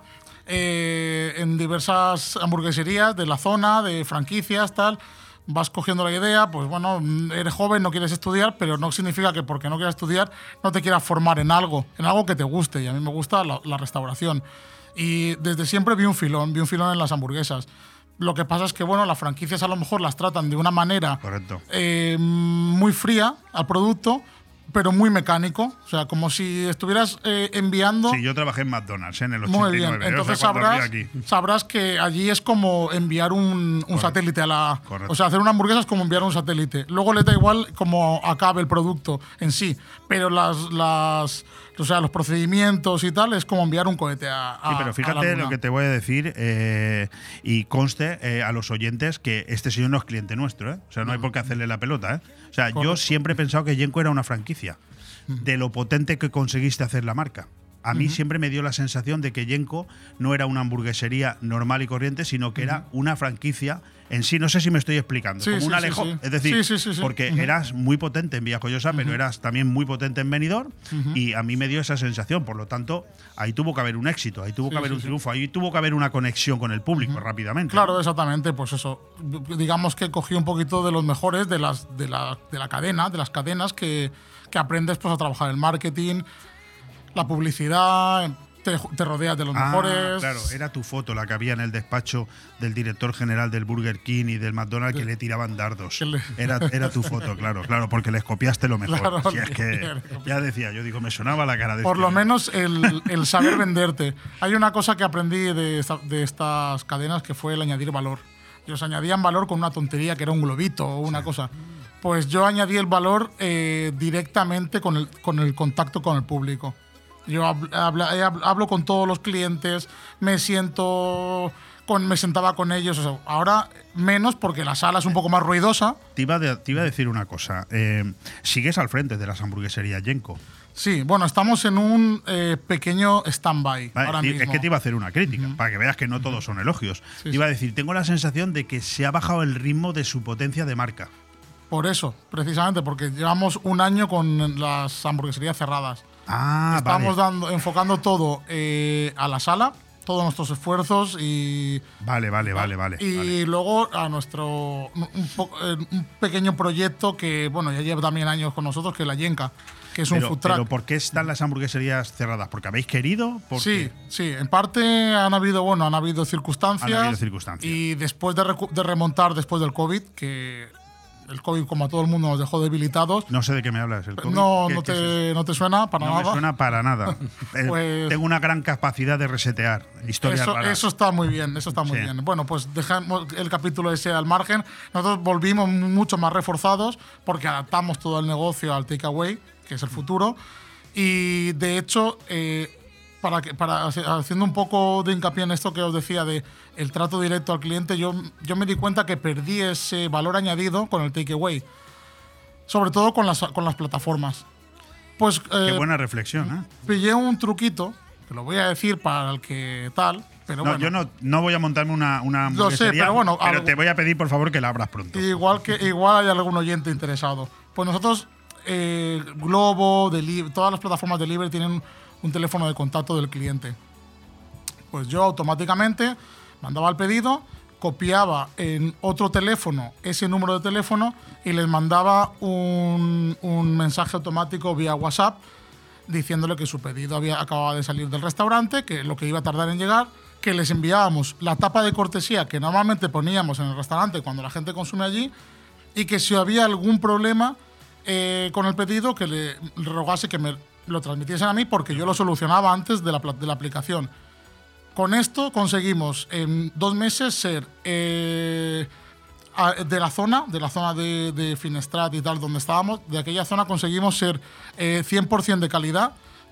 en diversas hamburgueserías de la zona, de franquicias, tal. Vas cogiendo la idea, pues bueno, eres joven, no quieres estudiar, pero no significa que porque no quieras estudiar no te quieras formar en algo que te guste. Y a mí me gusta la restauración. Y desde siempre vi un filón en las hamburguesas. Lo que pasa es que, bueno, las franquicias a lo mejor las tratan de una manera muy fría al producto, pero muy mecánico, o sea, como si estuvieras enviando… Sí, yo trabajé en McDonald's en el 89. Muy bien, entonces sabrás que allí es como enviar un satélite a la… Correcto. O sea, hacer una hamburguesa es como enviar un satélite. Luego le da igual cómo acabe el producto en sí, pero los procedimientos y tal es como enviar un cohete a Sí, pero fíjate lo que te voy a decir y conste a los oyentes que este señor no es cliente nuestro, ¿eh? O sea, no hay por qué hacerle la pelota, ¿eh? O sea, yo siempre he pensado que Yenko era una franquicia de lo potente que conseguiste hacer la marca. A mí siempre me dio la sensación de que Yenko no era una hamburguesería normal y corriente, sino que era una franquicia en sí. No sé si me estoy explicando. Como un Alejo. Es decir, porque eras muy potente en Villajoyosa, pero eras también muy potente en Benidorm y a mí me dio esa sensación. Por lo tanto, ahí tuvo que haber un éxito, ahí tuvo que haber un triunfo, ahí tuvo que haber una conexión con el público rápidamente. Claro, exactamente. Pues eso. Digamos que cogí un poquito de los mejores de la cadena, de las cadenas que aprendes pues, a trabajar el marketing, la publicidad, te rodeas de los mejores. Claro, era tu foto la que había en el despacho del director general del Burger King y del McDonald's que le tiraban dardos. Era tu foto, claro, porque les copiaste lo mejor. Claro, si es que ya decía, yo digo, me sonaba la cara de Por lo menos el saber venderte. Hay una cosa que aprendí de estas cadenas que fue el añadir valor. Ellos añadían valor con una tontería que era un globito o una cosa. Pues yo añadí el valor directamente con el contacto con el público. Yo hablo con todos los clientes, me sentaba con ellos. O sea, ahora menos porque la sala es un poco más ruidosa. Te iba a decir una cosa. Sigues al frente de las hamburgueserías Yenko. Sí, bueno, estamos en un pequeño stand-by ahora es mismo. que te iba a hacer una crítica, para que veas que no todos son elogios. Te iba a decir, tengo la sensación de que se ha bajado el ritmo de su potencia de marca. Por eso, precisamente, porque llevamos un año con las hamburgueserías cerradas. Estamos enfocando todo a la sala, todos nuestros esfuerzos y… Vale. Y luego a nuestro… un pequeño proyecto que, bueno, ya lleva también años con nosotros, que es la Yenka, que es un food truck. ¿Pero por qué están las hamburgueserías cerradas? ¿Porque habéis querido? Sí, en parte han habido circunstancias. Y después de remontar después del COVID, que… El COVID, como a todo el mundo, nos dejó debilitados. No sé de qué me hablas. ¿El COVID? No te suena para nada. No me suena para nada. Pues, tengo una gran capacidad de resetear historias raras. Eso está muy bien, bien. Bueno, pues dejamos el capítulo ese al margen. Nosotros volvimos mucho más reforzados porque adaptamos todo el negocio al takeaway, que es el futuro. Y de hecho, haciendo un poco de hincapié en esto que os decía de el trato directo al cliente, yo me di cuenta que perdí ese valor añadido con el takeaway, sobre todo con las plataformas. Pues qué buena reflexión, pillé un truquito, que lo voy a decir para el que tal, pero bueno. Yo no voy a montarme una hamburguesería, lo sé, pero bueno, te voy a pedir por favor que la abras pronto. Igual hay algún oyente interesado. Pues nosotros, Globo, todas las plataformas de delivery tienen un teléfono de contacto del cliente. Pues yo automáticamente mandaba el pedido, copiaba en otro teléfono ese número de teléfono y les mandaba un mensaje automático vía WhatsApp diciéndole que su pedido acababa de salir del restaurante, que lo que iba a tardar en llegar, que les enviábamos la tapa de cortesía que normalmente poníamos en el restaurante cuando la gente consume allí y que si había algún problema con el pedido que le rogase que me lo transmitiesen a mí porque yo lo solucionaba antes de la aplicación. Con esto conseguimos en 2 meses ser de la zona de Finestrat y tal donde estábamos, de aquella zona conseguimos ser 100% de calidad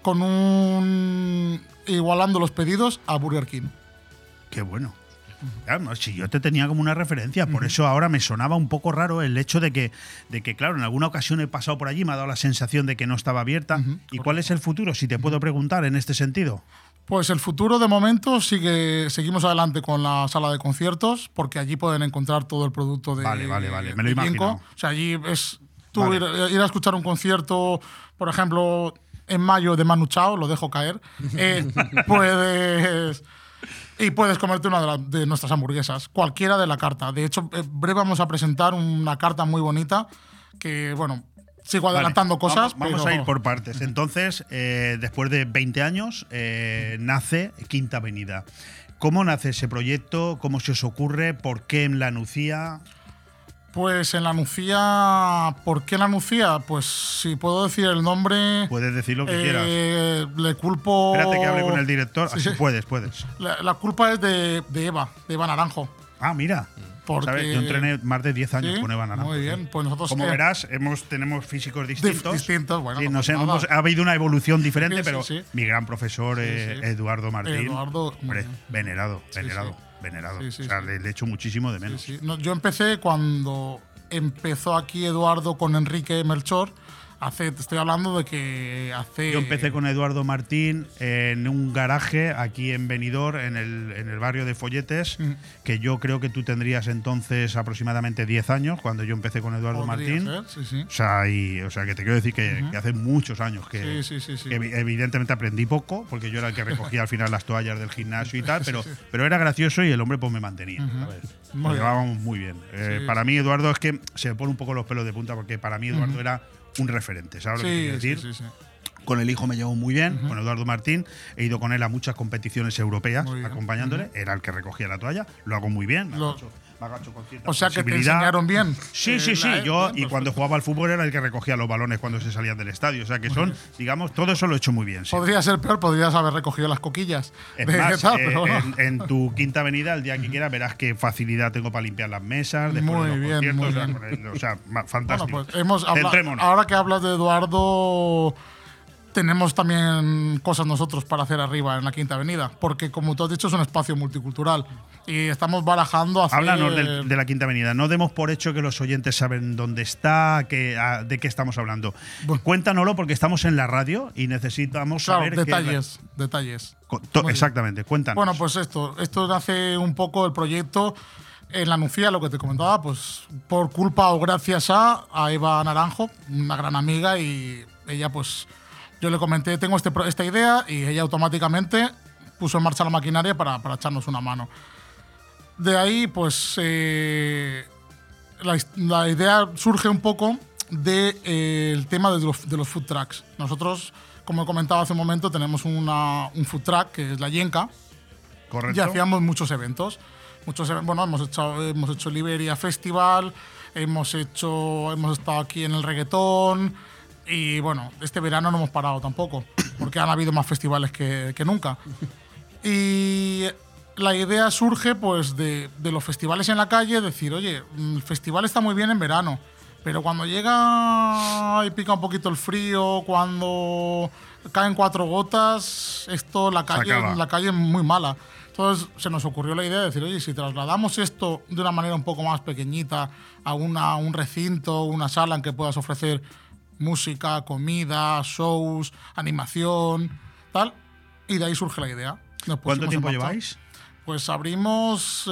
igualando los pedidos a Burger King. Qué bueno. Claro, si yo te tenía como una referencia, por eso ahora me sonaba un poco raro el hecho de que, claro, en alguna ocasión he pasado por allí, me ha dado la sensación de que no estaba abierta. ¿Y cuál es el futuro, si te puedo preguntar, en este sentido? Pues el futuro, de momento, seguimos adelante con la sala de conciertos, porque allí pueden encontrar todo el producto de Vale, me lo he imaginado. O sea, allí es tú ir a escuchar un concierto, por ejemplo, en mayo de Manu Chao, lo dejo caer, puedes comerte una de nuestras hamburguesas, cualquiera de la carta. De hecho, en breve vamos a presentar una carta muy bonita que, bueno, sigo adelantando cosas. Vamos a ir por partes. Entonces, después de 20 años, nace Quinta Avenida. ¿Cómo nace ese proyecto? ¿Cómo se os ocurre? ¿Por qué en La Nucía? Pues en La Nucía… ¿Por qué en La Nucía? Pues si puedo decir el nombre… Puedes decir lo que quieras. Le culpo… Espérate que hable con el director. Sí. Así puedes. La culpa es de Eva Naranjo. Ah, mira. Porque… Yo entrené más de 10 años con Eva Naranjo. Muy bien. Pues nosotros… Como verás, tenemos físicos distintos. Bueno. Sí, ha habido una evolución diferente, pero mi gran profesor, Eduardo Martín… Venerado. O sea, le echo muchísimo de menos. No, yo empecé cuando empezó aquí Eduardo con Enrique Melchor. Te estoy hablando de que hace… Yo empecé con Eduardo Martín en un garaje aquí en Benidorm, en el barrio de Folletes, que yo creo que tú tendrías entonces aproximadamente 10 años cuando yo empecé con Eduardo Martín. Sí. O sea, que te quiero decir que hace muchos años que evidentemente aprendí poco, porque yo era el que recogía al final las toallas del gimnasio y tal, pero era gracioso y el hombre pues me mantenía. Lo llevábamos muy bien. Para mí Eduardo es que se me pone un poco los pelos de punta, porque para mí Eduardo era un referente, ¿sabes lo que quiero decir? Sí. Con el hijo me llevo muy bien, con Eduardo Martín. He ido con él a muchas competiciones europeas acompañándole. Era el que recogía la toalla. Lo hago muy bien. me agacho con cierta O sea que te flexibilidad. enseñaron bien. Sí. Yo, y cuando jugaba al fútbol era el que recogía los balones cuando se salían del estadio. O sea que son, digamos, todo eso lo he hecho muy bien. Sí. Podría ser peor, podrías haber recogido las coquillas. Es más, pero bueno. en tu Quinta Avenida, el día que quieras, verás qué facilidad tengo para limpiar las mesas, después Muy de los bien, conciertos, muy bien. o sea, fantástico. Bueno, pues Centrémonos. ahora que hablas de Eduardo, tenemos también cosas nosotros para hacer arriba en la Quinta Avenida, porque como tú has dicho es un espacio multicultural y estamos barajando hacer… Háblanos de la Quinta Avenida. No demos por hecho que los oyentes saben dónde está, de qué estamos hablando. Cuéntanoslo porque estamos en la radio y necesitamos saber detalles. Exactamente, cuéntanos. Bueno, pues esto nace un poco el proyecto en la Nucía, lo que te comentaba, pues por culpa o gracias a Eva Naranjo, una gran amiga, y ella pues… Yo le comenté, tengo esta idea, y ella automáticamente puso en marcha la maquinaria para echarnos una mano. De ahí, pues, la idea surge un poco del tema de los food trucks. Nosotros, como he comentado hace un momento, tenemos un food truck, que es la Yenka. Correcto. Y hacíamos muchos eventos. Bueno, hemos hecho el Iberia Festival, hemos estado aquí en el reggaetón. Y bueno, este verano no hemos parado tampoco, porque han habido más festivales que nunca. Y la idea surge pues de los festivales en la calle, decir, oye, el festival está muy bien en verano, pero cuando llega y pica un poquito el frío, cuando caen 4 gotas, la calle es muy mala. Entonces se nos ocurrió la idea de decir, oye, si trasladamos esto de una manera un poco más pequeñita a un recinto, una sala en que puedas ofrecer música, comida, shows, animación, tal. Y de ahí surge la idea. ¿Cuánto tiempo lleváis? Pues abrimos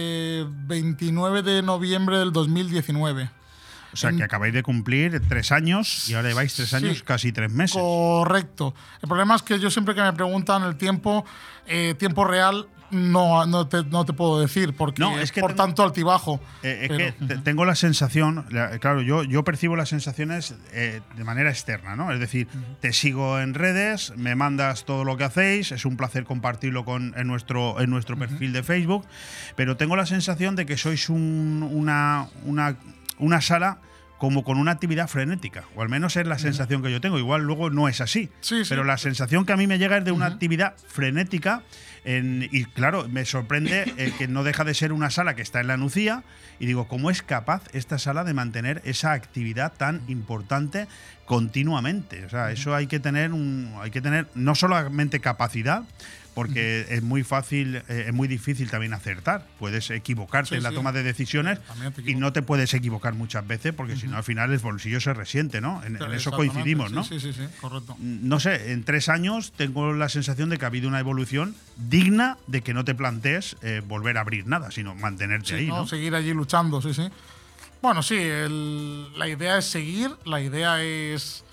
29 de noviembre del 2019. O sea, que acabáis de cumplir 3 años y ahora lleváis 3 años, casi 3 meses. Correcto. El problema es que yo siempre que me preguntan el tiempo real, no te puedo decir, porque por tanto altibajo. Tengo la sensación, claro, yo percibo las sensaciones de manera externa, ¿no? Es decir, te sigo en redes, me mandas todo lo que hacéis, es un placer compartirlo en nuestro perfil de Facebook, pero tengo la sensación de que sois una sala como con una actividad frenética, o al menos es la sensación que yo tengo. Igual luego no es así, pero la sensación que a mí me llega es de una actividad frenética. Y claro, me sorprende que no deja de ser una sala que está en la Nucía, y digo, ¿cómo es capaz esta sala de mantener esa actividad tan importante continuamente? O sea, eso hay que tener no solamente capacidad, porque es muy fácil, es muy difícil también acertar. Puedes equivocarte en la toma de decisiones y no te puedes equivocar muchas veces, porque si no al final el bolsillo se resiente, ¿no? En eso coincidimos, ¿no? Sí, correcto. No sé, en 3 años tengo la sensación de que ha habido una evolución digna de que no te plantees volver a abrir nada, sino mantenerte ahí, ¿no? Seguir allí luchando, sí. Bueno, sí, la idea es seguir, la idea es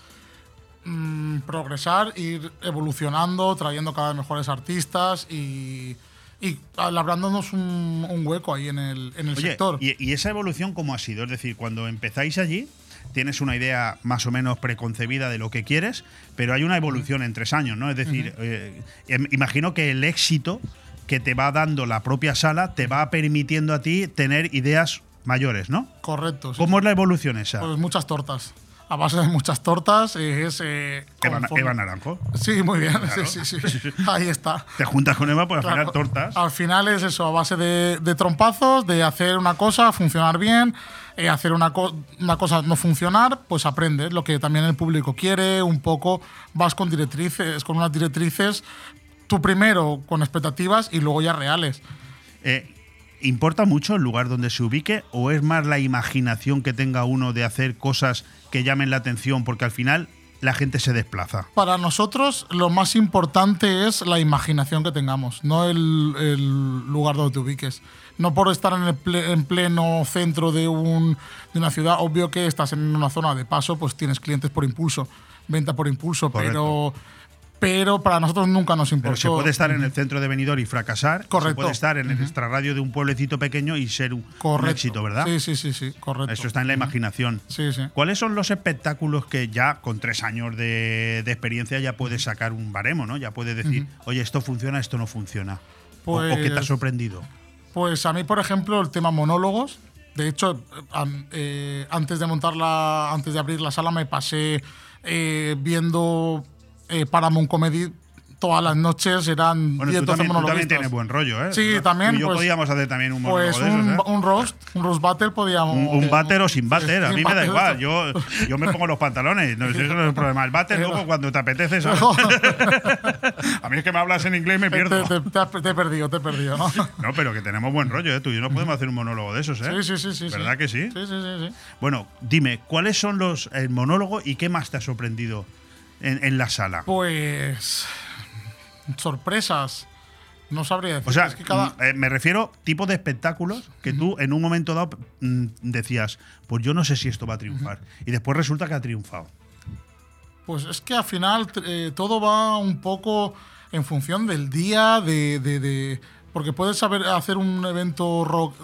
progresar, ir evolucionando, trayendo cada vez mejores artistas y labrándonos un hueco ahí en el sector. ¿Y esa evolución cómo ha sido? Es decir, cuando empezáis allí, tienes una idea más o menos preconcebida de lo que quieres, pero hay una evolución en 3 años, ¿no? Es decir, imagino que el éxito que te va dando la propia sala te va permitiendo a ti tener ideas mayores, ¿no? Correcto. Sí. ¿Cómo es la evolución esa? Pues muchas tortas. A base de muchas tortas Eva Naranjo. Sí, muy bien. Claro. Sí. Ahí está. Te juntas con Eva, pues al final tortas. Al final es eso, a base de trompazos, de hacer una cosa, funcionar bien, hacer una cosa no funcionar, pues aprendes lo que también el público quiere, un poco vas con unas directrices, tú primero con expectativas y luego ya reales. ¿Importa mucho el lugar donde se ubique o es más la imaginación que tenga uno de hacer cosas que llamen la atención? Porque al final la gente se desplaza. Para nosotros lo más importante es la imaginación que tengamos, no el lugar donde te ubiques. No por estar en pleno centro de una ciudad, obvio que estás en una zona de paso, pues tienes clientes por impulso, venta por impulso, pero para nosotros nunca nos importó. Pero se puede estar en el centro de Benidorm y fracasar. Correcto. Se puede estar en el extrarradio de un pueblecito pequeño y ser un éxito, ¿verdad? Sí, correcto. Eso está en la imaginación. Sí. ¿Cuáles son los espectáculos que ya con 3 años de experiencia ya puedes sacar un baremo, ¿no? Ya puedes decir, oye, esto funciona, esto no funciona. Pues, ¿O qué te ha sorprendido? Pues a mí, por ejemplo, el tema monólogos. De hecho, antes de abrir la sala me pasé viendo Paramount Comedy todas las noches, eran 10, 12 monologuistas. Tú también tienes buen rollo, ¿eh? Sí, también. Tú y yo pues, podíamos hacer también un monólogo pues de esos, ¿eh? un roast battle podíamos. Un váter o sin váter, a mí me da igual. Yo Yo me pongo los pantalones, no, eso no es el problema. El váter luego cuando te apetece, ¿sabes? A mí es que me hablas en inglés y me pierdo. Te he perdido, ¿no? No, pero que tenemos buen rollo, ¿eh? Tú y yo no podemos hacer un monólogo de esos, ¿eh? Sí. ¿Verdad que sí? Sí. Bueno, dime, ¿cuáles son el monólogo y qué más te ha sorprendido en la sala? Pues sorpresas. No sabría decir. O sea, es que me refiero tipo de espectáculos que tú en un momento dado decías, pues yo no sé si esto va a triunfar. Y después resulta que ha triunfado. Pues es que al final todo va un poco en función del día, porque puedes hacer un evento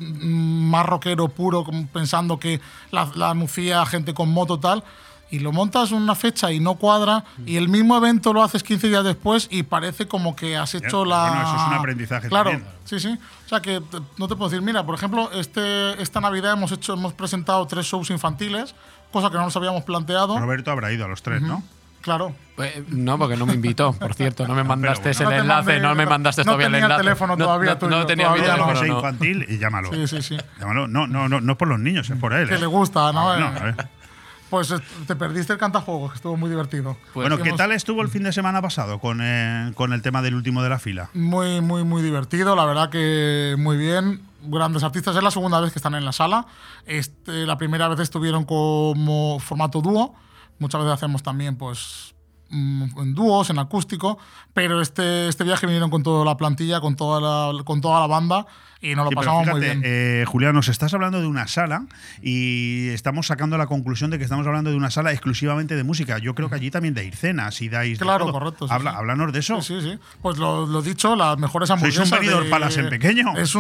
más rockero puro, pensando que la anuncia gente con moto tal, y lo montas en una fecha y no cuadra, y el mismo evento lo haces 15 días después y parece como que has hecho Bueno, eso es un aprendizaje también. Claro, sí. O sea que no te puedo decir, mira, por ejemplo, esta Navidad hemos presentado 3 shows infantiles, cosa que no nos habíamos planteado. Roberto habrá ido a los 3, ¿no? Claro. Pues, no, porque no me invitó, por cierto. No me mandaste el enlace, no me mandaste todavía el enlace. No tenía teléfono todavía. No tenía mi teléfono. No, infantil y llámalo. Sí. Llámalo. No es por los niños, es por él. Que le gusta, ¿no? A ver. Pues te perdiste el cantajuegos, que estuvo muy divertido. Pues bueno, ¿qué tal estuvo el fin de semana pasado con el tema del último de la fila? Muy divertido, la verdad que muy bien. Grandes artistas, es la segunda vez que están en la sala. La primera vez estuvieron como formato dúo. Muchas veces hacemos también pues en dúos, en acústico, pero este viaje vinieron con toda la plantilla, con toda la banda, y nos lo pasamos muy bien. Julián, nos estás hablando de una sala y estamos sacando la conclusión de que estamos hablando de una sala exclusivamente de música. Yo creo que allí también dais cenas y dais. Claro, correcto. Háblanos de eso. Sí. Pues lo dicho, las mejores hamburguesas. ¿Sois un Benidorm Palace en pequeño? Es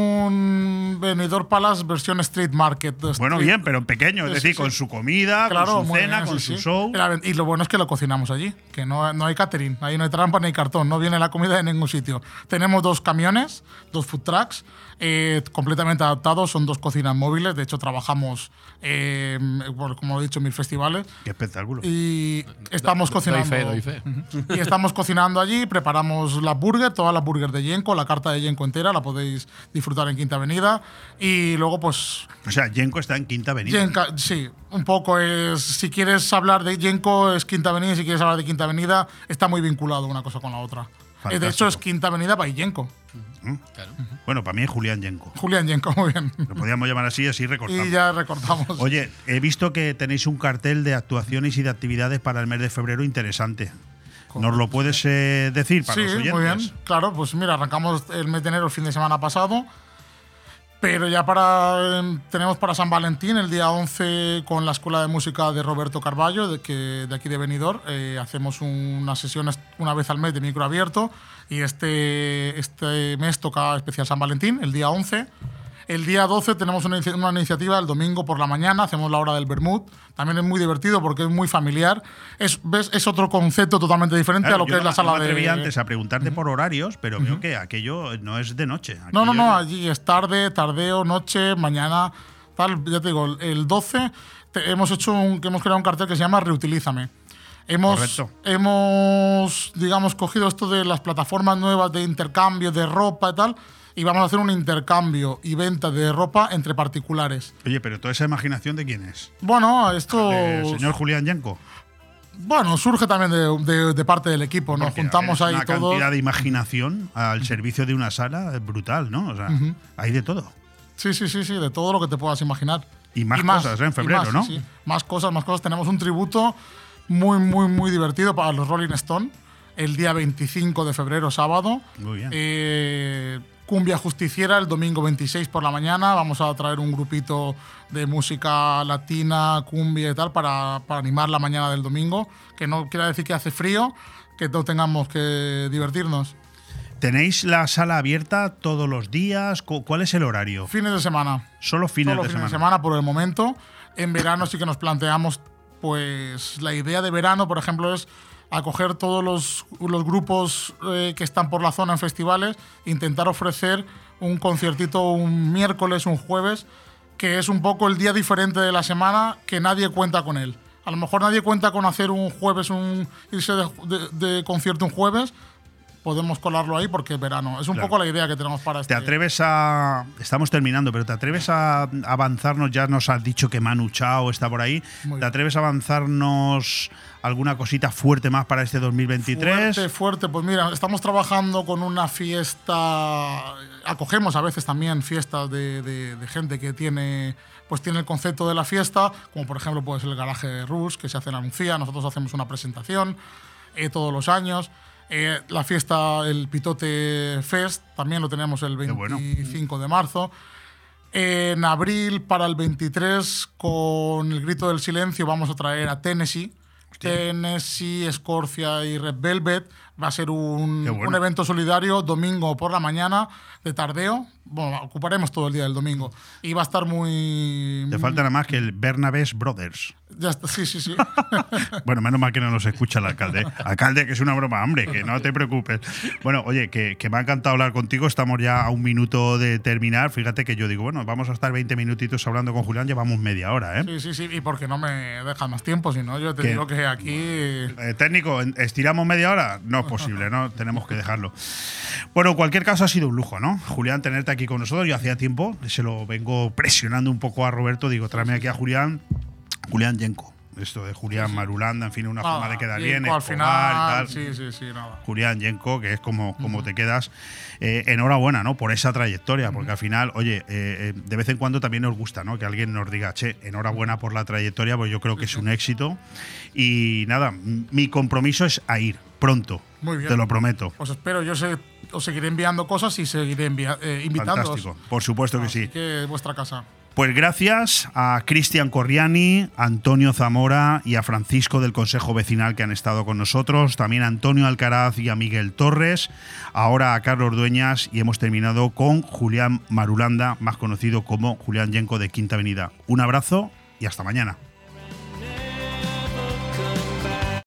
un Benidorm Palace versión Street Market. Bueno, bien, pero en pequeño, es decir, con su comida, claro, con su cena, bien, con su show. Y lo bueno es que lo cocinamos allí, que no hay catering, ahí no hay trampa ni cartón, no viene la comida de ningún sitio. Tenemos 2 camiones, 2 food trucks, completamente adaptados, son 2 cocinas móviles, de hecho trabajamos, como he dicho, en 1000 festivales. Qué espectáculo. Y estamos cocinando. Doy fe. Y estamos cocinando allí, preparamos la burger, todas las burgers de Yenko, la carta de Yenko entera, la podéis disfrutar en Quinta Avenida. Y luego, pues. O sea, Yenko está en Quinta Avenida. Sí, un poco es. Si quieres hablar de Yenko, es Quinta Avenida, si quieres hablar de Quinta Avenida, está muy vinculado una cosa con la otra. Fantástico. De hecho, es Quinta Avenida by Yenko. Claro. Bueno, para mí es Julián Yenko. Julián Yenko, muy bien. Lo podríamos llamar así recortamos. Y ya recortamos. Oye, he visto que tenéis un cartel de actuaciones y de actividades para el mes de febrero interesante. ¿Nos lo puedes decir para los oyentes? Sí, muy bien. Claro, pues mira, arrancamos el mes de enero el fin de semana pasado. Pero ya tenemos para San Valentín, el día 11, con la Escuela de Música de Roberto Carballo, de aquí de Benidorm. Hacemos unas sesiones una vez al mes de micro abierto, y este mes toca especial San Valentín, el día 11. El día 12 tenemos una iniciativa el domingo por la mañana, hacemos la hora del vermut. También es muy divertido porque es muy familiar. Es otro concepto totalmente diferente a lo que es la sala de... Yo me atreví antes a preguntarte por horarios, pero veo que aquello no es de noche. No, allí es tarde, tardeo, noche, mañana, tal. Ya te digo, el 12 hemos creado un cartel que se llama Reutilízame. Hemos, digamos, cogido esto de las plataformas nuevas de intercambio de ropa y tal, y vamos a hacer un intercambio y venta de ropa entre particulares. Oye, pero toda esa imaginación, ¿de quién es? Bueno, esto... ¿El señor Julián Yenko? Bueno, surge también de parte del equipo. Nos juntamos ahí todos. Una cantidad de imaginación al servicio de una sala brutal, ¿no? O sea, hay de todo. Sí, de todo lo que te puedas imaginar. Y más cosas, en febrero, ¿no? Sí. Más cosas. Tenemos un tributo muy divertido para los Rolling Stone el día 25 de febrero, sábado. Muy bien. Cumbia Justiciera el domingo 26 por la mañana. Vamos a traer un grupito de música latina, cumbia y tal para animar la mañana del domingo. Que no quiere decir que hace frío, que no tengamos que divertirnos. ¿Tenéis la sala abierta todos los días? ¿Cuál es el horario? Fines de semana. Solo fines de semana por el momento. En verano sí que nos planteamos, pues la idea de verano, por ejemplo, es acoger todos los grupos que están por la zona en festivales, intentar ofrecer un conciertito un miércoles, un jueves, que es un poco el día diferente de la semana que nadie cuenta con él. A lo mejor nadie cuenta con hacer un jueves, irse de concierto un jueves. Podemos colarlo ahí porque es verano. Es un poco la idea que tenemos para este. ¿Te atreves a...? Estamos terminando, pero ¿te atreves a avanzarnos? Ya nos has dicho que Manu Chao está por ahí. ¿Te atreves a avanzarnos alguna cosita fuerte más para este 2023? Fuerte. Pues mira, estamos trabajando con una fiesta. Acogemos a veces también fiestas de gente que tiene el concepto de la fiesta, como por ejemplo puede ser el Garaje Rus, que se hace en Anuncia. Nosotros hacemos una presentación todos los años. La fiesta, el Pitote Fest, también lo tenemos el 25 de marzo. En abril, para el 23, con el Grito del Silencio, vamos a traer a Tennessee. Tennessee, Scorpia y Red Velvet. Va a ser un evento solidario domingo por la mañana de tardeo. Bueno, ocuparemos todo el día del domingo. Y va a estar muy... Te falta nada más que el Bernabés Brothers. Ya está, sí. Bueno, menos mal que no nos escucha el alcalde. Alcalde, que es una broma, hombre, que no te preocupes. Bueno, oye, que me ha encantado hablar contigo. Estamos ya a un minuto de terminar. Fíjate que yo digo, bueno, vamos a estar 20 minutitos hablando con Julián. Llevamos media hora, ¿eh? Sí. Y porque no me dejan más tiempo, si no, yo te digo que aquí… técnico, ¿estiramos media hora? No es posible, ¿no? Tenemos que dejarlo. Bueno, en cualquier caso ha sido un lujo, ¿no? Julián, tenerte aquí con nosotros. Yo hacía tiempo, se lo vengo presionando un poco a Roberto. Digo, tráeme aquí a Julián Yenko. Esto de Julián Marulanda, en fin, una forma de quedar bien, al final, y tal. Sí, nada. Julián Yenko, que es como te quedas. Enhorabuena, ¿no? Por esa trayectoria, porque al final, oye, de vez en cuando también nos gusta, ¿no? Que alguien nos diga, che, enhorabuena por la trayectoria, pues yo creo que es un éxito. Y nada, mi compromiso es a ir pronto. Muy bien. Te lo prometo. Os espero, os seguiré enviando cosas y seguiré invitándoos. Fantástico, por supuesto que sí. Así que vuestra casa. Pues gracias a Cristian Corriani, a Antonio Zamora y a Francisco del Consejo Vecinal que han estado con nosotros, también a Antonio Alcaraz y a Miguel Torres, ahora a Carlos Dueñas y hemos terminado con Julián Marulanda, más conocido como Julián Yenko de Quinta Avenida. Un abrazo y hasta mañana.